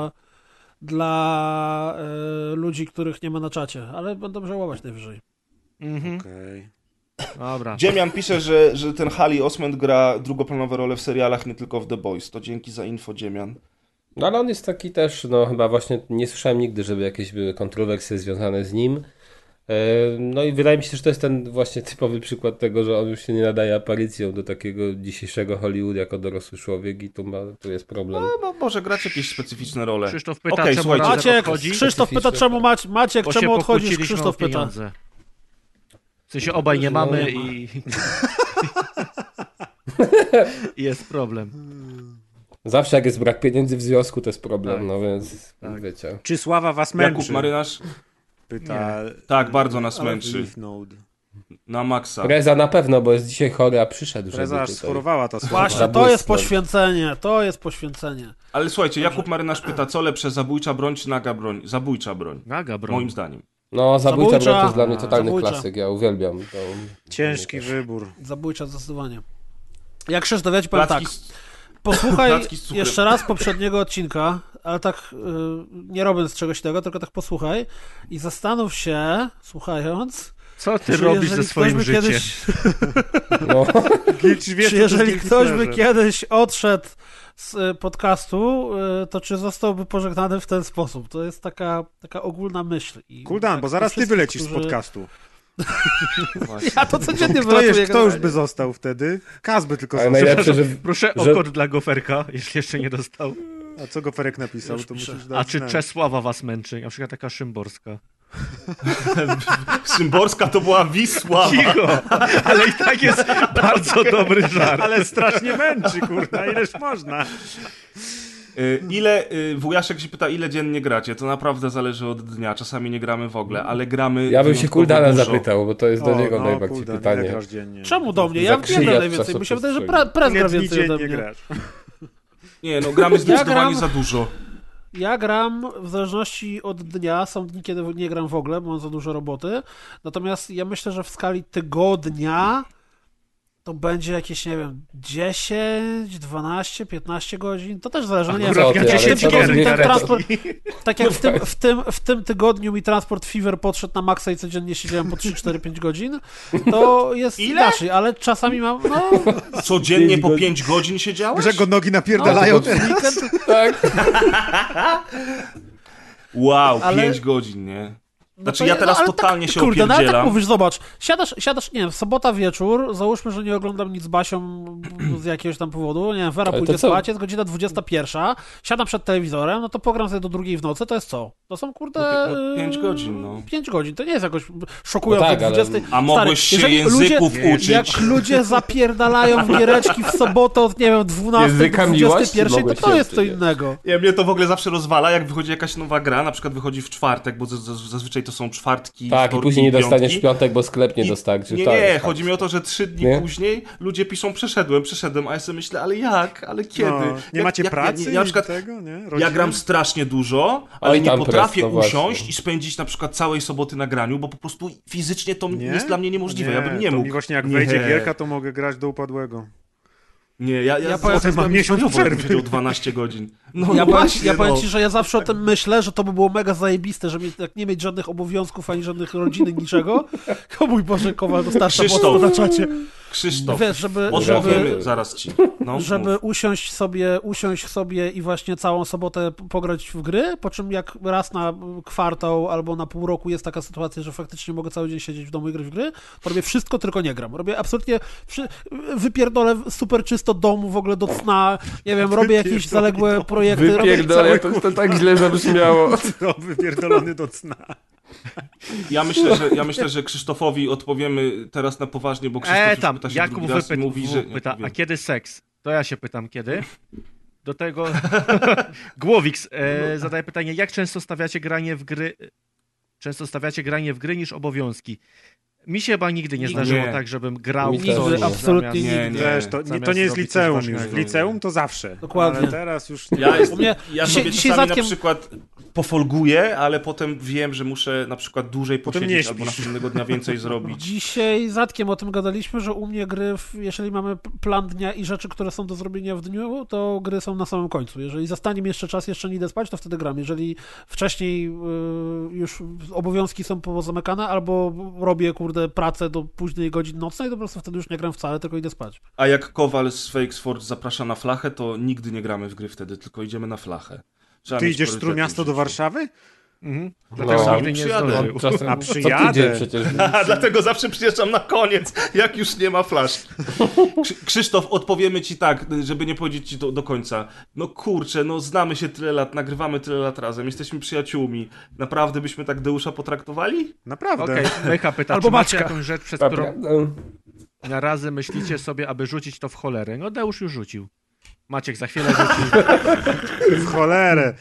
dla ludzi, których nie ma na czacie, ale będą żałować najwyżej. Okej. Dobra. Dziemian pisze, że ten Hali Osment gra drugoplanowe role w serialach, nie tylko w The Boys. To dzięki za info, Dziemian. No ale on jest taki też, no chyba właśnie nie słyszałem nigdy, żeby jakieś były kontrowersje związane z nim. No i wydaje mi się, że to jest ten właśnie typowy przykład tego, że on już się nie nadaje aparycją do takiego dzisiejszego Hollywood jako dorosły człowiek i tu jest problem. No, może grać jakieś specyficzne role. Krzysztof pyta, Okej, czemu słuchajcie. Razem Maciek, odchodzi, Krzysztof pyta, czemu Maciek, bo się czemu odchodzisz? pokłóciliśmy Krzysztof o pyta. pieniądze. W sensie obaj nie mamy i jest problem. Zawsze jak jest brak pieniędzy w związku, to jest problem, Tak. no więc Tak. wiecie. Czy Sława was Jakub męczy? Marynarz? Pyta. Tak, bardzo nas męczy. Leaf Node. Na maksa. Preza na pewno, bo jest dzisiaj chory, a przyszedł, Preza żeby aż tutaj... schorowała ta Sława. Właśnie, to Zabójstwo. jest poświęcenie, to jest poświęcenie. Ale słuchajcie, Jakub Marynarz pyta, co lepsze, zabójcza broń czy naga broń? Zabójcza broń, Naga broń. moim zdaniem. No, zabójcza broń to jest dla mnie totalny Zabójcza. klasyk, ja uwielbiam. To... Ciężki wybór. Zabójcza zdecydowanie. Jak Krzysztof, ja ci powiem tak. Placki z- Posłuchaj placki z cukrem. jeszcze raz poprzedniego odcinka, ale tak nie robiąc czegoś tego, tylko tak posłuchaj i zastanów się, słuchając, Co ty czy robisz jeżeli ze swoim ktoś by życiem? kiedyś, No. czy jeżeli ktoś by kiedyś odszedł z podcastu, to czy zostałby pożegnany w ten sposób? To jest taka ogólna myśl. I Kuldan, tak bo zaraz ty wszyscy, wylecisz z którzy- podcastu. Właśnie. Ja to codziennie Kto już wylatuję. by został wtedy? Kaz by tylko Ale został. najlepsze, że... Proszę że- o kod dla Goferka, jeśli jeszcze nie dostał. A co go Ferek napisał, Już to piszę. musisz A dać czy znać. Czesława was męczy? Na przykład taka Szymborska. Szymborska to była Wisła. Cicho! Ale i tak jest bardzo dobry żart. Ale strasznie męczy, kurwa, ileż można. Wujaszek się pyta, ile dziennie gracie? To naprawdę zależy od dnia. Czasami nie gramy w ogóle, ale gramy Ja bym się wyjątkowo Kuldana dużo. zapytał, bo to jest do niego no, najbardziej Kuldan, pytanie. ile grasz dziennie? Czemu do mnie? Ja Zakrzywiać wiem najwięcej. Mi się wydaje, że prez Ile gra dni więcej ode dziennie mnie. grasz? Nie, no gramy zdecydowanie gram- za dużo. Ja gram w zależności od dnia. Są dni, kiedy nie gram w ogóle, bo mam za dużo roboty. Natomiast ja myślę, że w skali tygodnia to będzie jakieś, nie wiem, 10, 12, 15 godzin. To też zależy. No nie Co wiem, ty, jak ale w co tym tygodniu rozumiem, ten to- transport, tak jak w tym tygodniu mi transport Fever podszedł na maksa i codziennie siedziałem po 3, 4, 5 godzin, to jest inaczej, ale czasami mam, no, Codziennie po 5 godzin siedziałeś? Że go nogi napierdalają no, teraz. weekend, Tak. Wow, Ale- 5 godzin, nie? Znaczy ja teraz ale totalnie się kurde, no ale tak opierdzielam. mówisz, zobacz, siadasz, nie wiem, sobota wieczór, załóżmy, że nie oglądam nic z Basią z jakiegoś tam powodu, nie wiem, Wera Ale to pójdzie co? spać, jest godzina 21, siadam przed telewizorem, no to pogram sobie do 2 w nocy, to jest co? To są, kurde... No, 5 godzin, no. 5 godzin, to nie jest jakoś szokujące, No tak, ale- 20... A mogłeś się jeżeli języków ludzie, uczyć. Jak ludzie zapierdalają w giereczki w sobotę od, nie wiem, 12 Języka do miłości 21, mogłeś to się jest co uczyć. innego. Nie, mnie to w ogóle zawsze rozwala, jak wychodzi jakaś nowa gra, na przykład wychodzi w czwartek, bo zazwyczaj to są czwartki, Tak, i wtorki, później nie dostaniesz piątki. w piątek, bo sklep nie dostarczył. Nie, Tak, nie, tak. chodzi mi o to, że 3 dni Nie? później ludzie piszą przeszedłem, a ja sobie myślę, ale jak, ale kiedy? No, nie macie pracy? Ja na przykład, tego, nie? ja Rodziny? gram strasznie dużo, ale Oj, nie tam potrafię press, no usiąść właśnie. i spędzić na przykład całej soboty na graniu, bo po prostu fizycznie to Nie? jest dla mnie niemożliwe, ja bym nie to mógł. Mi właśnie jak Nie. wejdzie gierka, to mogę grać do upadłego. Nie, ja potem mam miesiąc przerwy. Siedział 12 godzin. No, Ja no powiem, właśnie, ja powiem no. ci, że ja zawsze o tym myślę, że to by było mega zajebiste, żeby tak nie mieć żadnych obowiązków, ani żadnych rodziny, niczego. O mój Boże, Kowal, to starsza Krzysztof. mocno na czacie. Krzysztof, Wiesz, żeby odpowiemy zaraz ci. No, żeby mów. usiąść sobie i właśnie całą sobotę pograć w gry, po czym jak raz na kwartał albo na pół roku jest taka sytuacja, że faktycznie mogę cały dzień siedzieć w domu i grać w gry, to robię wszystko, tylko nie gram. Robię absolutnie, wypierdolę super czysto dom w ogóle do cna, nie wiem, robię jakieś zaległe projekty. Wypierdolę, to tak źle zabrzmiało. No, wypierdolony do cna. Ja myślę, że Krzysztofowi odpowiemy teraz na poważnie, bo Krzysztof już Tam, pyta się Jakub drugi raz i mówi, że... pyta, nie, a kiedy seks? To ja się pytam, kiedy? Do tego Głowiks zadaje pytanie, jak często stawiacie granie w gry niż obowiązki? Mi się chyba nigdy nie zdarzyło Nie. tak, żebym grał Mi w też coś nie. Absolutnie Nie, nigdy. Wiesz, to Zamiast nie jest robić liceum coś już. ważnego. W liceum to zawsze. Dokładnie. Ale teraz już nie. Ja U mnie sobie dzisiaj czasami Zatkiem- na przykład pofolguję, ale potem wiem, że muszę na przykład dłużej Potem posiedzieć nie albo śpisz. następnego dnia więcej zrobić. Dzisiaj z Zatkiem o tym gadaliśmy, że u mnie gry, jeżeli mamy plan dnia i rzeczy, które są do zrobienia w dniu, to gry są na samym końcu. Jeżeli zostanie mi jeszcze czas, jeszcze nie idę spać, to wtedy gram. Jeżeli wcześniej już obowiązki są pozamykane, albo robię, pracę do późnej godzin nocnej, to po prostu wtedy już nie gram wcale, tylko idę spać. A jak Kowal z Fakesforge zaprasza na flachę, to nigdy nie gramy w gry wtedy, tylko idziemy na flachę. Trzeba Ty mieć idziesz z priorytety Trójmiasta w do życiu. Warszawy? Dlatego No. nigdy nie Przyjadę. zdążył. Czasem, A co przyjadę. tydzień przecież. Dlatego zawsze przyjeżdżam na koniec, jak już nie ma flaszki. Krzysztof, odpowiemy ci tak, żeby nie powiedzieć ci do końca. No kurczę, no znamy się tyle lat, nagrywamy tyle lat razem, jesteśmy przyjaciółmi. Naprawdę byśmy tak Deusza potraktowali? Naprawdę. Okej, Lecha pyta, Albo czy macie Maćka. jakąś rzecz, przez Prawda? którą na razy myślicie sobie, aby rzucić to w cholerę? No Deusz już rzucił. Maciek za chwilę rzuci. W cholerę.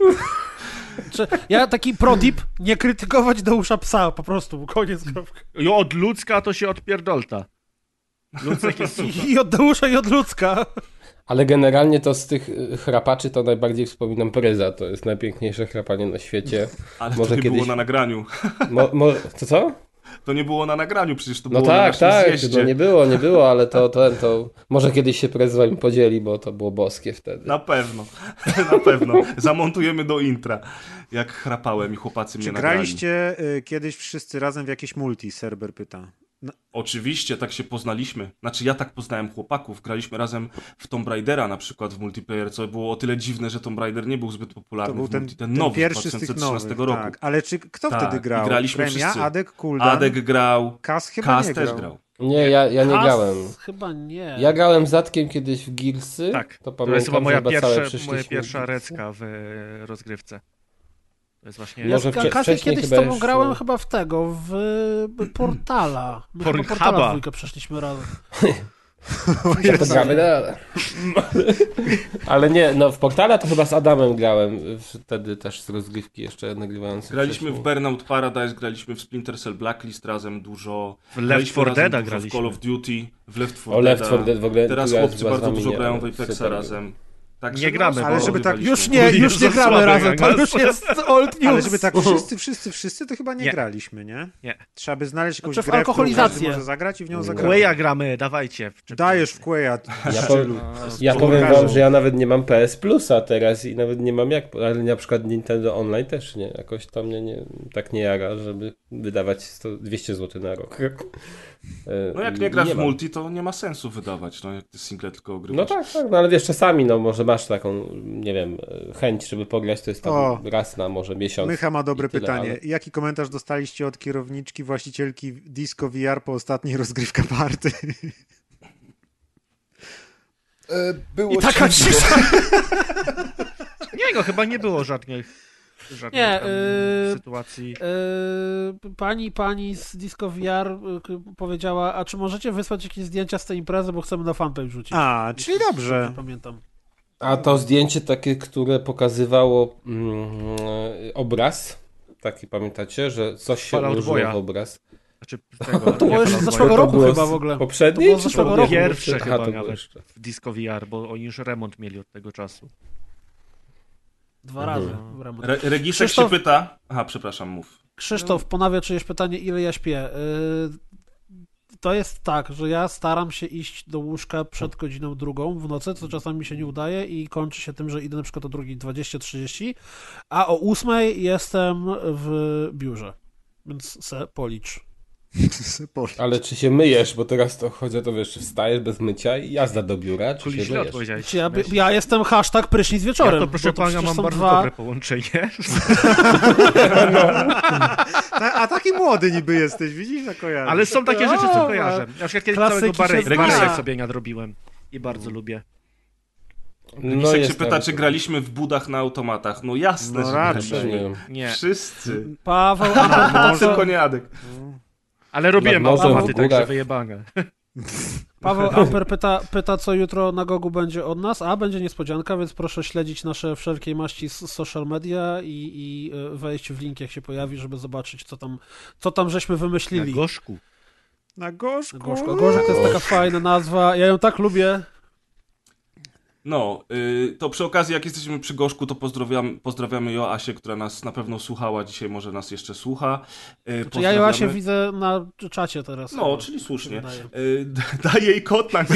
Ja taki protip, nie krytykować Deusza psa, po prostu, koniec. kropka. I od ludzka to się odpierdolta. Lucek jest super. I od Deusza, i od ludzka. Ale generalnie to z tych chrapaczy to najbardziej wspominam Pryza. To jest najpiękniejsze chrapanie na świecie. Ale Może to nie kiedyś- było na nagraniu. Co? To nie było na nagraniu, przecież to No było na tak, naszym tak, zjeździe. no nie było, ale to może kiedyś się Prez z wami podzieli, bo to było boskie wtedy. Na pewno, na pewno. Zamontujemy do intra, jak chrapałem i chłopacy mnie Czy nagrali. graliście kiedyś wszyscy razem w jakieś multi? Serber pyta. Oczywiście, tak się poznaliśmy. Znaczy ja tak poznałem chłopaków. Graliśmy razem w Tomb Raidera na przykład w multiplayer, co było o tyle dziwne, że Tomb Raider nie był zbyt To popularny był w ten, multi, ten nowy z pierwszy z tych 2013 nowych. roku. Tak. Ale kto Tak, wtedy i grał? graliśmy Premia, wszyscy. Adek, Kuldan. Adek grał, Kas chyba Kas nie też grał. grał. Nie, ja nie Has? grałem. Chyba nie. Ja grałem z Zatkiem kiedyś w Gearsy. Tak, To to jest chyba pamiętam, moja że całe moja przyszliśmy pierwsza w Gearsy. recka w rozgrywce. To jest właśnie... Może Ja Kasy wcześniej kiedyś z chyba tobą już- grałem chyba w tego, w Portala. My chyba Pornhuba. Portala w dwójkę przeszliśmy razem. Ja to gramy dalej. Ale nie, no w Portala to chyba z Adamem grałem. Wtedy też z rozgrywki jeszcze nagrywając. Graliśmy w Burnout Paradise, graliśmy w Splinter Cell Blacklist razem dużo. W Left Graliśmy 4 razem Deada dużo graliśmy. w Call of Duty, w Left 4 O Left Deada. 4 Dead w ogóle. Teraz tu ja chłopcy z was bardzo wami dużo nie, grają ale w Apexa super. razem. Tak, Nie gramy, ale żeby tak- Już nie Jezu, gramy słabe razem, to ganga. już jest old news. Ale żeby tak wszyscy, to chyba nie graliśmy, nie? Nie. Trzeba by znaleźć jakąś Znaczy w grę, w którą alkoholizację. każdy może zagrać i w nią zagrać. Quaya gramy, dawajcie. Dajesz w Quaya. Ja To powiem pokażę. wam, że ja nawet nie mam PS Plusa teraz i nawet nie mam jak, ale na przykład Nintendo Online też nie, jakoś to mnie tak nie jara, żeby wydawać 200 zł na rok. No jak i nie grasz w ma. multi, to nie ma sensu wydawać, no jak ty single tylko ogrywasz. No tak, no ale wiesz, czasami, no może masz taką, nie wiem, chęć, żeby pograć, to jest tam O. raz na może miesiąc. Mycha ma dobre i tyle, pytanie. ale- Jaki komentarz dostaliście od kierowniczki, właścicielki Disco VR po ostatniej rozgrywka party? Było I taka ciężko. cisza. Nie, no chyba nie było żadnych Nie, tam sytuacji. Pani z Disco VR powiedziała, a czy możecie wysłać jakieś zdjęcia z tej imprezy, bo chcemy na fanpage rzucić. A, czyli dobrze. Pamiętam. A to zdjęcie takie, które pokazywało obraz, taki pamiętacie, że coś się Fallout ułożyło Boya. w obraz. Znaczy, tego, To było nie już z Fallout zeszłego Boya, To roku było chyba z w ogóle. Poprzedniej? To było z czy zeszłego było roku. Pierwsze Aha, chyba to było nawet jeszcze. w Disco VR, bo oni już remont mieli od tego czasu. 2 razy. Mhm. w remont. Regisek Krzysztof- się pyta... Aha, przepraszam, mów. Krzysztof ponawia czyjeś pytanie, ile ja śpię. To jest tak, że ja staram się iść do łóżka przed godziną 2 w nocy, co czasami mi się nie udaje i kończy się tym, że idę na przykład o 2:20-30, a o 8 jestem w biurze. Więc se policz. Ale czy się myjesz, bo teraz to chodzę, to wiesz, czy wstajesz bez mycia i jazda do biura, czy Kuli się źle myjesz? odpowiedziałeś. Czy ja, Weź. ja jestem hashtag prysznic wieczorem. Ja to proszę bo pana przecież mam są bardzo dwa- dobre połączenie. A taki młody niby jesteś, widzisz, na kojarzy. Ale są takie rzeczy, co kojarzę. Na przykład kiedyś całego Klasyki się barek zna. sobie nadrobiłem. I bardzo lubię. Regisek się jest pyta, tam- czy graliśmy w budach na automatach. No jasne, No że raczej. graliśmy. Nie. Nie. Wszyscy. Paweł A Amper, tylko nie Adek. Ale robiłem Nad morzem, automaty, w górach. także wyjebane. Paweł Amper pyta, co jutro na Gogu będzie od nas, a będzie niespodzianka, więc proszę śledzić nasze wszelkiej maści social media i wejść w link, jak się pojawi, żeby zobaczyć, co tam żeśmy Na wymyślili. gorzku. Na gorzku. Gorzek to jest taka fajna nazwa, ja ją tak lubię. No, to przy okazji, jak jesteśmy przy Gorzku, to pozdrawiamy Joasię, która nas na pewno słuchała, dzisiaj może nas jeszcze słucha. Czy ja Joasię widzę na czacie teraz. No, chyba, czyli słusznie. wydaje. Daj jej kod na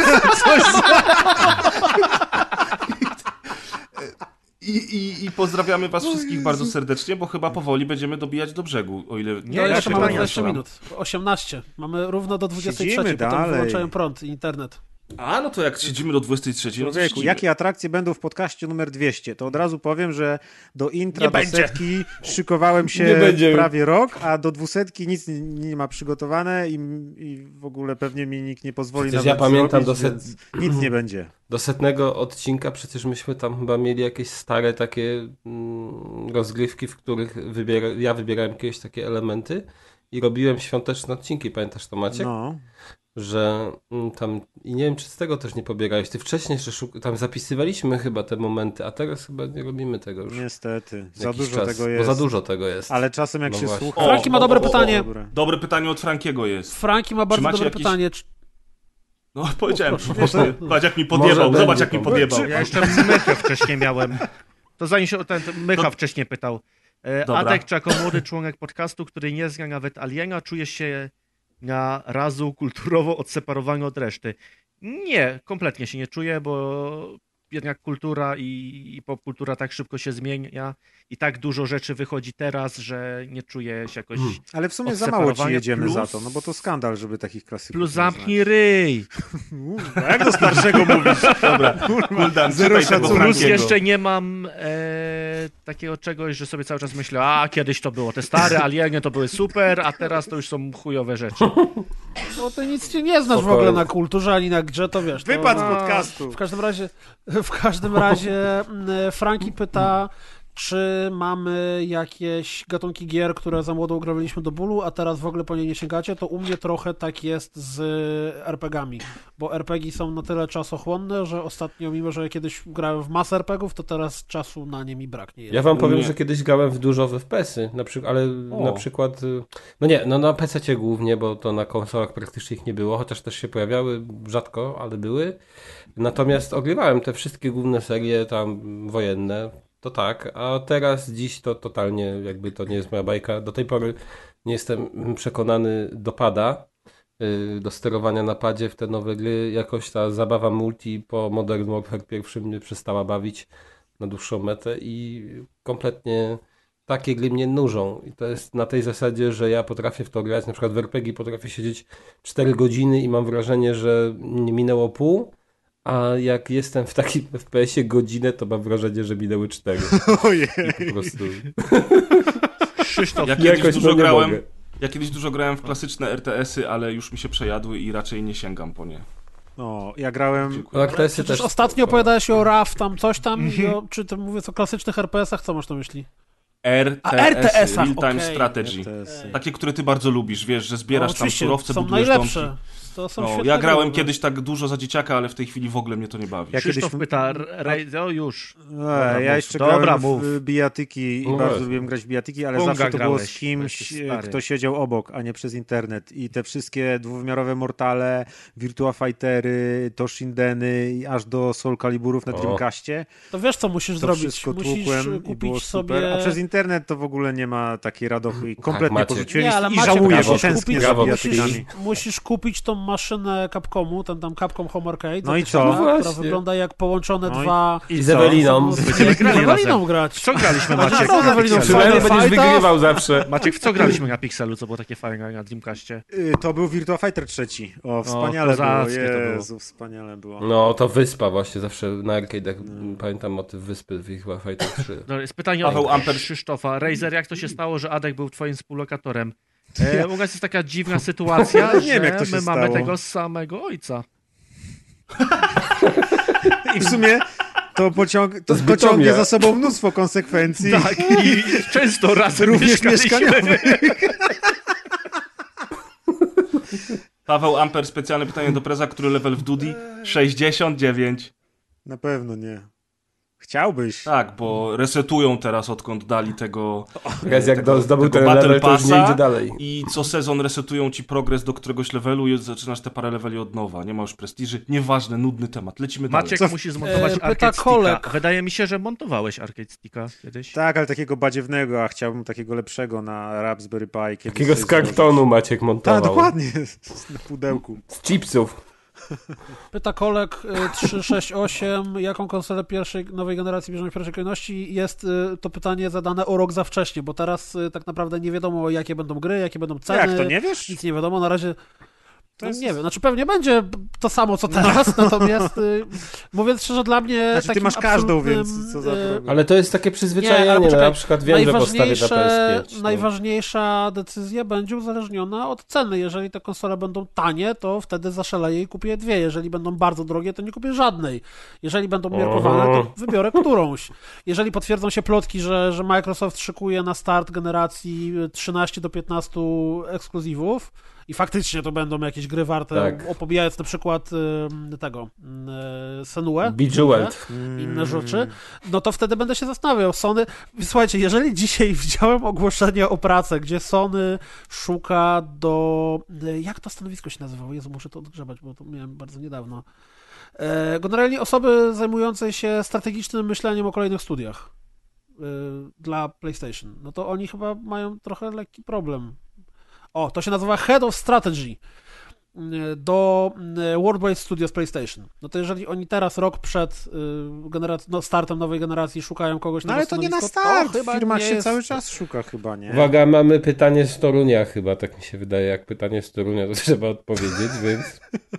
I pozdrawiamy was wszystkich bardzo serdecznie, bo chyba powoli będziemy dobijać do brzegu, o ile... Nie, No, ja jeszcze się mamy pamiętam. 20 minut. 18. Mamy równo do 23, Siedzimy potem dalej. wyłączają prąd i internet. A, no to jak siedzimy do 23, no to Człowieku, siedzimy. jakie atrakcje będą w podcaście numer 200? To od razu powiem, że do intra, Nie do będzie. setki szykowałem Nie się będzie. prawie rok, a do 200 nic nie ma przygotowane i w ogóle pewnie mi nikt nie pozwoli Przecież nawet ja pamiętam zrobić, więc nic nie będzie. Do 100 odcinka przecież myśmy tam chyba mieli jakieś stare takie rozgrywki, w których ja wybierałem jakieś takie elementy i robiłem świąteczne odcinki, pamiętasz to, Maciek? No. Że tam, i nie wiem, czy z tego też nie pobierałeś, ty wcześniej jeszcze tam zapisywaliśmy chyba te momenty, a teraz chyba nie robimy tego już. Niestety, za jakiś dużo czas, tego Bo jest. za dużo tego jest. Ale czasem jak No się właśnie. słucha... Franki ma dobre pytanie. Dobre. Dobre pytanie od Frankiego jest. Franki ma bardzo macie dobre jakiś- pytanie. No, powiedziałem. proszę. Właśnie, patrz jak mi podjebał, Może zobacz będzie jak mi to. podjebał. Ja jeszcze Mychę wcześniej miałem. To zanim się ten Mycha To- wcześniej pytał. Dobra. Adek, czy jako młody członek podcastu, który nie zna nawet Aliena, czujesz się na razu kulturowo odseparowany od reszty? Nie, kompletnie się nie czuję, bo jednak kultura i popkultura tak szybko się zmienia i tak dużo rzeczy wychodzi teraz, że nie czuję się jakoś... Ale w sumie za mało ci Odseparowanie jedziemy plus- za to, no bo to skandal, żeby takich klasyków Plus nie zamknij ryj! znać. Jak do starszego mówisz? Dobra, Kuldan, Zero czytaj tego szacunku. Plus Frankiego. jeszcze nie mam takiego czegoś, że sobie cały czas myślę, a kiedyś to było te stare alieny, to były super, a teraz to już są chujowe rzeczy. Bo ty nic nie znasz w Spokojnie. ogóle na kulturze ani na grze, to wiesz. To, Wypad z podcastu. W każdym razie Franki pyta, czy mamy jakieś gatunki gier, które za młodo graliśmy do bólu, a teraz w ogóle po nie nie sięgacie, to u mnie trochę tak jest z RPG-ami, bo RPG są na tyle czasochłonne, że ostatnio, mimo że kiedyś grałem w masę RPG-ów, to teraz czasu na nie mi braknie. Ja wam powiem, Nie. że kiedyś grałem w dużo w FPS-y, ale O. na przykład, no nie, no na PC-cie głównie, bo to na konsolach praktycznie ich nie było, chociaż też się pojawiały rzadko, ale były. Natomiast ogrywałem te wszystkie główne serie tam wojenne, to tak, a teraz, dziś to totalnie jakby to nie jest moja bajka. Do tej pory nie jestem przekonany do pada, do sterowania na padzie w te nowe gry. Jakoś ta zabawa multi po Modern Warfare 1 mnie przestała bawić na dłuższą metę i kompletnie takie gry mnie nużą. I to jest na tej zasadzie, że ja potrafię w to grać, na przykład w RPG potrafię siedzieć 4 godziny i mam wrażenie, że nie minęło pół, a jak jestem w takim FPS-ie godzinę, to mam wrażenie, że minęły 4. Ojej. I po prostu Krzysztof, Ja jakoś kiedyś dużo nie grałem. mogę. Ja kiedyś dużo grałem w klasyczne RTS-y, ale już mi się przejadły i raczej nie sięgam po nie. No, ja grałem... Dziękuję. RTS-y Przecież też ostatnio spoko. opowiadałeś o RAF, tam coś tam, czy ty mówiąc o klasycznych RPS-ach, co masz na myśli? RTS-y, RTS-ach, Real Time okej. Strategy. RTS-y. Takie, które ty bardzo lubisz, wiesz, że No, zbierasz tam oczywiście, surowce, są budujesz najlepsze. domki. To są No, świetne ja grałem gry. kiedyś tak dużo za dzieciaka, ale w tej chwili w ogóle mnie to nie bawi. Ja Krzysztof kiedyś- pyta, o już. Ja mów. jeszcze Dobra, grałem mów. w bijatyki i No bardzo właśnie. lubiłem grać w bijatyki, ale Konga zawsze to było z grałeś, kimś, jesteś stary. kto siedział obok, a nie przez internet. I te wszystkie dwuwymiarowe Mortale, Virtua Fightery, Toshindeny i aż do Soul Caliburów na O. Dreamcastie. To wiesz, co musisz To zrobić? wszystko Musisz tłukłem i było kupić super. sobie... A przez internet to w ogóle nie ma takiej radochy i kompletnie Maciek. porzuciłem Nie, ale i Maciek, żałuję, musisz bo kupić- tęsknię za brawo, bijatykami. Musisz kupić tą maszynę Capcomu, ten tam Capcom Home Arcade, No i zatysiąca, co? która Właśnie. wygląda jak połączone No i- dwa... I z Eweliną. Będziemy grali Z Eweliną razem. grać. W co graliśmy, Znaczy, Maciek? co z Eweliną? Przynajmniej Final będziesz Fighta? wygrywał zawsze. Maciek, w co graliśmy na Pixelu, co było takie fajne na Dreamcastie? To był Virtua Fighter 3. O, wspaniale było. kozackie to było. Jezu, wspaniale było. No, to Wyspa właśnie, zawsze na arcade'ach pamiętam motyw Wyspy w Virtua Fighter 3. No, jest pytanie Paweł od Amper. Krzysztofa. Razer, jak to się stało, że Adek był twoim współlokatorem? U nas jest taka dziwna sytuacja, Nie że wiem, jak to się my mamy stało. tego samego ojca. I w sumie to Bytomia. pociągnie za sobą mnóstwo konsekwencji. Tak, i często razem Również mieszkaliśmy. mieszkaniowych. Paweł Amper, specjalne pytanie do Preza, który level w Dudi? 69. Na pewno nie. Chciałbyś. Tak, bo resetują teraz, odkąd dali tego Teraz jak tego- zdobył tego ten Battle level, to już nie Passa idzie dalej. i co sezon resetują ci progres do któregoś levelu i zaczynasz te parę leveli od nowa. Nie ma już prestiży. Nieważne, nudny temat. Lecimy Maciek dalej. musi zmontować pyta Arcade Kolek. Sticka. Wydaje mi się, że montowałeś Arcade Sticka kiedyś. Tak, ale takiego badziewnego, a chciałbym takiego lepszego na Raspberry Pi. kiedyś Takiego sobie z kartonu Maciek Tak, montował. dokładnie. Na pudełku. Z chipsów. Pyta Kolek 368, jaką konsolę pierwszej nowej generacji bierzemy w pierwszej kolejności? Jest to pytanie zadane o rok za wcześnie, bo teraz tak naprawdę nie wiadomo, jakie będą gry, jakie będą ceny. Jak to, nie wiesz? Nic nie wiadomo, na razie To no, jest- nie wiem, znaczy pewnie będzie to samo co teraz, natomiast mówiąc szczerze, dla mnie Znaczy, ty takim masz każdą, absolutnym, więc co za problem. Ale to jest takie przyzwyczajenie, Nie, ale no, poczekaj, na przykład wiem, że postawię na PS5. No. najważniejsza decyzja będzie uzależniona od ceny. Jeżeli te konsole będą tanie, to wtedy zaszaleję i kupię dwie. Jeżeli będą bardzo drogie, to nie kupię żadnej. Jeżeli będą umiarkowane, to wybiorę którąś. Jeżeli potwierdzą się plotki, że Microsoft szykuje na start generacji 13 do 15 ekskluzywów i faktycznie to będą jakieś gry warte, Tak. opomijając na przykład tego Senue, Bejeweled. inne rzeczy, no to wtedy będę się zastanawiał. Sony, słuchajcie, jeżeli dzisiaj widziałem ogłoszenie o pracę, gdzie Sony szuka do... Jak to stanowisko się nazywało? Jezu, muszę to odgrzebać, bo to miałem bardzo niedawno. Generalnie osoby zajmujące się strategicznym myśleniem o kolejnych studiach dla PlayStation, no to oni chyba mają trochę lekki problem. O, to się nazywa Head of Strategy do Worldwide Studios PlayStation. No to jeżeli oni teraz, rok przed startem nowej generacji szukają kogoś No na ale to nie na stanowisko, start. to chyba Firma nie się jest... cały czas szuka chyba, nie? Uwaga, mamy pytanie z Torunia chyba, tak mi się wydaje. Jak pytanie z Torunia, to trzeba odpowiedzieć, więc...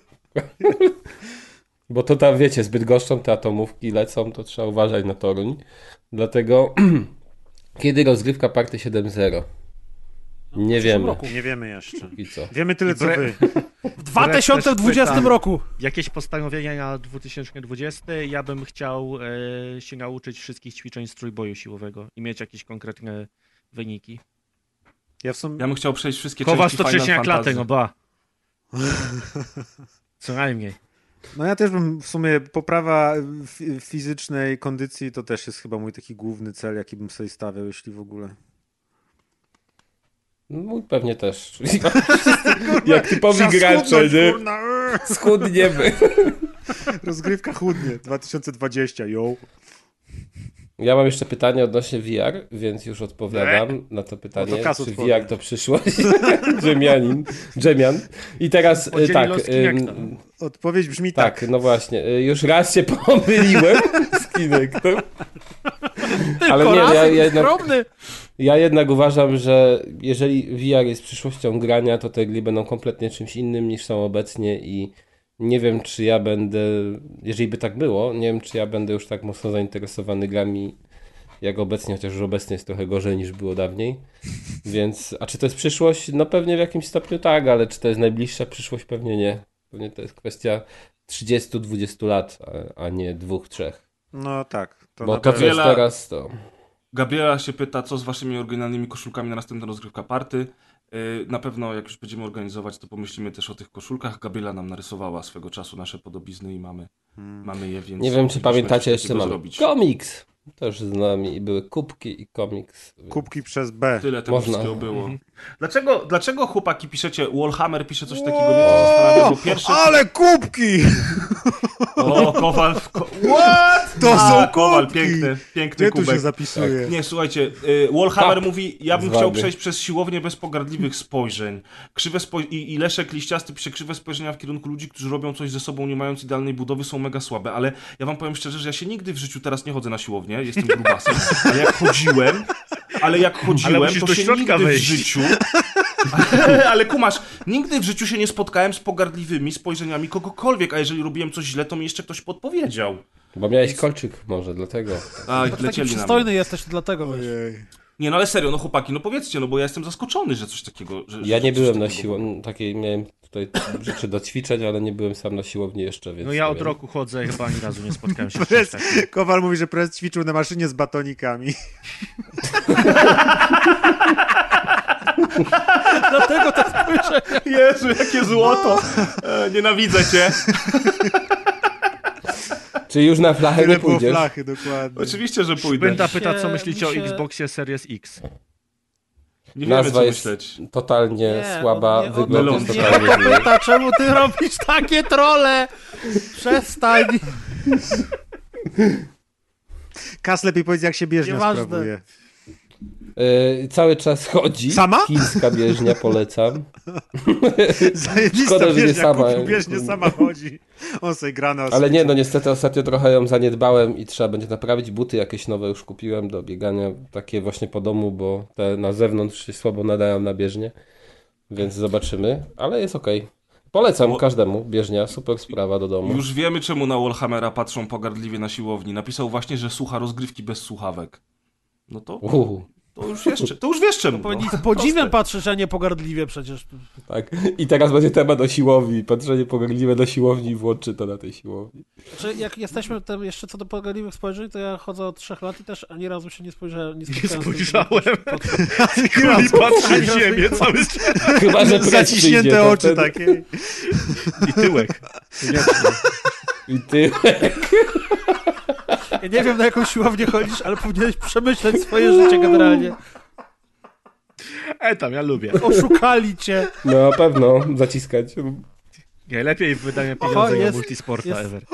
Bo to tam, wiecie, z Bydgoszczą te atomówki lecą, to trzeba uważać na Toruń. Dlatego, kiedy rozgrywka Party 7.0? Nie wiemy. roku. Nie wiemy jeszcze. I co? Wiemy tyle, co wy. W 2020 roku. Jakieś postanowienia na 2020? Ja bym chciał się nauczyć wszystkich ćwiczeń z trójboju siłowego i mieć jakieś konkretne wyniki. Ja w sumie... Ja bym chciał przejść wszystkie Kowal części 103 Final na klatę, Fantasy. no ba. Co najmniej. No ja też bym w sumie poprawa fizycznej kondycji to też jest chyba mój taki główny cel, jaki bym sobie stawiał, jeśli w ogóle. Mój pewnie też. Czyli jak typowi gracze, nie? Schudniemy. Rozgrywka chudnie. 2020, yo. Ja mam jeszcze pytanie odnośnie VR, więc już odpowiadam na to pytanie, No to Kasus czy powie. VR to przyszłość? Dżemian. I teraz Podzieli tak, los Kinecta. Odpowiedź brzmi tak. tak, no właśnie, już raz się pomyliłem z Kinectem. Ale nie, ja jednak Skromny. Ja jednak uważam, że jeżeli VR jest przyszłością grania, to te gry będą kompletnie czymś innym niż są obecnie i nie wiem, czy ja będę, jeżeli by tak było, nie wiem, czy ja będę już tak mocno zainteresowany grami jak obecnie, chociaż już obecnie jest trochę gorzej niż było dawniej. Więc, a czy to jest przyszłość? No pewnie w jakimś stopniu tak, ale czy to jest najbliższa przyszłość? Pewnie nie. Pewnie to jest kwestia 30-20 lat, a nie 2-3. No tak. Bo to, co jest teraz, to... Gabriela się pyta, co z waszymi oryginalnymi koszulkami na następna rozgrywka party. Na pewno jak już będziemy organizować, to pomyślimy też o tych koszulkach. Gabriela nam narysowała swego czasu nasze podobizny i mamy je, więc... Nie wiem, czy pamiętacie, jeszcze mamy zrobić. komiks. Też z nami i były kubki i komiks. Kubki przez B. Tyle tego Można. wszystkiego było. Dlaczego chłopaki piszecie, Wallhammer pisze coś takiego, mnie to zastanawia, bo pierwsze... Ale kubki! O, Kowal... What? To są Kowal, kubki! piękny Gdzie tu się kubek. zapisuje? Nie, słuchajcie, Wallhammer Tak. mówi, ja bym Zwady. chciał przejść przez siłownię bez pogardliwych spojrzeń. I Leszek Liściasty pisze, krzywe spojrzenia w kierunku ludzi, którzy robią coś ze sobą, nie mając idealnej budowy, są mega słabe, ale ja wam powiem szczerze, że ja się nigdy w życiu teraz nie chodzę na siłownię, jestem grubasem, ale jak chodziłem, musisz to do się środka nigdy wejść. w życiu... Ale kumasz, nigdy w życiu się nie spotkałem z pogardliwymi spojrzeniami kogokolwiek, a jeżeli robiłem coś źle, to mi jeszcze ktoś podpowiedział. Bo miałeś kolczyk może, dlatego. A, Taki lecieli na mnie. przystojny jesteś, dlatego wiesz. Ojej. Nie, no ale serio, no chłopaki, no powiedzcie, no bo ja jestem zaskoczony, że coś takiego... Ja nie coś byłem na takiego siłowni, takiej miałem tutaj rzeczy do ćwiczeń, ale nie byłem sam na siłowni jeszcze, więc... No ja nie od wiem. roku chodzę, chyba ani razu nie spotkałem się z czymś Prez, takim. Kowal mówi, że Prez ćwiczył na maszynie z batonikami. Dlatego to spojrzenie. Jezu, jakie złoto! Nienawidzę cię. Czy już na flachę Tyle nie było pójdziesz? flachy, dokładnie. Oczywiście, że pójdę. Pęta pyta, co Mi myślicie o się- Xboxie Series X. Nie wiemy, Nazwa co jest myśleć. totalnie Nie, słaba, on nie- wygląd on jest nie- totalnie Nie o to zły. pyta, czemu ty robisz takie trole? Przestań. Kas lepiej powiedz, jak się bieżnia Nieważne. sprawuje. Cały czas chodzi. Sama? Chińska bieżnia, polecam. Zajebista Szkoda, że nie bieżnia, sama. kupił bieżnię, sama chodzi. On sobie gra na Ale nie, no niestety ostatnio trochę ją zaniedbałem i trzeba będzie naprawić. Buty jakieś nowe już kupiłem do biegania, takie właśnie po domu, bo te na zewnątrz się słabo nadają na bieżnię. Więc zobaczymy, ale jest okej. Polecam Bo- każdemu bieżnia, super sprawa do domu. Już wiemy, czemu na Wallhammera patrzą pogardliwie na siłowni. Napisał właśnie, że słucha rozgrywki bez słuchawek. No to już wiesz czemu. No. Podziwem patrzysz, a nie pogardliwie przecież. Tak. I teraz będzie temat o siłowni. Patrzenie pogardliwe do siłowni i włączy to na tej siłowni. Czy jak jesteśmy tam jeszcze co do pogardliwych spojrzeń, to ja chodzę od 3 lat i też ani razu się nie spojrzałem. Nie spotkałem z tym, spojrzałem. żeby- Kuli patrzy w ziemię cały czas. Chyba, że pres Zaciśnięte przyjdzie, to oczy wtedy- takie. I tyłek. I ty... Ja nie wiem, na jaką siłownię chodzisz, ale powinieneś przemyśleć swoje życie generalnie. Tam, ja lubię. Oszukali cię. No pewno, zaciskać. Nie, lepiej wydanie Oho, pieniądze na jest- multisporta jest- ever.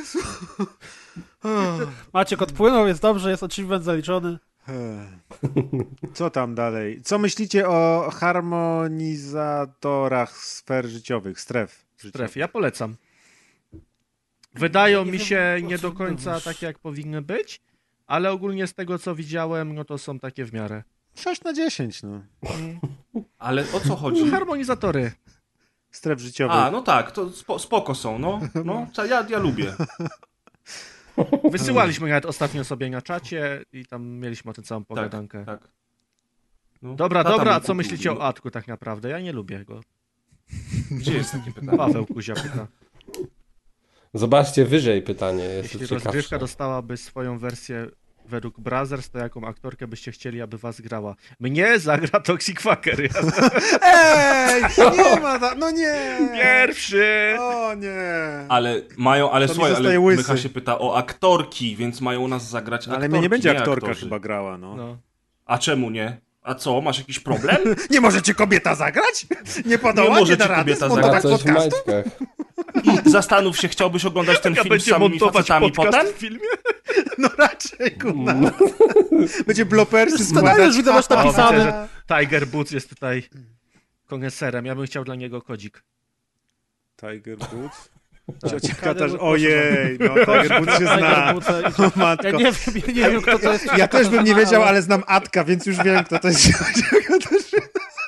Maciek odpłynął, jest dobrze, jest achievement zaliczony. Co tam dalej? Co myślicie o harmonizatorach sfer życiowych, stref? Stref, ja polecam. Wydają Nie mi wiem, się o nie czym do końca mówisz. takie, jak powinny być, ale ogólnie z tego, co widziałem, no to są takie w miarę. 6/10, no. Ale o co chodzi? Harmonizatory. Stref życiowych. A, no tak, to spoko są, no. Ja lubię. Wysyłaliśmy nawet ostatnio sobie na czacie i tam mieliśmy o tym całą pogadankę. Tak. No, Dobra, tata dobra, mi a co kupił, myślicie no. o Atku tak naprawdę? Ja nie lubię go. Gdzie jest takie pytanie? Paweł Kuzia pyta. Zobaczcie wyżej pytanie, jest Jeśli ciekawsze. rozgrywka dostałaby swoją wersję według Brothers, to jaką aktorkę byście chcieli, aby was grała? Mnie zagra Toxic Fucker. Ej! Nie ma no nie! Pierwszy! O nie! Ale To słuchaj, mi zostaje ale łysy. Mycha się pyta o aktorki, więc mają nas zagrać Ale aktorki, mnie nie będzie nie aktorka aktorzy. chyba grała, no. No. A czemu nie? A co, masz jakiś problem? Nie możecie kobieta zagrać? Nie podoła? Nie Nie, możecie da rady kobieta Ma zmontować coś w podcastu? majtkach. I zastanów się, chciałbyś oglądać ten Ja film z będzie samymi montować facetami podcast potem? w filmie? No raczej, kurwa. Będzie blopersy Scenariusz składać. widzę, masz O, napisane. widzę, że Tiger Boots jest tutaj koneserem. Ja bym chciał dla niego kodzik. Tiger Woods. Ciocia Katarzyna, ojej, no Tiger Woods się zna. O, matko. Ja nie wiem, kto to jest. Ja też bym nie wiedział, ale znam Atka, więc już wiem, kto to jest Ciocia Katarzyna.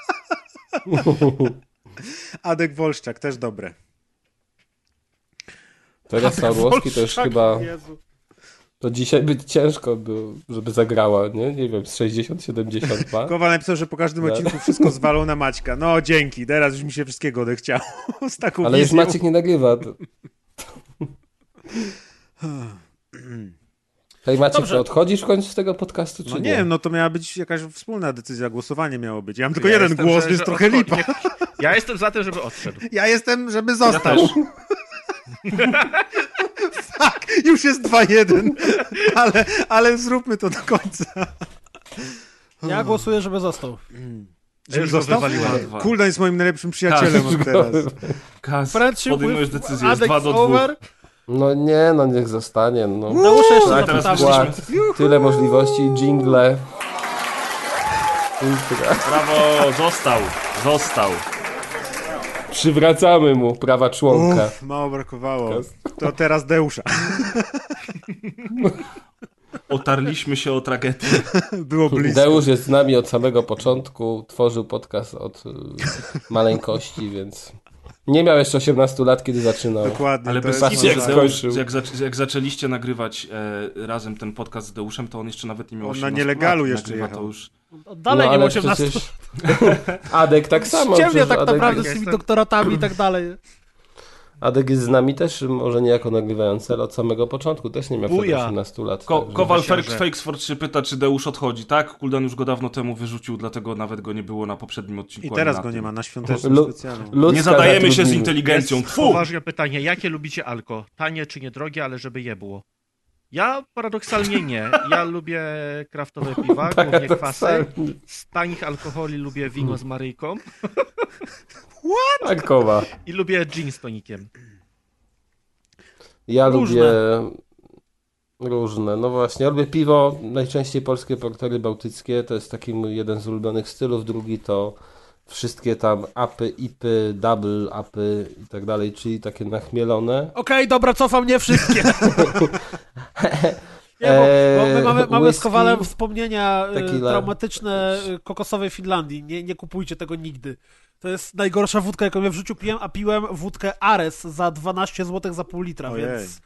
Adek Wolszczak, też dobre. Teresa Orłowski to już Wolszczak, chyba... Jezu. To dzisiaj być ciężko było, żeby zagrała, nie wiem, z 60-70 Kowal napisał, że po każdym odcinku wszystko zwalą na Maćka. No dzięki, teraz już mi się wszystkiego odechciało. Z taką Ale już wizją. Maciek nie nagrywa. Hej Maciek, Dobrze. to odchodzisz w końcu z tego podcastu, czy No nie? nie wiem, no to miała być jakaś wspólna decyzja, głosowanie miało być. Ja mam tylko Ja jeden jestem, głos, że- więc że trochę odchodzi. lipa. Ja jestem za tym, żeby odszedł. Ja jestem, żeby Ja został. też. Fuck, już jest 2-1, ale zróbmy to do końca. Ja głosuję, żeby został. Ja już go został? wywaliłem. 2-2. Kuldan jest moim najlepszym przyjacielem Tak, od teraz. Kaz, Friendship podejmujesz with decyzję, jest Adek 2-2. over. No nie, no niech zostanie. No. Deusze jeszcze Tak, teraz zapytamy. wyszliśmy. Tyle możliwości, jingle. Ultra. Brawo, został. Przywracamy mu prawa członka. Uff, mało brakowało. To teraz Deusza. Otarliśmy się o tragedię. Było blisko. Deusz jest z nami od samego początku, tworzył podcast od maleńkości, więc nie miał jeszcze 18 lat, kiedy zaczynał. Dokładnie. Ale to bez jest kitu, jak mowa. skończył. jak zaczęliście nagrywać razem ten podcast z Deuszem, to on jeszcze nawet nie miał On na 18 nielegalu lat. jeszcze Nagrywa jechał. to już... Dalej No, nie ma ale 18. przecież Adek tak samo. Ciemnie przecież tak Adek, naprawdę z jestem- tymi doktoratami i tak dalej. Adek jest z nami też, może nie jako nagrywający, ale od samego początku też nie miał przed Buja. 18 lat. także- Kowal Myślę, że- Fakesford się pyta, czy Deusz odchodzi. Tak, Kuldan już go dawno temu wyrzucił, dlatego nawet go nie było na poprzednim odcinku. I ani teraz na go tym. nie ma na świątecznym Lu- specjalu. ludzka Nie zadajemy się z zatrudnimy. inteligencją. Jest Tfu! poważne pytanie, jakie lubicie alko? Tanie czy niedrogie, ale żeby je było? Ja paradoksalnie nie. Ja lubię kraftowe piwa, głównie kwasy. Z tanich alkoholi lubię wino z Maryjką Alkowa. i lubię gin z tonikiem. Ja Różne. lubię różne. No właśnie, ja lubię piwo, najczęściej polskie portery bałtyckie, to jest taki mój jeden z ulubionych stylów, drugi to wszystkie tam apy, ipy, double apy i tak dalej, czyli takie nachmielone. Okej, dobra, cofam nie wszystkie. Nie, bo my mamy z whisky, Kowalem wspomnienia tequila. traumatyczne kokosowej Finlandii. Nie kupujcie tego nigdy. To jest najgorsza wódka, jaką ja w życiu piłem, a piłem wódkę Ares za 12 zł za pół litra, Ojej. więc...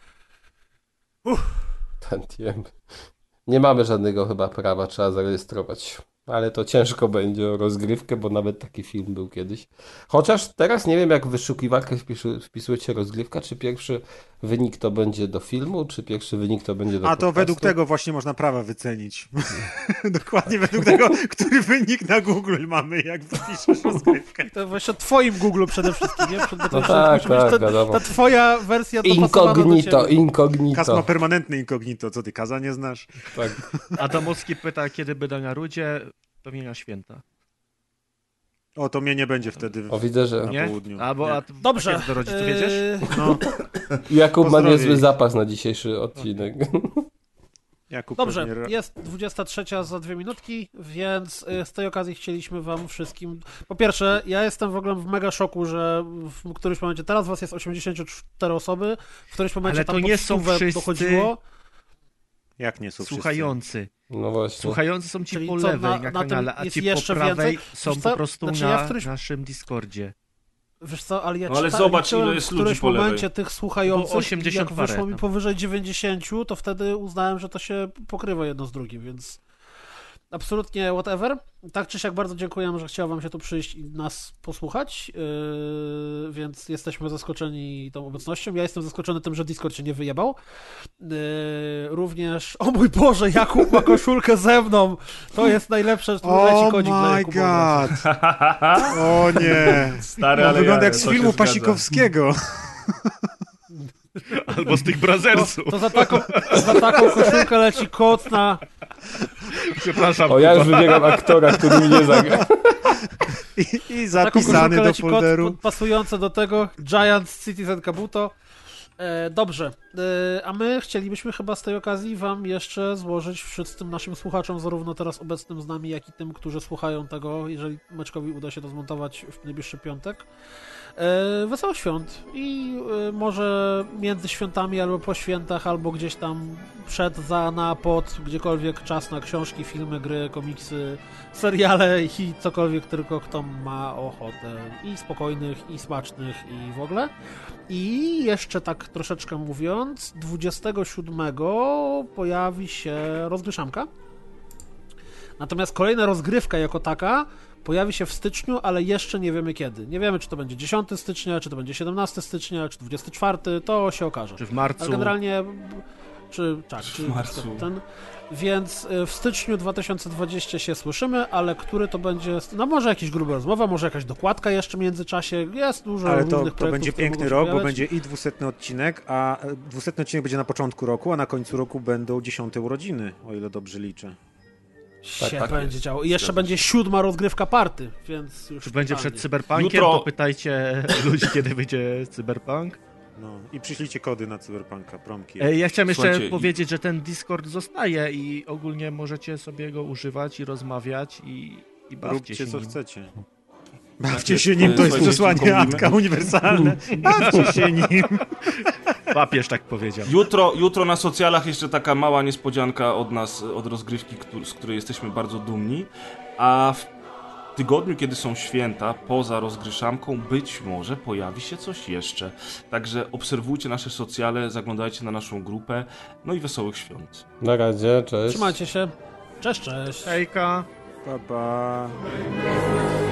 Tantiem. Nie mamy żadnego chyba prawa, trzeba zarejestrować. Ale to ciężko będzie o rozgrywkę, bo nawet taki film był kiedyś. Chociaż teraz nie wiem, jak w wyszukiwarkę wpisujecie rozgrywka, czy pierwszy wynik to będzie do filmu, czy pierwszy wynik to będzie do A to podcastu. według tego właśnie można prawa wycenić. Dokładnie według tego, który wynik na Google mamy, jak wpiszesz rozgrywkę. To właśnie o twoim Google przede wszystkim, nie? No tak, tak, ta wiadomo. twoja wersja dopasowana do Incognito, ciebie. incognito. Kas ma permanentny incognito. Co ty, Kaza nie znasz? Tak. Adamowski pyta, kiedy będę na Rudzie. Pewnie na święta. O, to mnie nie będzie wtedy O, widzę, że Nie? południu. Albo Nie. a Dobrze. kiedy do rodziców jedziesz? No, Jakub ma Pozdrowień. niezły zapas na dzisiejszy odcinek. Jakub Dobrze, pewnie- jest 23 za 2 minutki, więc z tej okazji chcieliśmy wam wszystkim... Po pierwsze, ja jestem w ogóle w mega szoku, że w którymś momencie, teraz was jest 84 osoby, w którymś momencie Ale tam to pod nie są 100 wszyscy dochodziło. Jak nie są wszyscy? Słuchający. No właśnie. Słuchający są ci Czyli po co, lewej na na tym kanale, a jest ci jeszcze po prawej więcej? są Wiesz co? po prostu Znaczy, ja na w którymś- naszym Discordzie. Wiesz co, ale ja No ale czytałem, zobacz, liczyłem ile jest w ludzi którymś po lewej. momencie tych słuchających, Po 80 jak wyszło parę mi tam. powyżej 90, to wtedy uznałem, że to się pokrywa jedno z drugim, więc absolutnie whatever. Tak czy siak bardzo dziękujemy, że chciał wam się tu przyjść i nas posłuchać, więc jesteśmy zaskoczeni tą obecnością. Ja jestem zaskoczony tym, że Discord się nie wyjebał. Również, o mój Boże, Jakub ma koszulkę ze mną. To jest najlepsze, że leci Oh kodzik dla my Jakuba. god! O nie! Stary, On ale wygląda ja, jak z to filmu się zgadza. Pasikowskiego. Albo z tych Brazersu. To za taką koszulkę leci kod na... Przepraszam. O, ja już wybieram aktora, który mnie zagra. I Taką zapisany koszulkę do leci folderu. kod pasujący do tego Giant Citizen Kabuto. Dobrze. A my chcielibyśmy chyba z tej okazji wam jeszcze złożyć wszystkim naszym słuchaczom, zarówno teraz obecnym z nami, jak i tym, którzy słuchają tego, jeżeli Maćkowi uda się to zmontować w najbliższy piątek, wesołych świąt i może między świętami, albo po świętach, albo gdzieś tam przed, za, na, pod, gdziekolwiek czas na książki, filmy, gry, komiksy, seriale i cokolwiek tylko kto ma ochotę. I spokojnych, i smacznych, i w ogóle. I jeszcze tak troszeczkę mówiąc, 27 pojawi się rozgryszanka. Natomiast kolejna rozgrywka jako taka pojawi się w styczniu, ale jeszcze nie wiemy kiedy. Nie wiemy, czy to będzie 10 stycznia, czy to będzie 17 stycznia, czy 24, to się okaże. Czy w marcu. Ale generalnie, czy w marcu. Więc w styczniu 2020 się słyszymy, ale który to będzie, no może jakaś gruba rozmowa, może jakaś dokładka jeszcze w międzyczasie, jest dużo Ale różnych to będzie które piękny mogą się rok, bo pojawiać. będzie i 200 odcinek, a 200 odcinek będzie na początku roku, a na końcu roku będą 10 urodziny, o ile dobrze liczę. Się tak będzie jest. działo. I jeszcze Zgadza będzie 7 rozgrywka party, więc już Czy będzie totalnie. przed Cyberpunkiem, Jutro- to pytajcie ludzi, kiedy wyjdzie Cyberpunk. No i przyślijcie kody na Cyberpunka, promki. Ja chciałem jeszcze Słuchajcie, powiedzieć, że ten Discord zostaje i ogólnie możecie sobie go używać i rozmawiać i bawcie Róbcie się co nim. chcecie. Bawcie się nim, to jest Słuchajcie, przesłanie tylko mówimy. Antka uniwersalne. Bawcie się nim. Papież tak powiedział. Jutro na socjalach jeszcze taka mała niespodzianka od nas, od rozgrywki, z której jesteśmy bardzo dumni, a w tygodniu, kiedy są święta, poza rozgryszanką, być może pojawi się coś jeszcze. Także obserwujcie nasze socjale, zaglądajcie na naszą grupę, no i wesołych świąt. Na razie, cześć. Trzymajcie się. Cześć, cześć. Hejka. Pa, pa.